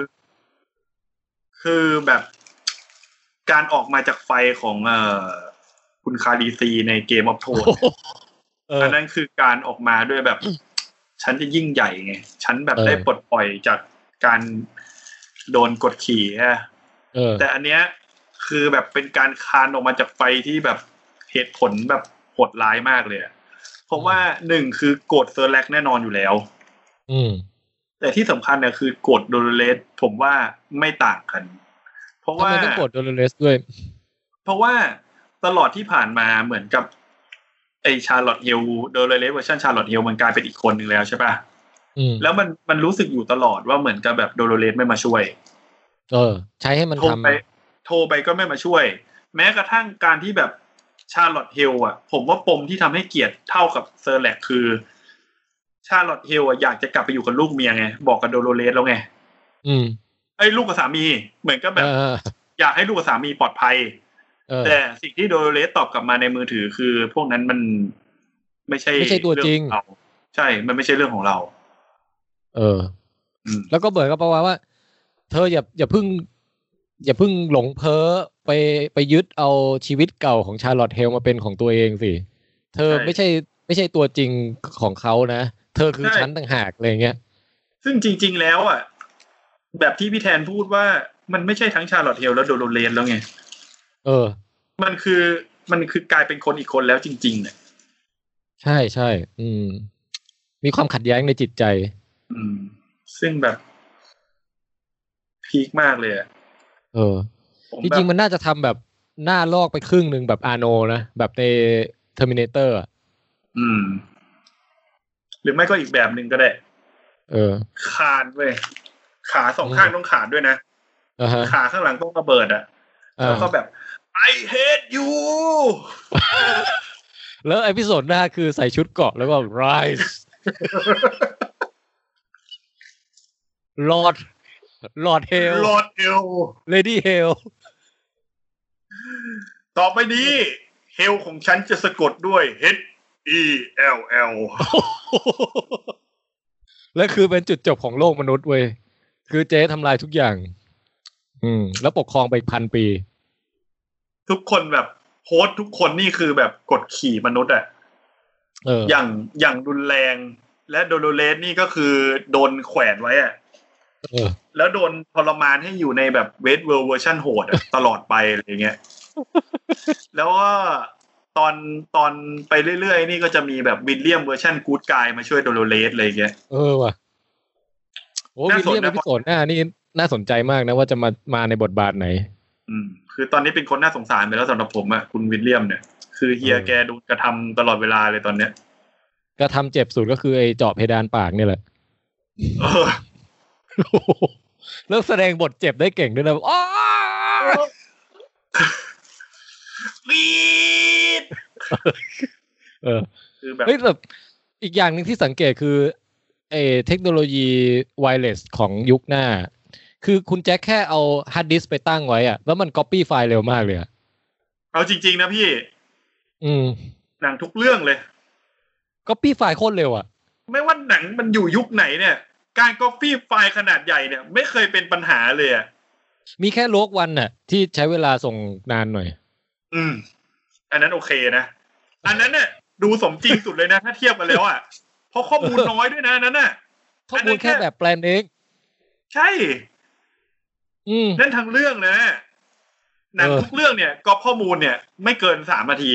คือแบบการออกมาจากไฟของเอ่อคุณคารีซีในเกมออฟโทนอันนั้นคือการออกมาด้วยแบบฉันจะยิ่งใหญ่ไงฉันแบบได้ปลดปล่อยจากการโดนกดขี่ฮะแต่อันเนี้ยคือแบบเป็นการคานออกมาจากไฟที่แบบเหตุผลแบบโหดร้ายมากเลยเพราะว่าหนึ่งคือโกรธเซอร์แลกแน่นอนอยู่แล้วอืมแต่ที่สำคัญเนี่ยคือโกรธโดโลเรสผมว่าไม่ต่างกันเพราะว่าทำไมต้องโกรธโดโลเรสด้วยเพราะว่าตลอดที่ผ่านมาเหมือนกับไอชาร์ลอตต์เฮลโดโลเรสเวอร์ชันชาร์ลอตต์เฮลมันกลายเป็นอีกคนนึงแล้วใช่ป่ะแล้วมันมันรู้สึกอยู่ตลอดว่าเหมือนกับแบบโดโลเรสไม่มาช่วยเออใช้ให้มันทำโทรไปโทรไปก็ไม่มาช่วยแม้กระทั่งการที่แบบชาร์ลอตต์เฮลอ่ะผมว่าปมที่ทำให้เกลียดเท่ากับเซอร์แลกคือชาร์ลอตต์เฮลอ่ะอยากจะกลับไปอยู่กับลูกเมียไงบอกกับโดโลเรสแล้วไงอืมไอ้ลูกกับสามีเหมือนกับแบบอยากให้ลูกกับสามีปลอดภัยแต่สิ่งที่โดโลเรสตอบกลับมาในมือถือคือพวกนั้นมันไม่ใช่ไม่ใช่ตัวจริงเราใช่มันไม่ใช่เรื่องของเราเออแล้วก็เบิร์ดก็ประมาณว่าเธออย่าอย่าพึ่งอย่าพึ่งหลงเพ้อไปไปยึดเอาชีวิตเก่าของชาร์ลอตต์เฮลมาเป็นของตัวเองสิเธอไม่ใช่ไม่ใช่ตัวจริงของเขานะเธอคือฉันต่างหากอะไรเงี้ยซึ่งจริงๆแล้วอ่ะแบบที่พี่แทนพูดว่ามันไม่ใช่ทั้งชาร์ลอตต์เฮลและโดโลเรสแล้วไงเออมันคือมันคือกลายเป็นคนอีกคนแล้วจริงๆเนี่ยใช่ใช่อืมมีความขัดแย้งในจิตใจอืมซึ่งแบบพีคมากเลยอ่ะเออจริงๆมันน่าจะทำแบบหน้าลอกไปครึ่งนึงแบบอาโนนะแบบใน Terminator อ่ะอืมหรือไม่ก็อีกแบบนึงก็ได้เออขาดเว้ยขาสองข้างต้องขาดด้วยนะขาข้างหลังต้องระเบิดอ่ะแล้วก็แบบ I hate you แล้วเอพิโซดหน้าคือใส่ชุดเกราะแล้วก็ rise Lord Lord Hell Lord Hell Lady Hell ต่อไปนี้ Hell ของฉันจะสะกดด้วย H E L L และคือเป็นจุดจบของโลกมนุษย์เว้ยคือเจ๊ทำลายทุกอย่างอืมแล้วปกครองไปพันปีทุกคนแบบโฮสทุกคนนี่คือแบบกดขี่มนุษย์อ่ะเอออย่างอย่างรุนแรงและโดโลเลสนี่ก็คือโดนแขวนไว้อ่ะเออแล้วโดนทรมานให้อยู่ในแบบเวทเวิลด์เวอร์ชันโหดอ่ะตลอดไปอะไรเงี้ยแล้วก็ตอนตอนไปเรื่อยๆนี่ก็จะมีแบบวิลเลียมเวอร์ชันกู๊ดกายมาช่วยโดโลเลสอะไรเงี้ยเออว่ะโอ้วิลเลียมเอพิโซดหน้านี่น่าสนใจมากนะว่าจะมามาในบทบาทไหนอืมคือตอนนี้เป็นคนน่าสงสารไปแล้วสำหรับผมอ่ะคุณวิลเลียมเนี่ยคือเฮียแกโดนกระทำตลอดเวลาเลยตอนเนี้ยกระทำเจ็บสุดก็คือไอ้เจาะเพดานปากนี่แหละเออแล้วแสดงบทเจ็บได้เก่งด้วยนะอ้าวีดเออคือแบบเฮ้ยแบบอีกอย่างนึงที่สังเกตคือไอ้เทคโนโลยีไวเลสของยุคหน้าคือคุณแจ็คแค่เอาฮาร์ดดิสก์ไปตั้งไว้อะแล้วมัน copy ไฟล์เร็วมากเลยอะเอาจริงๆนะพี่อืมหนังทุกเรื่องเลย copy ไฟล์โคตรเร็วอะไม่ว่าหนังมันอยู่ยุคไหนเนี่ยการ copy ไฟล์ขนาดใหญ่เนี่ยไม่เคยเป็นปัญหาเลยอะมีแค่โลกวันน่ะที่ใช้เวลาส่งนานหน่อยอืมอันนั้นโอเคนะอันนั้นเนี่ยดูสมจริงสุดเลยนะถ้าเทียบกันแล้วอ่ะเพราะข้อมูลน้อยด้วยนะนั้นน่ะข้อมูลแค่แบบแปลนเองใช่อืมนั่นทั้งเรื่องนะหนังทุกเรื่องเนี่ยก๊อปข้อมูลเนี่ยไม่เกินสามนาที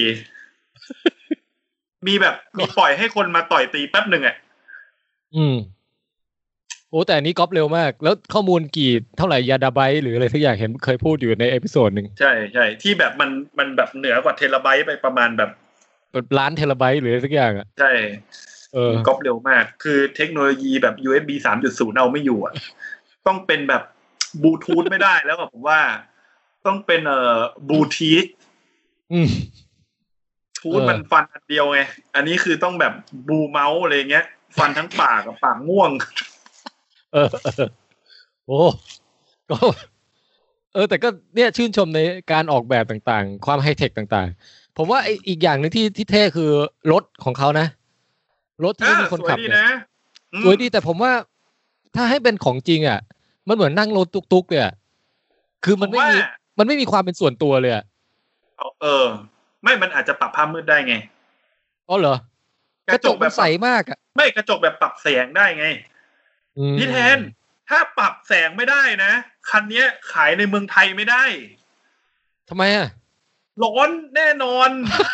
มีแบบมีปล่อยให้คนมาต่อยตีแป๊บหนึ่งอ่ะอืมโอ้แต่อันนี้ก๊อปเร็วมากแล้วข้อมูลกี่เท่าไหร่ยาดาไบต์หรืออะไรสักอย่างเห็นเคยพูดอยู่ในเอพิโซดนึงใช่ใช่ที่แบบมันมันแบบเหนือกว่าเทราไบต์ไปประมาณแบบล้านเทราไบต์หรืออะไรสักอย่างอ่ะใช่เออก๊อปเร็วมากคือเทคโนโลยีแบบ ยู เอส บี สามจุดศูนย์ เอาไม่อยู่อ่ะต้องเป็นแบบบลูทูธไม่ได้แล้วผมว่าต้องเป็นเอ่อบลูทูธอืมทูธมันฟันอันเดียวไงอันนี้คือต้องแบบบลูเมาส์อะไรเงี้ยฟันทั้งปากกับปากม่วงเออโอ้ก็เออแต่ก็เนี่ยชื่นชมในการออกแบบต่างๆความไฮเทคต่างๆผมว่าอีกอย่างนึงที่ที่เท่คือรถของเขานะรถที่มีคนขับเนี่ยสวยดีแต่ผมว่าถ้าให้เป็นของจริงอ่ะมันเหมือนนั่งรถตุ๊กๆเลยอ่ะคือมันไม่มีมันไม่มีความเป็นส่วนตัวเลยอ่ะเออไม่มันอาจจะปรับภาพมืดได้ไงอ๋อเหรอกระจกแบบใสมากอ่ะไม่กระจกแบบปรับแสงได้ไงพี่แทนถ้าปรับแสงไม่ได้นะคันนี้ขายในเมืองไทยไม่ได้ทำไมอ่ะร้อนแน่นอน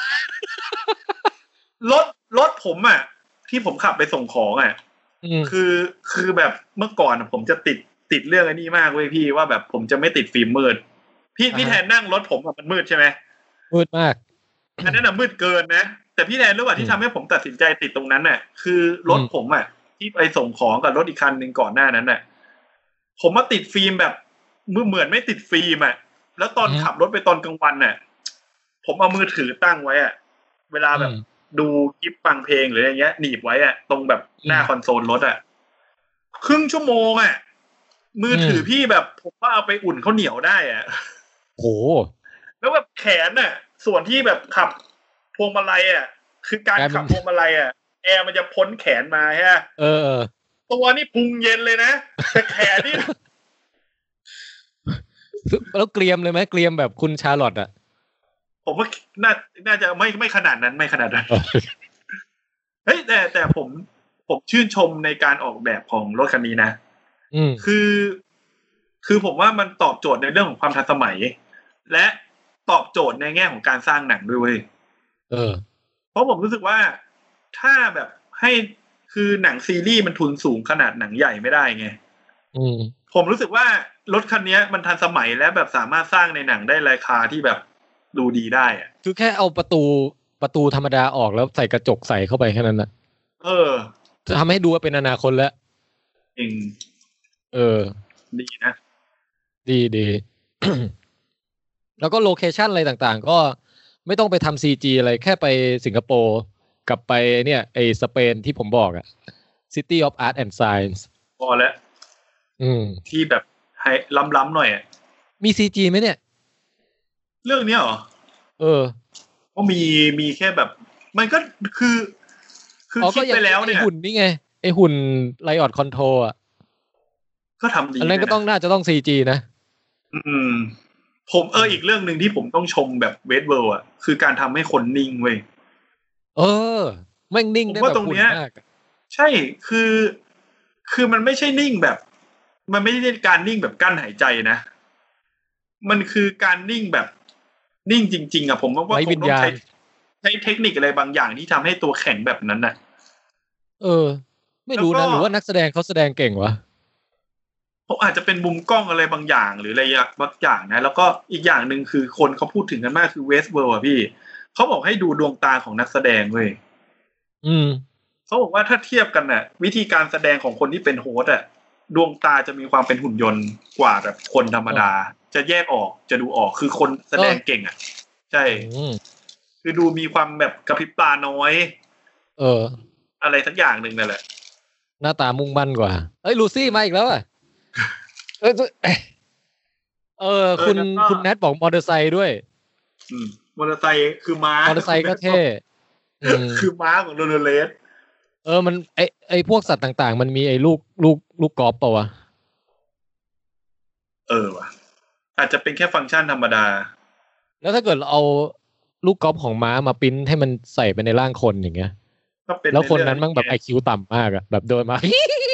รถรถผมอ่ะที่ผมขับไปส่งของอ่ะคือคือแบบเมื่อก่อนผมจะติดติดเรื่องไอ้นี่มากเว้ยพี่ว่าแบบผมจะไม่ติดฟิล์มมืดพี่พี่แทนนั่งรถผมมันมืดใช่ไหมมืดมากอันนั้นน่ะมืดเกินนะแต่พี่แทนรู้ว่าที่ทำให้ผมตัดสินใจติดตรงนั้นน่ะคือรถผมอ่ะที่ไปส่งของกับรถอีกคันนึงก่อนหน้านั้นน่ะผมมาติดฟิล์มแบบมือเหมือนไม่ติดฟิล์มอ่ะแล้วตอนขับรถไปตอนกลางวันน่ะผมเอามือถือตั้งไว้อ่ะเวลาแบบดูคลิปฟังเพลงหรืออะไรเงี้ยหนีบไว้อ่ะตรงแบบหน้าคอนโซลรถอ่ะครึ่งชั่วโมงอ่ะมือถือพี่แบบผมว่าเอาไปอุ่นข้าวเหนียวได้อ่ะโอ้แล้วแบบแขนน่ะส่วนที่แบบขับพวงมาลัยอ่ะคือการขับพวงมาลัยอ่ะแอร์มันจะพ้นแขนมาใช่ไหมเออตัวนี่พุงเย็นเลยนะแต่แขนนี่แล้วเกรียมเลยไหมเกรียมแบบคุณชาร์ลอตอ่ะผมว่าน่าน่าจะไม่ไม่ขนาดนั้นไม่ขนาดนั้นเฮ้ยแต่แต่ผมผมชื่นชมในการออกแบบของรถคันนี้นะคือคือผมว่ามันตอบโจทย์ในเรื่องของความทันสมัยและตอบโจทย์ในแง่ของการสร้างหนังด้วยเว้ยเออเพราะผมรู้สึกว่าถ้าแบบให้คือหนังซีรีส์มันทุนสูงขนาดหนังใหญ่ไม่ได้ไงอืมผมรู้สึกว่ารถคันนี้มันทันสมัยและแบบสามารถสร้างในหนังได้ราคาที่แบบดูดีได้อ่ะคือแค่เอาประตูประตูธรรมดาออกแล้วใส่กระจกใส่เข้าไปแค่นั้นนะเออจะทำให้ดูว่าเป็นอนาคตแล้วจริงเออดีนะดีดี แล้วก็โลเคชั่นอะไรต่างๆก็ไม่ต้องไปทำ ซี จี อะไรแค่ไปสิงคโปร์กับไปเนี่ยไอสเปนที่ผมบอกอะ City of Art and Science พอแล้วอืมที่แบบให้ล้ำๆหน่อยอ่ะมี ซี จี ไหมเนี่ยเรื่องนี้เหรอเออก็มีมีแค่แบบมันก็คือคือคิดไปแล้วเนี่ยไอหุ่นนี่ไงไอหุ่น Riot Control อ่ะก็ทำดีอันนั้นก็ต้องน่าจะต้อง ซี จี นะอืมผมเอออีกเรื่องนึงที่ผมต้องชมแบบเวทเวิลด์อ่ะคือการทำให้คนนิ่งเว้ยเออแม่งนิ่งได้แบบหุ่นมากใช่คือคือมันไม่ใช่นิ่งแบบมันไม่ได้การนิ่งแบบกั้นหายใจนะมันคือการนิ่งแบบนิ่งจริงๆอ่ะผมว่าคงต้องใช้ใช้เทคนิคอะไรบางอย่างที่ทำให้ตัวแข็งแบบนั้นน่ะเออไม่รู้นะหรือว่านักแสดงเขาแสดงเก่งวะผมอาจจะเป็นมุมกล้องอะไรบางอย่างหรืออะไรบางอย่างนะแล้วก็อีกอย่างนึงคือคนเขาพูดถึงกันมากคือเวสต์เวิลด์อ่ะพี่เขาบอกให้ดูดวงตาของนักแสดงเว้ยอืมเขาบอกว่าถ้าเทียบกันน่ะวิธีการแสดงของคนที่เป็นโฮสต์อ่ะดวงตาจะมีความเป็นหุ่นยนต์กว่าแบบคนธรรมดาจะแยกออกจะดูออกคือคนแสดงเก่งอ่ะใช่คือดูมีความแบบกระพริบตาน้อยเอออะไรสักอย่างนึงนั่นแหละหน้าตามุ่งมั่นกว่าเอ้ยลูซี่มาอีกแล้วอ่ะเออเออคุณคุณแนทบอกมอเตอร์ไซค์ด้วยอืมมอเตอร์ไซค์คือม้ามอเตอร์ไซค์ก็เท่คือม้าของโรลเลสเออมันไอไอพวกสัตว์ต่างๆมันมีไอลูกลูกลูกกอล์ฟป่าวะเออว่ะอาจจะเป็นแค่ฟังก์ชันธรรมดาแล้วถ้าเกิดเราเอาลูกกอล์ฟของม้ามาปิ้นให้มันใส่ไปในร่างคนอย่างเงี้ยแล้วคนนั้นมั่งแบบ ไอ คิว ต่ำมากอะแบบเดินมา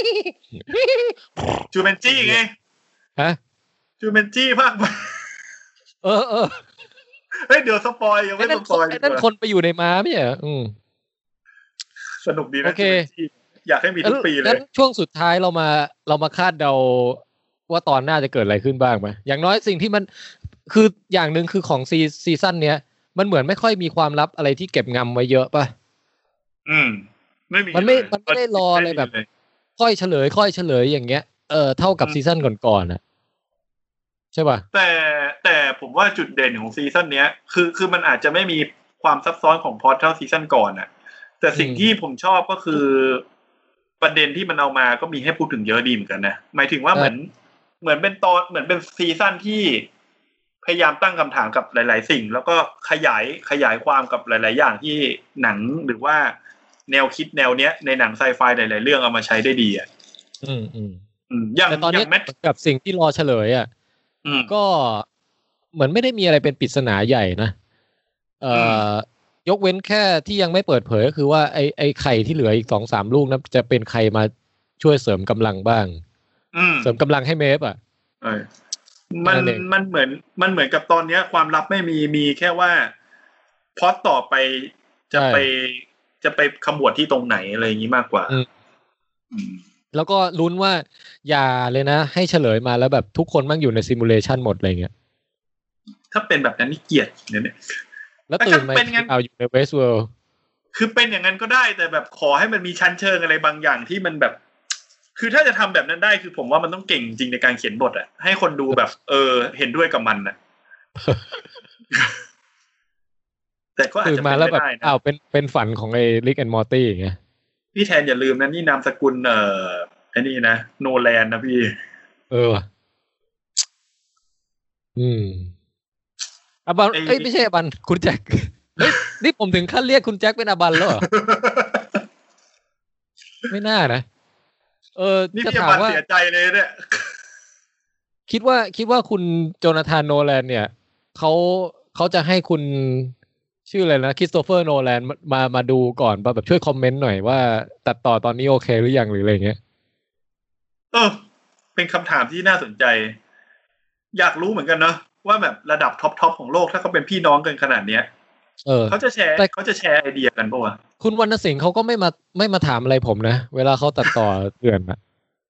จูเมนจี้ไงฮะจูเมนจี้ภาคเออเออเฮ้ยเดี๋ยวสปอยยังไม่สปอยนั่นคนไปอยู่ในม้าไม่ใช่เหรออืมสนุกดีนะโอเคอยากให้มีทุกปีเลยช่วงสุดท้ายเรามาเรามาคาดเดาว่าตอนหน้าจะเกิดอะไรขึ้นบ้างไหมอย่างน้อยสิ่งที่มันคืออย่างหนึ่งคือของซีซีซั่นเนี้ยมันเหมือนไม่ค่อยมีความลับอะไรที่เก็บงำไว้เยอะป่ะอืมไม่มีมันไม่มันไม่ได้รออะไรแบบค่อยเฉลยค่อยเฉลยอย่างเงี้ยเออเท่ากับซีซั่นก่อนๆนะใช่ป่ะแต่แต่ผมว่าจุดเด่นของซีซั่นเนี้ยคือคือมันอาจจะไม่มีความซับซ้อนของพล็อตเท่าซีซั่นก่อนน่ะแต่สิ่งที่ผมชอบก็คือประเด็นที่มันเอามาก็มีให้พูดถึงเยอะดีเหมือนกันนะหมายถึงว่าเหมือนเหมือนเป็นตอนเหมือนเป็นซีซั่นที่พยายามตั้งคำถามกับหลายๆสิ่งแล้วก็ขยายขยายความกับหลายๆอย่างที่หนังหรือว่าแนวคิดแนวเนี้ยในหนังไซไฟหลายๆเรื่องเอามาใช้ได้ดีอ่ะอืมอืมอืมอย่างตอนนี้กับสิ่งที่รอเฉลยอ่ะก็เหมือนไม่ได้มีอะไรเป็นปริศนาใหญ่นะเอ่อยกเว้นแค่ที่ยังไม่เปิดเผยก็คือว่าไอ้ไอ้ไข่ที่เหลืออีก สองสาม ลูกนั้นจะเป็นใครมาช่วยเสริมกำลังบ้างเสริมกำลังให้เมฟอ่ะเออมันมันเหมือนมันเหมือนกับตอนนี้ความลับไม่มีมีแค่ว่าพล็อตต่อไปจะไปจะไปขมวดที่ตรงไหนอะไรอย่างนี้มากกว่าแล้วก็ลุ้นว่าอย่าเลยนะให้เฉลยมาแล้วแบบทุกคนมั่งอยู่ในซิมูเลชันหมดอะไรเงี้ยถ้าเป็นแบบนั้นนี่เกลียดเนี่ยแล้วตื่นมาเอาอยู่ในเวสเวิลด์คือเป็นอย่างนั้นก็ได้แต่แบบขอให้มันมีชั้นเชิงอะไรบางอย่างที่มันแบบคือถ้าจะทำแบบนั้นได้คือผมว่ามันต้องเก่งจริงในการเขียนบทอ่ะให้คนดูแบบเออเห็นด้วยกับมันน่ะแต่ก็อาจจะเป็นไม่ได้นะอ้าวเป็นเป็นฝันของไอ้ริกแอนด์มอร์ตี้อย่างเงี้ยพี่แทนอย่าลืมนะนี่นามสกุลเอ่อไอ้นี่นะโนแลนนะพี่เอออืมอาบันเอ้ยไม่ใช่อาบันคุณแจ็คเฮ้ยนี่ผมถึงขั้นเรียกคุณแจ็คเป็นอาบันแล้วเหรอไม่น่านะเออจะถามว่าเสียใจเลยเนี่ยคิดว่าคิดว่าคุณโจนาธานโนแลนเนี่ยเขาเขาจะให้คุณชื่ออะไรนะคริสโตเฟอร์โนแลนมามาดูก่อนแบบช่วยคอมเมนต์หน่อยว่าตัดต่อตอนนี้โอเคหรือยังหรืออะไรเงี้ยเออเป็นคำถามที่น่าสนใจอยากรู้เหมือนกันเนาะว่าแบบระดับท็อปๆของโลกถ้าเขาเป็นพี่น้องกันขนาดเนี้ยเออเขาจะแชร์เขาจะแชร์ไอเดียกันป่ะวะคุณวรรณสิงห์เขาก็ไม่มาไม่มาถามอะไรผมนะเวลาเขาตัดต่อเดือนนะ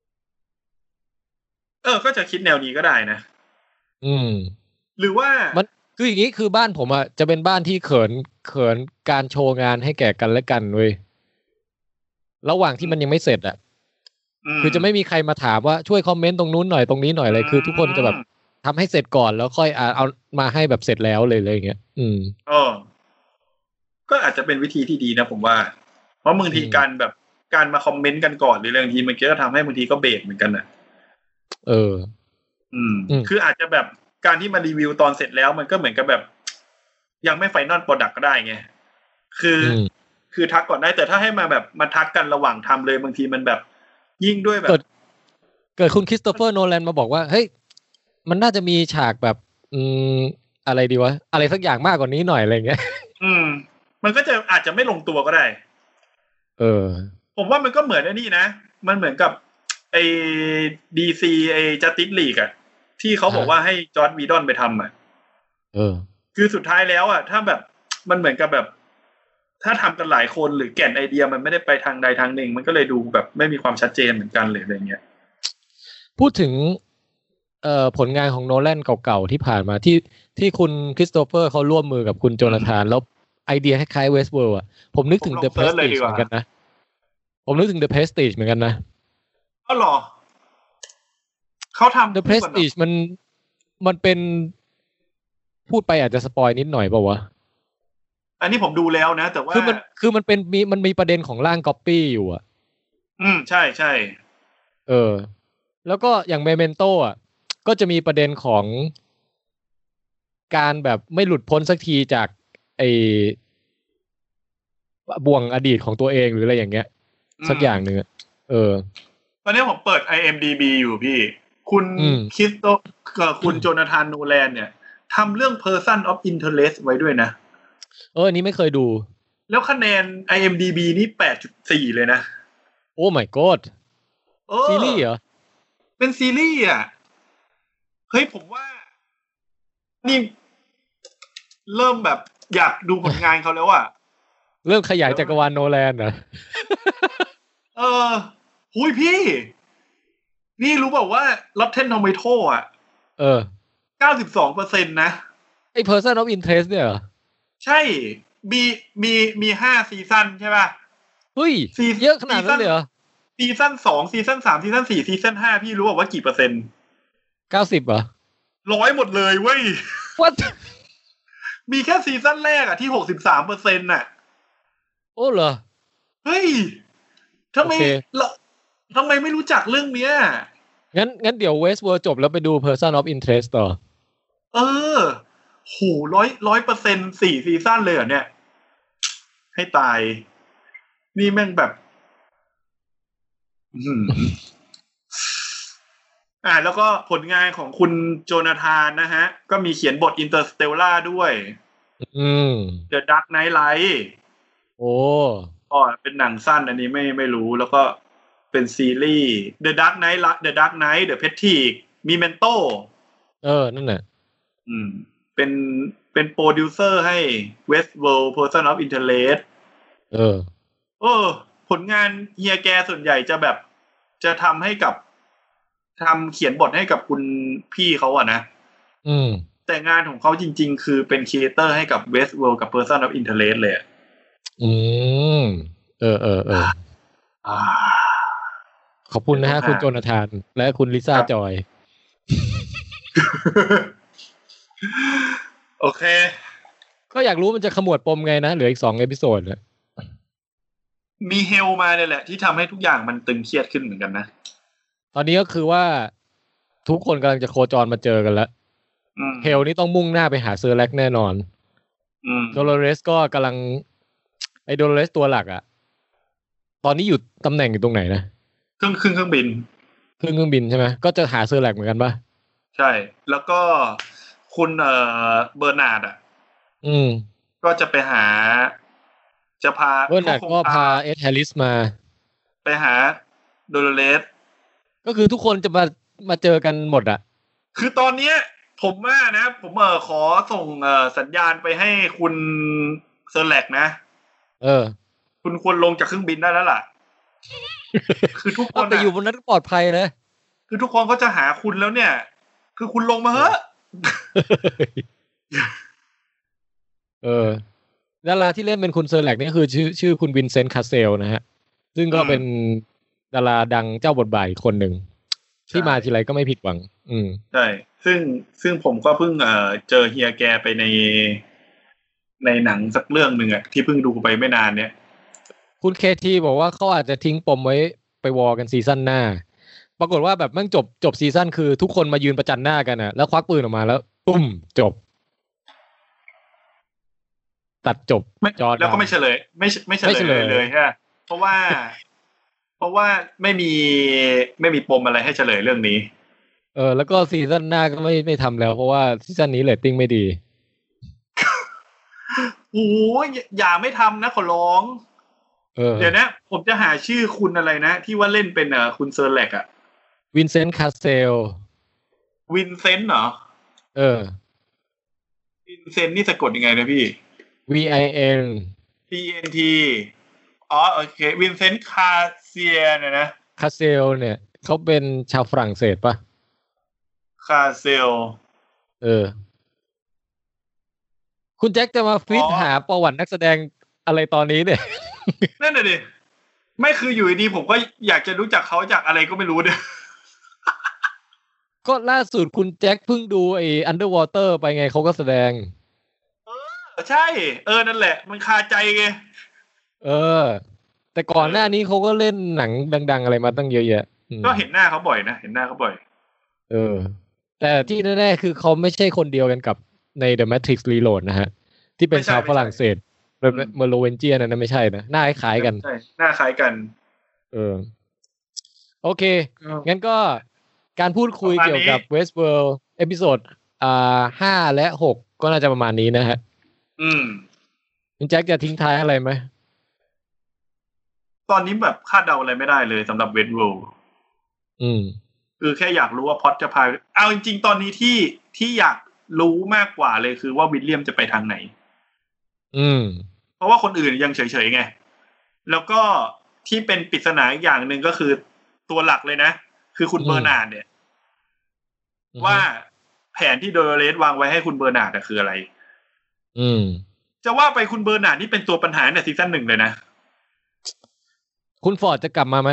เออก็จะคิดแนวนี้ก็ได้นะอืมหรือว่ามันคืออย่างนี้คือบ้านผมอ่ะจะเป็นบ้านที่เขินเขินการโชว์งานให้แก่กันและกันเว้ยระหว่างที่มันยังไม่เสร็จอ่ะคือจะไม่มีใครมาถามว่าช่วยคอมเมนต์ตรงนู้นหน่อยตรงนี้หน่อยอะไรคือทุกคนจะแบบทำให้เสร็จก่อนแล้วค่อยเอามาให้แบบเสร็จแล้วเลยอะไรอย่างเงี้ยอืมอ๋อก็อาจจะเป็นวิธีที่ดีนะผมว่าเพราะบางทีการแบบการมาคอมเมนต์กันก่อนหรืออะไรบางทีมันก็ทำให้บางทีก็เบรกเหมือนกันน่ะเอออืมคืออาจจะแบบการที่มารีวิวตอนเสร็จแล้วมันก็เหมือนกับแบบยังไม่ไฟนอลโปรดักต์ก็ได้ไงคือคือทักก่อนได้แต่ถ้าให้มาแบบมาทักกันระหว่างทำเลยบางทีมันแบบยิ่งด้วยแบบเกิดเกิดคุณคริสโตเฟอร์โนแลนมาบอกว่าเฮ้ยมันน่าจะมีฉากแบบอืมอะไรดีวะอะไรสักอย่างมากกว่านี้หน่อยอะไรเงี้ยอืมมันก็จะอาจจะไม่ลงตัวก็ได้เออผมว่ามันก็เหมือนไอ้นี่นะมันเหมือนกับไอ้ ดี ซี ไอ้ Justice League อ่ะที่เขาบอกว่าให้จอร์จวีดอนไปทำอ่ะเออคือสุดท้ายแล้วอ่ะถ้าแบบมันเหมือนกับแบบถ้าทำกันหลายคนหรือแก่นไอเดียมันไม่ได้ไปทางใดทางหนึ่งมันก็เลยดูแบบไม่มีความชัดเจนเหมือนกันเลยอะไรเงี้ยพูดถึงเอ่อผลงานของโนแลนเก่าๆที่ผ่านมาที่ที่คุณคริสโตเฟอร์เขาร่วมมือกับคุณโจนาธานแล้วไอเดียคล้ายๆ Westworld อ่ะผมนึกถึง The Prestige เหมือนกันนะผมนึกถึง The Prestige เหมือนกันนะอ๋อเหรอเขาทำ The Prestige มันมันเป็นพูดไปอาจจะสปอยนิดหน่อยเปล่าวะอันนี้ผมดูแล้วนะแต่ว่าคือมันคือมันเป็นมีมันมีประเด็นของร่างก๊อปปี้อยู่อ่ะอืมใช่ใช่เออแล้วก็อย่าง Memento อ่ะก็จะมีประเด็นของการแบบไม่หลุดพ้นสักทีจากไอ้บ่วงอดีตของตัวเองหรืออะไรอย่างเงี้ยสักอย่างหนึ่งเออตอนนี้ผมเปิด ไอ เอ็ม ดี บี อยู่พี่คุณคริสโตกับคุณโจนาธานโนแลนเนี่ยทำเรื่อง Person of Interest ไว้ด้วยนะเอออันนี้ไม่เคยดูแล้วคะแนน ไอ เอ็ม ดี บี นี่ แปดจุดสี่ เลยนะโอ้ my god ซีรีส์เหรอเป็นซีรีส์อ่ะเฮ้ยผมว่านี่เริ่มแบบอยากดูผลงานเขาแล้วอ่ะเริ่มขยายจักรวาลโนแลนเหรอเออหุยพี่นี่รู้เปล่าว่า Rotten Tomato อ่ะเออเก้าสิบสองเปอร์เซ็นต์ นะไอ้ Person of Interest เนี่ยเหรอใช่มีมีมีห้าซีซั่นใช่ป่ะเฮ้ยเยอะขนาดนั้นเลยเหรอซีซั่นสองซีซั่นสามซีซั่นสี่ซีซั่นห้าพี่รู้ว่ากี่เปอร์เซ็นต์เก้าสิบเหรอร้อยหมดเลยเว้ย What มีแค่ซีซั่นแรกอ่ะที่ หกสิบสามเปอร์เซ็นต์ น่ะโอ้เหรอเฮ้ยทำไมทำไมไม่รู้จักเรื่องเนี้ยงั้นงั้นเดี๋ยว Westworld จบแล้วไปดู Person of Interest ต่อเออโหร้อยร้อยเปอร์เซ็นต์สี่ซีซั่นเลยเหรอเนี่ยให้ตายนี่แม่งแบบอืมอ่าแล้วก็ผลงานของคุณโจนาธานนะฮะก็มีเขียนบท Interstellar ด้วยอืม The Dark Knight Rise โอ้ก็เป็นหนังสั้นอันนี้ไม่ไม่รู้แล้วก็เป็นซีรีส์ The Dark Knight The Dark Knight The Prestige Memento เออนั่นแหละอืมเป็นเป็นโปรดิวเซอร์ให้ Westworld Person of Interest เออเออผลงานเฮียแกส่วนใหญ่จะแบบจะทำให้กับทำเขียนบทให้กับคุณพี่เขาอะนะอืมแต่งานของเขาจริงๆคือเป็นครีเอเตอร์ให้กับ Westworld กับ Person of Interest เลยอืมเออเออเอออ่าขอบคุณนะฮะคุณโจนาธานและคุณลิซ่าจอยโอเคก็อยากรู้มันจะขมวดปมไงนะเหลืออีกสองเอพิโซดแล้วมีเฮลมาเนี่ยแหละที่ทำให้ทุกอย่างมันตึงเครียดขึ้นเหมือนกันนะตอนนี้ก็คือว่าทุกคนกำลังจะโคจรมาเจอกันแล้วเฮลนี่ต้องมุ่งหน้าไปหาเซอร์แล็กแน่นอนโดโลเรสก็กำลังไอโดโลเรสตัวหลักอะตอนนี้อยู่ตำแหน่งอยู่ตรงไหนนะเครื่องเครื่องเครื่องบินเครื่องเครื่องบินใช่ไหมก็จะหาเซอร์แล็กเหมือนกันป่ะใช่แล้วก็คุณเอ่อเบอร์นาร์ดอ่ะอืมก็จะไปหาจะพาเบอร์นาร์ดก็พาเอ็ดแฮร์ริสมาไปหาโดโลเรสก็คือทุกคนจะมามาเจอกันหมดอ่ะคือตอนเนี้ยผมว่านะผมเออขอส่งเอ่อสัญญาณไปให้คุณเซอร์แล็กนะเออคุณควรลงจากเครื่องบินได้แล้วล่ะคือทุกคนแต่อยู่บนนั้นปลอดภัยนะคือทุกคนก็จะหาคุณแล้วเนี่ยคือคุณลงมาเถอะเออดาราที่เล่นเป็นคุณเซอร์แลกนี่คือชื่อชื่อคุณวินเซนต์คาเซลนะฮะซึ่งก็เป็นดาราดังเจ้าบทบาทคนหนึ่งที่มาทีไรก็ไม่ผิดหวังอืมใช่ซึ่งซึ่งผมก็เพิ่งเอ่อเจอเฮียแกไปในในหนังสักเรื่องหนึ่งอะที่เพิ่งดูไปไม่นานเนี่ยคุณเคทีบอกว่าเขาอาจจะทิ้งปมไว้ไปวอกันซีซั่นหน้าปรากฏว่าแบบแม่งจบจบซีซั่นคือทุกคนมายืนประจันหน้ากันน่ะแล้วควักปืนออกมาแล้วปุ้มจบตัดจบจอแล้วก็ไม่เฉลยไม่ไม่เฉลยเลยใช่เพราะว่าเพราะว่าไม่มีไม่มีปมอะไรให้เฉลยเรื่องนี้เออแล้วก็ซีซั่นหน้าก็ไม่ไม่ทำแล้วเพราะว่าซีซั่นนี้เรตติ้งไม่ดีโอ้ยอย่าไม่ทำนะขอร้องเออเดี๋ยวนะผมจะหาชื่อคุณอะไรนะที่ว่าเล่นเป็นเอ่อคุณเซอร์แลกอะวินเซนต์คาสเซลวินเซนต์เหรอเออวินเซนต์นี่สะกดยังไงนะพี่ V I N P N T อ๋อโอเควินเซนต์คาเซียเนี่ยนะคาเซลเนี่ยเขาเป็นชาวฝรั่งเศสป่ะคาเซลเออคุณแจ็คจะมาฟิตหาประวัตินักแสดงอะไรตอนนี้เนี่ยนั่นน่ะดิไม่คืออยู่ดีผมก็อยากจะรู้จักเขาจากอะไรก็ไม่รู้เนี่ยก็ล่าสุดคุณแจ็คเพิ่งดูไอ้ Underwater ไปไงเขาก็แสดงเออใช่เออนั่นแหละมันคาใจไงเออแต่ก่อนหน้านี้เขาก็เล่นหนังดังๆอะไรมาตั้งเยอะแยะก็เห็นหน้าเขาบ่อยนะเห็นหน้าเขาบ่อยเออแต่ที่แน่ๆคือเขาไม่ใช่คนเดียวกันกับใน The Matrix Reload นะฮะที่เป็นชาวฝรั่งเศสเมอร์โลเวนเจียนนั่นไม่ใช่นะหน้าคล้ายกันใช่หน้าคล้ายกันเออโอเคงั้นก็การพูดคุยเกี่ยวกับ Westworld เอพิโซดอ่าห้าและหกก็น่าจะประมาณนี้นะฮะอืมคุณแจ็คจะทิ้งท้ายอะไรไหมตอนนี้แบบคาดเดาอะไรไม่ได้เลยสำหรับ Westworld อืมคือแค่อยากรู้ว่าพล็อตจะพาเอาจริงๆตอนนี้ที่ที่อยากรู้มากกว่าเลยคือว่าวิลเลียมจะไปทางไหนอืมเพราะว่าคนอื่นยังเฉยๆไงแล้วก็ที่เป็นปริศนาอีกอย่างหนึ่งก็คือตัวหลักเลยนะคือคุณเบอร์นาร์ดเนี่ยว่าแผนที่โดโลเรสวางไว้ให้คุณเบอร์นาร์ดคืออะไรอืมจะว่าไปคุณเบอร์นาร์ดนี่เป็นตัวปัญหาในซีซั่นหนึ่งเลยนะคุณฟอร์ดจะกลับมาไหม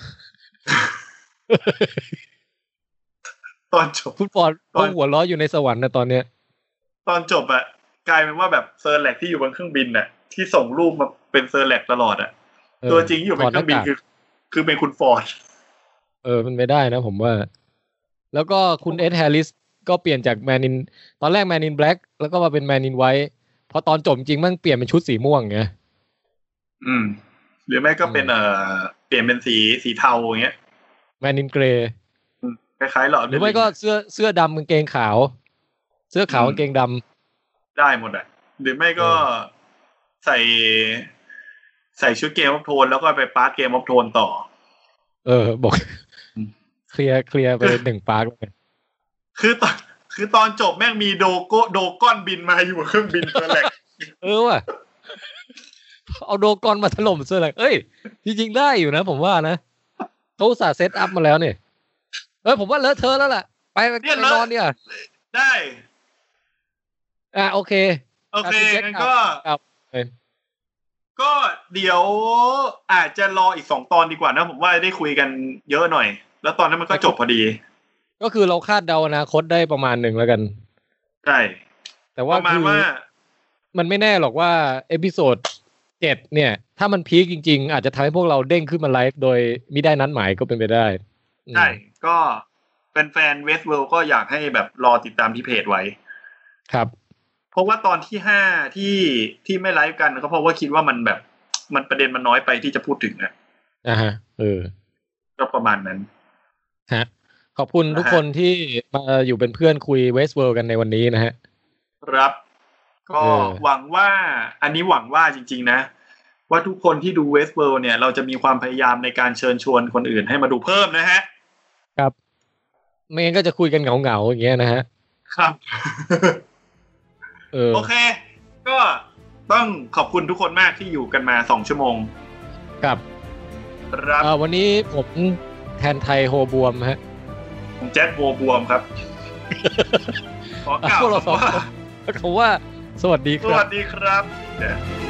ตอนจบคุณฟอร์ดก็หัวล้ออยู่ในสวรรค์นะตอนเนี้ยตอนจบอะกลายเป็นว่าแบบเซอร์แลกที่อยู่บนเครื่องบินน่ะที่ส่งรูปมาเป็นเซอร์แลกตลอดอะตัวจริงอยู่บนเครื่องบินคือคือเป็นคุณฟอร์ดเออมันไม่ได้นะผมว่าแล้วก็คุณเอ็ดแฮร์ริสก็เปลี่ยนจากแมนอินตอนแรกแมนอินแบล็กแล้วก็มาเป็นแมนอินไวท์พอตอนจบจริงมันเปลี่ยนเป็นชุดสีม่วงไงอืมหรือไม่ก็เป็นเอ่อเปลี่ยนเป็นสีสีเทาอย่างเงี้ยแมนอินเกรย์คล้ายๆหรอหรือไม่ก็เสื้อเสื้อดำกางเกงขาวเสื้อขาวกางเกงดำได้หมดอ่ะหรือไม่ก็ใส่ใส่ชุดเกมออฟโทนแล้วก็ไปปาร์คเกมออฟโทนต่อเออบอกเคลียร์เคลียร์ไปหนึ่งปาร์คเลยคือตอนคือตอนจบแม่งมีโดโก้โดก้อนบินมาอยู่บนเครื่องบินเซอร์แลกเออว่ะเอาโดกอนมาถล่มเซอร์แลกเอ้ยจริงๆได้อยู่นะผมว่านะเขาอุตส่าห์เซตอัพมาแล้วเนี่ยเออผมว่าเลอะเทอะแล้วล่ะไปไปนอนเนี่ยได้อ่ะโอเคโอเคงั้นก็ก็เดี๋ยวอาจจะรออีกสองตอนดีกว่านะผมว่าได้คุยกันเยอะหน่อยแล้วตอนนั้นมันก็จบพอดีก็คือเราคาดเดาอนาคตได้ประมาณหนึ่งแล้วกันใช่แต่ว่าคือมันไม่แน่หรอกว่าเอพิโซดเจ็ดเนี่ยถ้ามันพีคจริงๆอาจจะทำให้พวกเราเด้งขึ้นมาไลฟ์โดยมิได้นัดหมายก็เป็นไปได้ใช่ก็เป็นแฟนเวสต์เวิลด์ก็อยากให้แบบรอติดตามที่เพจไว้ครับเพราะว่าตอนที่ห้าที่ที่ไม่ไลฟ์กันก็เพราะว่าคิดว่ามันแบบมันประเด็นมันน้อยไปที่จะพูดถึงอ่ะอ่าฮะเออก็ประมาณนั้นฮะขอบคุณทุกคนที่มาอยู่เป็นเพื่อนคุยเวสต์เวิลด์กันในวันนี้นะฮะครับก็หวังว่าอันนี้หวังว่าจริงๆนะว่าทุกคนที่ดูเวสต์เวิลด์เนี่ยเราจะมีความพยายามในการเชิญชวนคนอื่นให้มาดูเพิ่มนะฮะครับไม่งั้นก็จะคุยกันเหงาๆอย่างเงี้ยนะฮะครับเออโอเคก็ต้องขอบคุณทุกคนมากที่อยู่กันมาสองชั่วโมงครับครับวันนี้ผมแทนไทยโฮบวมฮะผมแจ็คโฮบวมครับขอกล่าวคำว่าคำว่าสวัสดีครับสวัสดีครับ